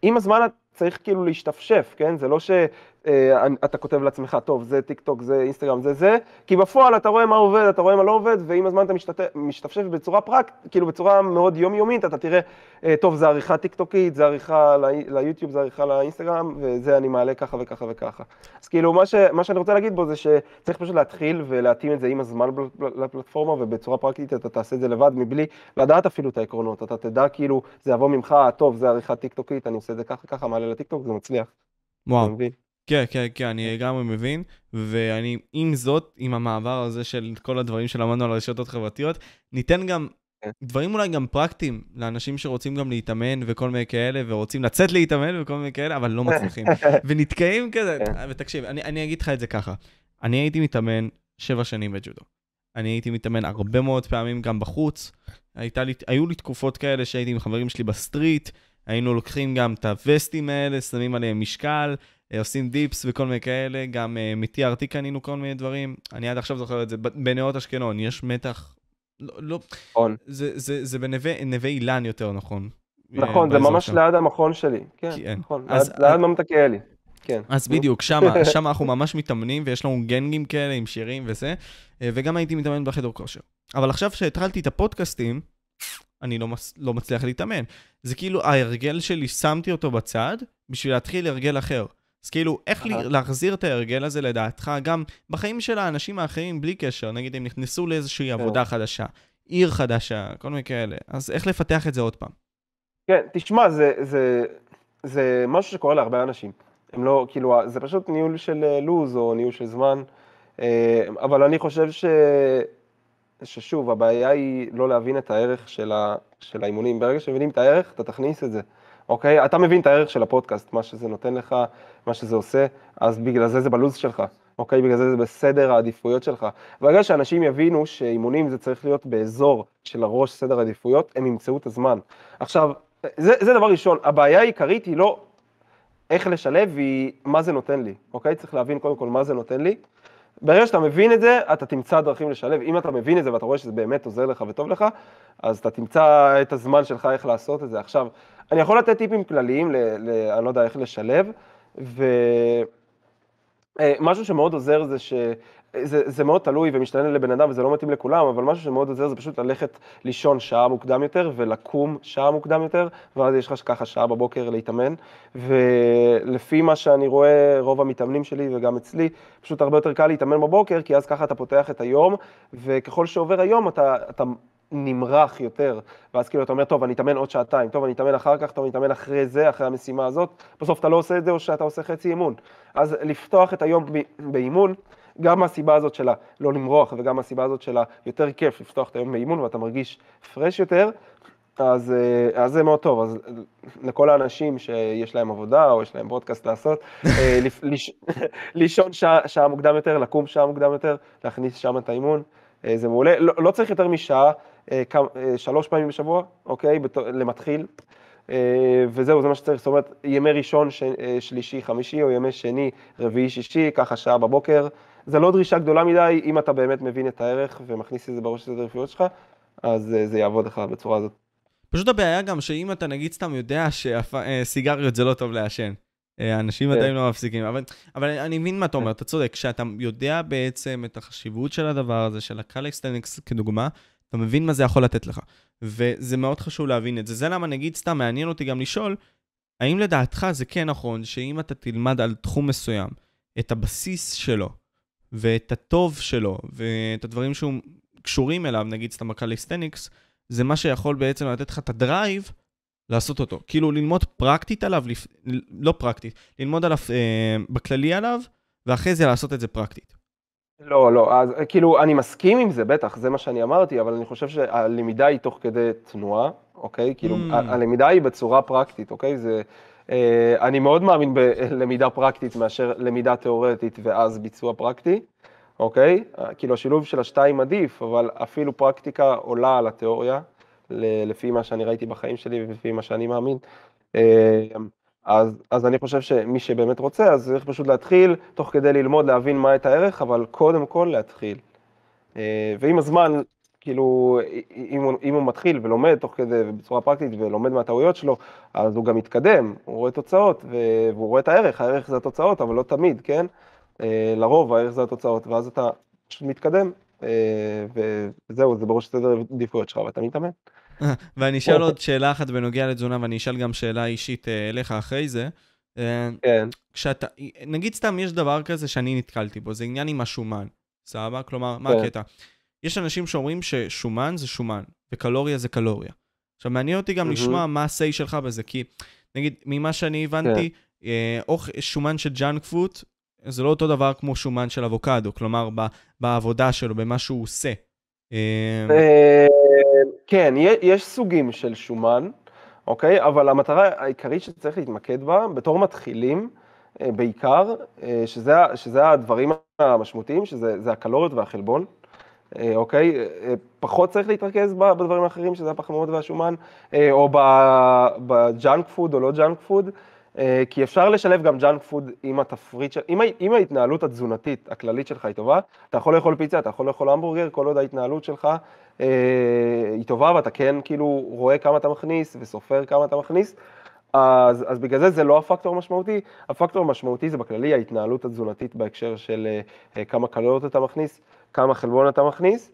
B: עם הזמן צריך כאילו להשתפשף, כן? זה לא שאתה כותב לעצמך, טוב, זה טיק טוק, זה אינסטגרם, זה, כי בפועל אתה רואה מה עובד, אתה רואה מה לא עובד, ועם הזמן אתה משתפשף בצורה כאילו בצורה מאוד יומיומית, אתה תראה, טוב, זה עריכה טיק טוקית, זה עריכה ליוטיוב, זה עריכה לאינסטגרם, וזה אני מעלה ככה וככה וככה. אז כאילו, מה שאני רוצה להגיד בו זה שצריך פשוט להתחיל ולהתאים את זה עם הזמן לפלטפורמה, ובצורה פרקטית אתה תעשה את זה לבד, מבלי לדעת אפילו את העקרונות. אתה תדע כאילו, זה יבוא ממך, טוב, זה עריכה טיק טוקית, אני עושה את זה ככה ככה, מעלה לטיק טוק, זה מצליח.
C: וואו. כן, כן, כן, אני גם מבין, ואני עם זאת, עם המעבר הזה של כל הדברים שלמדנו על הרשתות חברתיות, ניתן גם דברים אולי גם פרקטיים לאנשים שרוצים גם להתאמן וכל מיני כאלה, ורוצים לצאת להתאמן וכל מיני כאלה, אבל לא מצליחים. ונתקעים כזה, ותקשיב, אני אגיד לך את זה ככה, אני הייתי מתאמן 7 שנים בג'ודו. אני הייתי מתאמן הרבה מאוד פעמים גם בחוץ, היו לי תקופות כאלה שהייתי עם חברים שלי בסטריט, היינו לוקחים גם את הווסטים האלה, שמים עליהם משקל, עושים דיפס וכל מיני כאלה, גם מ-TRT קנינו כל מיני דברים, אני עד עכשיו זוכר את זה, בנאות אשקלון, יש מתח, לא, זה בנווה אילן יותר, נכון?
B: נכון, זה ממש ליד המכון שלי, כן, נכון, ליד ממתקאלי.
C: אז בדיוק, שם אנחנו ממש מתאמנים, ויש לנו גנגים כאלה עם שירים וזה, וגם הייתי מתאמן בחדר כושר. אבל עכשיו שהתחלתי את הפודקאסטים, אני לא מצליח להתאמן. זה כאילו ההרגל שלי, שמתי אותו בצד, בשביל להתחיל הרגל אחר. אז כאילו, איך להחזיר את ההרגל הזה לדעתך, גם בחיים של האנשים האחרים, בלי קשר, נגיד הם נכנסו לאיזושהי עבודה חדשה, עיר חדשה, כל מיני כאלה. אז איך לפתח את זה עוד פעם?
B: כן, תשמע, זה משהו שקורה להרבה אנשים. הם לא, כאילו, זה פשוט ניהול של לוז או ניהול של זמן, אבל אני חושב ששוב, הבעיה היא לא להבין את הערך של האימונים. ברגע שמבינים את הערך, אתה תכניס את זה, אוקיי? אתה מבין את הערך של הפודקאסט, מה שזה נותן לך, מה שזה עושה, אז בגלל זה בלוז שלך, אוקיי? בגלל זה בסדר העדיפויות שלך. ברגע שאנשים יבינו שאימונים זה צריך להיות באזור של הראש סדר העדיפויות, הם ימצאו את הזמן. עכשיו, זה דבר ראשון, הבעיה העיקרית היא לא איך לשלב, היא מה זה נותן לי, אוקיי? צריך להבין קודם כל מה זה נותן לי. ברגע שאתה מבין את זה, אתה תמצא דרכים לשלב. אם אתה מבין את זה ואתה רואה שזה באמת עוזר לך וטוב לך, אז אתה תמצא את הזמן שלך איך לעשות את זה. עכשיו, אני יכול לתת טיפים כלליים, אני לא יודע איך לשלב, ומשהו שמאוד עוזר זה זה מאוד תלוי ומשתנה לבן אדם וזה לא מתאים לכולם, אבל משהו שמאוד עוזר זה פשוט ללכת לישון שעה מוקדם יותר ולקום שעה מוקדם יותר, ואז יש לך ככה שעה בבוקר להתאמן, ולפי מה שאני רואה רוב המתאמנים שלי וגם אצלי, פשוט הרבה יותר קל להתאמן בבוקר, כי אז ככה אתה פותח את היום, וככל שעובר היום אתה נמרח יותר, ואז כאילו אתה אומר, טוב, אני אתאמן עוד שעתיים, טוב, אני אתאמן אחר כך, טוב, אני אתאמן אחרי זה, אחרי המשימה הזאת, בסוף אתה לא עושה את זה או שאתה עושה חצי אימון. אז לפתוח את היום באימון, גם מהסיבה הזאת שלה לא למרוח, וגם מהסיבה הזאת שלה יותר כיף לפתוח את היום באימון, ואתה מרגיש פרש יותר, אז זה מאוד טוב. אז לכל האנשים שיש להם עבודה, או יש להם פודקאסט לעשות, לישון שעה מוקדם יותר, לקום שעה מוקדם יותר, להכניס שם את האימון, זה מעולה. לא צריך יותר משעה, 3 פעמים בשבוע, אוקיי, למתחיל, וזהו, זה מה שצריך. זאת אומרת, ימי ראשון, שלישי, חמישי, או ימי שני, רביעי, שישי, ככה שעה בבוקר. זה לא דרישה גדולה מדי, אם אתה באמת מבין את הערך ומכניס את זה בראש של הרפואיות שלך, אז זה יעבוד לך בצורה הזאת.
C: פשוט הבעיה גם שאם אתה נגיד סתם יודע שסיגריות זה לא טוב לעשן, אנשים עדיין לא מפסיקים, אבל אני מבין מה אתה אומר, אתה צודק, כשאתה יודע בעצם את החשיבות של הדבר הזה, של הקליסטניקס כדוגמה, אתה מבין מה זה יכול לתת לך, וזה מאוד חשוב להבין את זה. זה למה נגיד סתם מעניין אותי גם לשאול, האם לדעתך זה כן נכון, שאם אתה תלמד על תחום מסוים, את הבסיס שלו, ואת הטוב שלו, ואת הדברים שהוא קשורים אליו, נגיד סתם הקליסטניקס, זה מה שיכול בעצם לתת לך את הדרייב, לעשות אותו. כאילו ללמוד פרקטית עליו, לא פרקטית, ללמוד עליו בכללי עליו, ואחרי זה לעשות את זה פרקטית.
B: לא, אז כאילו אני מסכים עם זה, בטח, זה מה שאני אמרתי, אבל אני חושב שהלמידה היא תוך כדי תנועה, אוקיי? כאילו הלמידה היא בצורה פרקטית, אוקיי? אני מאוד מאמין בלמידה פרקטית מאשר למידה תיאורטית ואז ביצוע פרקטי, אוקיי? כאילו השילוב של השתיים עדיף, אבל אפילו פרקטיקה עולה על התיאוריה, לפי מה שאני ראיתי בחיים שלי ולפי מה שאני מאמין. אז אני חושב שמי שבאמת רוצה, אז צריך פשוט להתחיל, תוך כדי ללמוד, להבין מה את הערך, אבל קודם כל להתחיל. ועם הזמן, כאילו, אם הוא מתחיל ולומד תוך כדי בצורה פרקטית ולומד מהטעויות שלו, אז הוא גם מתקדם, הוא רואה תוצאות, והוא רואה את הערך זה התוצאות, אבל לא תמיד, כן? לרוב הערך זה התוצאות, ואז אתה פשוט מתקדם, וזהו, זה בראש סדר עדיפויות שלך, ואתה מתאמן.
C: ואני אשאל עוד שאלה אחת בנוגע לתזונה, ואני אשאל גם שאלה אישית אליך אחרי זה.
B: כן.
C: כשאתה, נגיד סתם יש דבר כזה שאני נתקלתי בו, זה עניין עם השומן, סבבה? כלומר, מה הקטע? יש אנשים שאומרים ששומן זה שומן, וקלוריה זה קלוריה. עכשיו, מעניין אותי גם לשמוע מה ה-say שלך בזה, כי נגיד, ממה שאני הבנתי, שומן של ג'אנק פוד, זה לא אותו דבר כמו שומן של אבוקדו, כלומר, בעבודה שלו, במה שהוא עושה.
B: כן, יש סוגים של שומן, אוקיי? אבל המטרה העיקרית שצריך להתמקד בה, בתור מתחילים, בעיקר, שזה הדברים המשמעותיים, שזה הקלוריות והחלבון, אוקיי? פחות צריך להתרכז בדברים האחרים, שזה הפחמימות והשומן, או בג'אנק פוד או לא ג'אנק פוד, כי אפשר לשלב גם ג'אנק פוד עם התפריט, אם ההתנהלות התזונתית הכללית שלך היא טובה, אתה יכול לאכול פיצה, אתה יכול לאכול המבורגר, כל עוד ההתנהלות שלך היא טובה, ואתה כן כאילו רואה כמה אתה מכניס וסופר כמה אתה מכניס, אז בגלל זה לא הפקטור המשמעותי, הפקטור המשמעותי זה בכללי ההתנהלות התזונתית בהקשר של כמה קלוריות אתה מכניס, כמה חלבון אתה מכניס,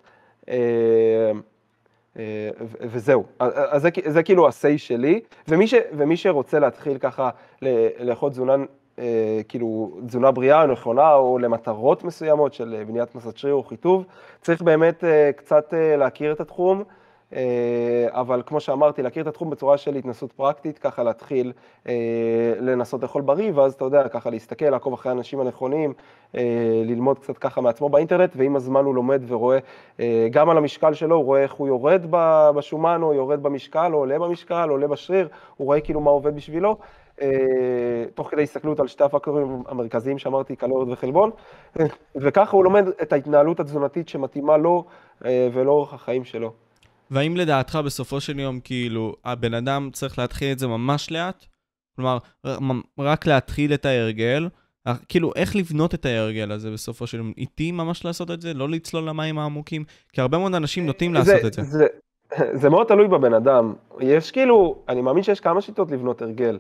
B: וזהו. אז זה כאילו ה-say שלי, ומי שרוצה להתחיל ככה לאכול תזונה, כאילו תזונה בריאה או נכונה, או למטרות מסוימות של בניית מסת שריר או חיטוב, צריך באמת קצת להכיר את התחום, אבל כמו שאמרתי, להכיר את התחום בצורה של התנסות פרקטית, ככה להתחיל לנסות לאכול בריא, ואז אתה יודע, ככה להסתכל, לעקוב אחרי האנשים הנכונים, ללמוד קצת ככה מעצמו באינטרנט, ועם הזמן הוא לומד ורואה גם על המשקל שלו, הוא רואה איך הוא יורד בשומן, או יורד במשקל, או עולה במשקל, או עולה בשריר, הוא רואה כאילו מה עובד בשבילו, תוך כדי הסתכלות על שתי הפקטורים המרכזיים שאמרתי, קלוריות וחלבון, וככה הוא לומד את ההתנהלות התזונתית שמתאימה לו ולאורך החיים שלו.
C: והאם לדעתך בסופו של יום, כאילו, הבן אדם צריך להתחיל את זה ממש לאט? כלומר, רק להתחיל את ההרגל, כאילו, איך לבנות את ההרגל הזה בסופו של יום? איתי ממש לעשות את זה? לא לצלול למים העמוקים? כי הרבה מאוד אנשים נוטים לעשות את זה.
B: זה מאוד תלוי בבן אדם. יש כאילו, אני מאמין שיש כמה שיטות לבנות הרגל.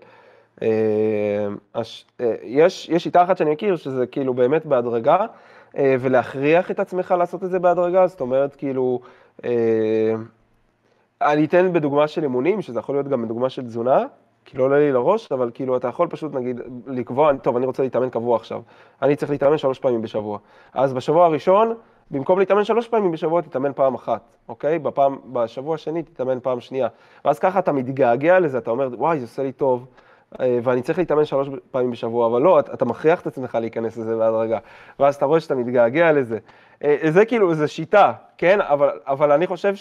B: יש שיטה אחת שאני מכיר, שזה כאילו באמת בהדרגה, ולהכריח את עצמך לעשות את זה בהדרגה, זאת אומרת, כאילו, אני אתן בדוגמה של אימונים, שזה יכול להיות גם בדוגמה של תזונה, כי לא עולה לי לראש, אבל כאילו אתה יכול פשוט נגיד לקבוע, טוב, אני רוצה להתאמן קבוע עכשיו, אני צריך להתאמן 3 פעמים בשבוע. אז בשבוע הראשון, במקום להתאמן 3 פעמים בשבוע, תתאמן פעם אחת, אוקיי? בשבוע השני תתאמן פעם שנייה. ואז ככה אתה מתגעגע לזה, אתה אומר, וואי, זה עושה לי טוב, ואני צריך להתאמן 3 פעמים בשבוע, אבל לא, אתה מכריח את עצמך להיכנס לזה בהדרגה, ואז אתה רואה שאתה מתגעגע לזה. זה כאילו, זה שיטה, כן? אבל אני חושב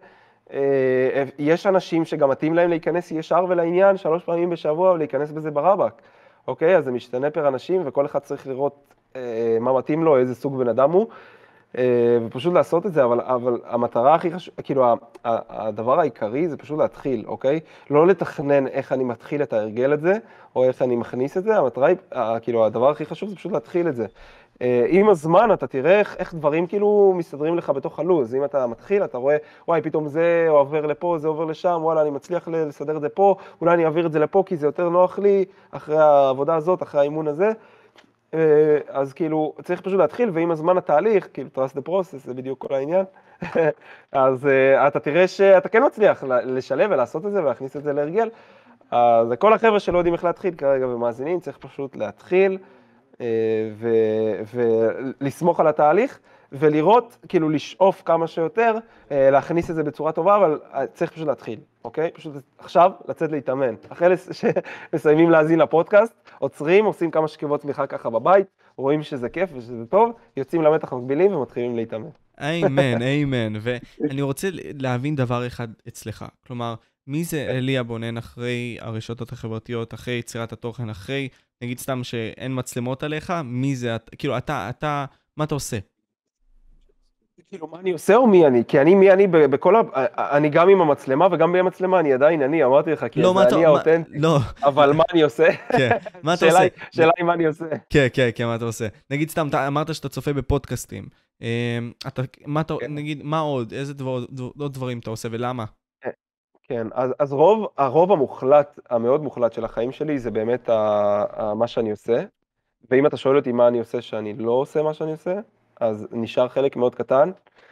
B: יש אנשים שגם מתאים להם להיכנס ישר ולעניין 3 פעמים בשבוע ולהיכנס בזה ברבק, אוקיי? אז זה משתנה פר אנשים וכל אחד צריך לראות מה מתאים לו, איזה סוג בן אדם הוא, ופשוט לעשות את זה, אבל המטרה הכי חשובה, כאילו הדבר העיקרי זה פשוט להתחיל, אוקיי? לא לתכנן איך אני מתחיל את ההרגל הזה, או איך אני מכניס את זה, המטרה היא, כאילו הדבר הכי חשוב זה פשוט להתחיל את זה. עם הזמן אתה תראה איך דברים כאילו מסתדרים לך בתוך הלוז, אם אתה מתחיל אתה רואה, וואי פתאום זה עובר לפה, זה עובר לשם, וואלה אני מצליח לסדר את זה פה, אולי אני אעביר את זה לפה כי זה יותר נוח לי אחרי העבודה הזאת, אחרי האימון הזה, אז כאילו צריך פשוט להתחיל, ועם הזמן התהליך, כאילו trust the process, זה בדיוק כל העניין, אז אתה תראה שאתה כן מצליח לשלב ולעשות את זה ולהכניס את זה להרגל, אז כל החבר'ה שלא יודעים איך להתחיל כרגע ומאזינים, צריך פשוט להתחיל, ולסמוך על התהליך, ולראות, כאילו לשאוף כמה שיותר, להכניס את זה בצורה טובה, אבל צריך פשוט להתחיל, אוקיי? פשוט עכשיו לצאת להתאמן. אחרי שמסיימים להאזין לפודקאסט, עוצרים, עושים כמה שכיבות צמיחה ככה בבית, רואים שזה כיף ושזה טוב, יוצאים למתח מקבילים ומתחילים להתאמן.
C: אמן, אמן. ואני רוצה להבין דבר אחד אצלך, כלומר, מי זה אליה בונן אחרי הרשתות החברתיות, אחרי יצירת התוכן, אחרי, נגיד סתם שאין מצלמות עליך, מי זה, כאילו, אתה, מה אתה עושה?
B: כאילו, מה אני עושה או מי אני? כי מי אני בכל אני גם עם המצלמה וגם בלי המצלמה, אני עדיין אמרתי לך, כי זה אני האותנטי.
C: לא.
B: אבל מה אני עושה?
C: כן, מה אתה עושה?
B: שאלה היא מה אני עושה.
C: כן, מה אתה עושה? נגיד סתם, אמרת שאתה צופה בפודקאסטים. נגיד, מה עוד? איזה עוד דברים אתה עושה ולמה?
B: כן, אז הרוב המוחלט, המאוד מוחלט של החיים שלי, זה באמת מה שאני עושה. ואם אתה שואל אותי מה אני עושה שאני לא עושה מה שאני עושה, אז נשאר חלק מאוד קטן.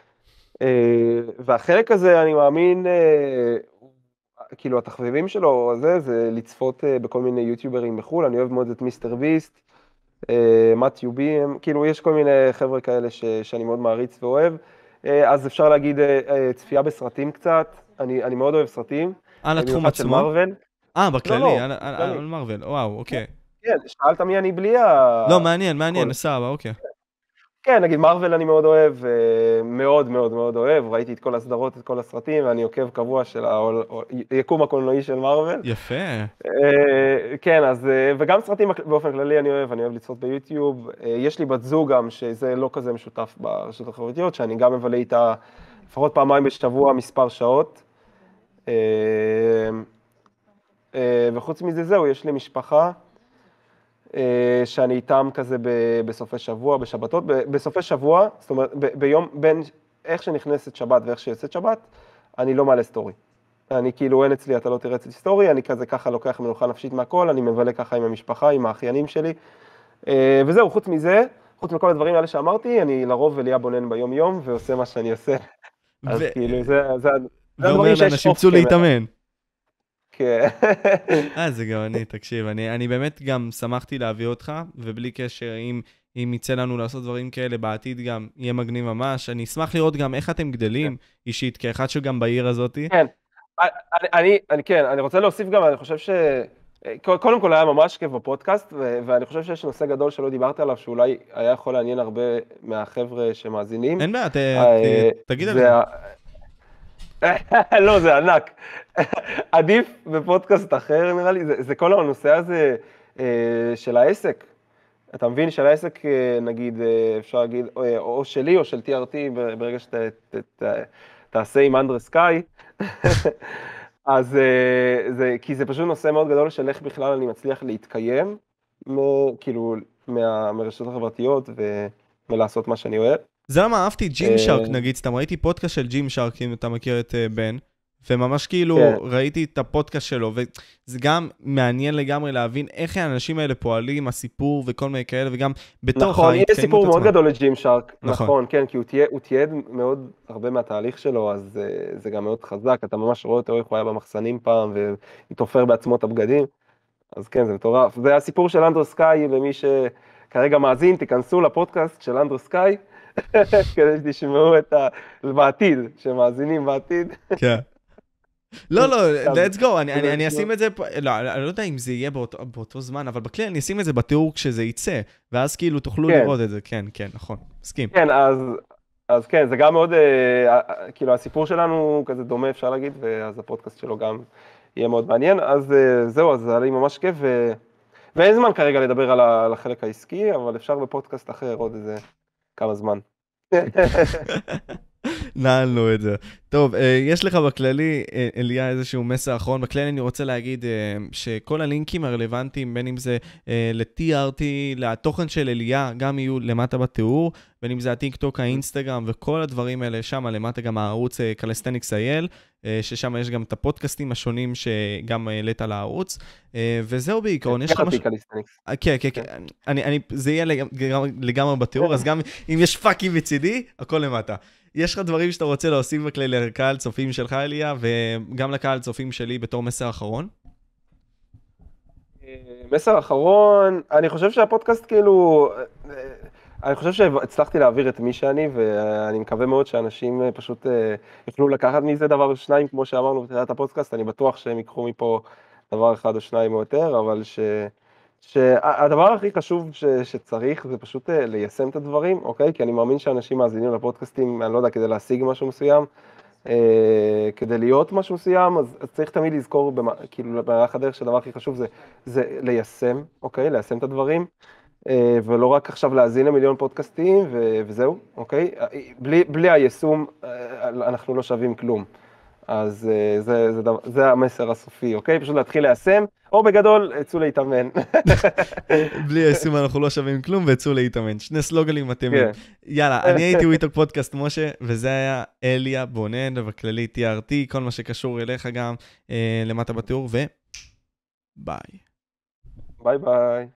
B: והחלק הזה, אני מאמין, כאילו התחביבים שלו, זה לצפות בכל מיני יוטיוברים בחו"ל. אני אוהב מאוד את מיסטר ביסט, מתיו בי, כאילו יש כל מיני חבר'ה כאלה שאני מאוד מעריץ ואוהב. אז אפשר להגיד צפייה בסרטים קצת, אני מאוד אוהב סרטים.
C: על התחום
B: במיוחד של
C: עצמו?
B: מארוול.
C: בכללי,
B: לא,
C: על מארוול, וואו, אוקיי.
B: כן, שאלת מי אני בלי
C: לא, מעניין, סבבה, אוקיי.
B: כן, נגיד מארוול אני מאוד אוהב, מאוד מאוד מאוד אוהב, ראיתי את כל הסדרות, את כל הסרטים, ואני עוקב קבוע של היקום הקולנועי של מארוול.
C: יפה.
B: כן, אז, וגם סרטים באופן כללי אני אוהב לצפות ביוטיוב. יש לי בת זוג גם, שזה לא כזה משותף ברשתות החברתיות, שאני גם מבלה איתה לפחות פעמיים בשבוע מספר שעות. וחוץ מזה זהו, יש לי משפחה. שאני איתם כזה בסופי שבוע, בשבתות, בסופי שבוע, זאת אומרת, ביום, בין איך שנכנסת שבת ואיך שיוצאת שבת, אני לא מעלה סטורי. אני כאילו, אין אצלי, אתה לא תראה אצלי סטורי, אני כזה ככה לוקח מנוחה נפשית מהכל, אני מבלה ככה עם המשפחה, עם האחיינים שלי. וזהו, חוץ מזה, חוץ מכל הדברים האלה שאמרתי, אני לרוב אליה בונן ביום יום, ועושה מה שאני עושה. אז כאילו, זה
C: ואומר לאנשים צאו להתאמן.
B: כן.
C: זה גאוני, תקשיב, אני באמת גם שמחתי להביא אותך, ובלי קשר, אם יצא לנו לעשות דברים כאלה בעתיד גם, יהיה מגניב ממש. אני אשמח לראות גם איך אתם גדלים אישית, כאחד שגם בעיר הזאת.
B: כן, אני רוצה להוסיף גם, אני חושב קודם כל היה ממש כיף בפודקאסט, ואני חושב שיש נושא גדול שלא דיברת עליו, שאולי היה יכול לעניין הרבה מהחבר'ה שמאזינים.
C: אין בעיה, תגיד על זה.
B: לא, זה ענק. עדיף בפודקאסט אחר, נראה לי, זה כל הנושא הזה של העסק. אתה מבין של העסק, נגיד, אפשר להגיד, או שלי או של TRT, ברגע שתעשה עם אנדרס סקאי, אז כי זה פשוט נושא מאוד גדול של איך בכלל אני מצליח להתקיים, כאילו, מהרשתות החברתיות ולעשות מה שאני אוהב.
C: זה למה אהבתי ג'ים שרק, נגיד, סתם ראיתי פודקאסט של ג'ים שרק, אם אתה מכיר את בן, וממש כאילו ראיתי את הפודקאסט שלו, וזה גם מעניין לגמרי להבין איך האנשים האלה פועלים, הסיפור וכל מיני כאלה, וגם בתוך
B: נכון, יש סיפור מאוד גדול לג'ים שרק, נכון, כן, כי הוא תיעד מאוד הרבה מהתהליך שלו, אז זה גם מאוד חזק, אתה ממש רואה אותו איך הוא היה במחסנים פעם, והתופר בעצמו את הבגדים, אז כן, זה מטורף. זה הסיפור של אנדרס סקאי, ומי שכרגע מאזין, תיכנסו לפודקאסט של אנדרס סקאי, כדי שתשמעו את בעתיד, שמאזינים בעתיד.
C: כן. לא, let's go, אני אשים את זה, לא, אני לא יודע אם זה יהיה באותו זמן, אבל בכלי אני אשים את זה בתיאור כשזה יצא, ואז כאילו תוכלו לראות את זה, כן, נכון, מסכים.
B: כן, אז כן, זה גם מאוד, כאילו הסיפור שלנו כזה דומה אפשר להגיד, ואז הפודקאסט שלו גם יהיה מאוד מעניין, אז זהו, אז זה היה לי ממש כיף, ואין זמן כרגע לדבר על החלק העסקי, אבל אפשר בפודקאסט אחר עוד איזה כמה זמן.
C: נעלנו את זה. טוב, יש לך בכללי, אליה, איזשהו מסר אחרון. בכללי אני רוצה להגיד שכל הלינקים הרלוונטיים, בין אם זה ל-TRT, לתוכן של אליה, גם יהיו למטה בתיאור, בין אם זה הטיק-טוק, האינסטגרם, וכל הדברים האלה שם, למטה גם הערוץ Calisthenics.il, ששם יש גם את הפודקאסטים השונים שגם העלית לערוץ, וזהו בעיקרון. יש לך משהו... כן, זה יהיה לגמרי בתיאור, אז גם אם יש פאקים מצידי, הכל למטה. יש לך דברים שאתה רוצה להוסיף בכלי לקהל צופים שלך, אליה, וגם לקהל צופים שלי בתור מסר אחרון?
B: מסר אחרון, אני חושב שהפודקאסט כאילו, אני חושב שהצלחתי להעביר את מי שאני, ואני מקווה מאוד שאנשים פשוט יוכלו לקחת מזה דבר או שניים, כמו שאמרנו בתחילת הפודקאסט, אני בטוח שהם ייקחו מפה דבר אחד או שניים או יותר, אבל שהדבר הכי חשוב שצריך זה פשוט ליישם את הדברים, אוקיי? כי אני מאמין שאנשים מאזינים לפודקאסטים, אני לא יודע, כדי להשיג משהו מסוים, כדי להיות משהו מסוים, אז צריך תמיד לזכור, כאילו, במהלך הדרך שהדבר הכי חשוב זה ליישם, אוקיי? ליישם את הדברים, ולא רק עכשיו להאזין למיליון פודקאסטים וזהו, אוקיי? בלי היישום אנחנו לא שווים כלום. אז זה המסר הסופי, אוקיי? פשוט להתחיל ליישם, או בגדול, צאו להתאמן.
C: בלי היישום אנחנו לא שווים כלום, וצאו להתאמן. שני סלוגלים מתאימים. יאללה, אני הייתי וויטוק פודקאסט משה, וזה היה אליה בונן, ובכללי TRT, כל מה שקשור אליך גם למטה בתיאור, וביי.
B: ביי ביי.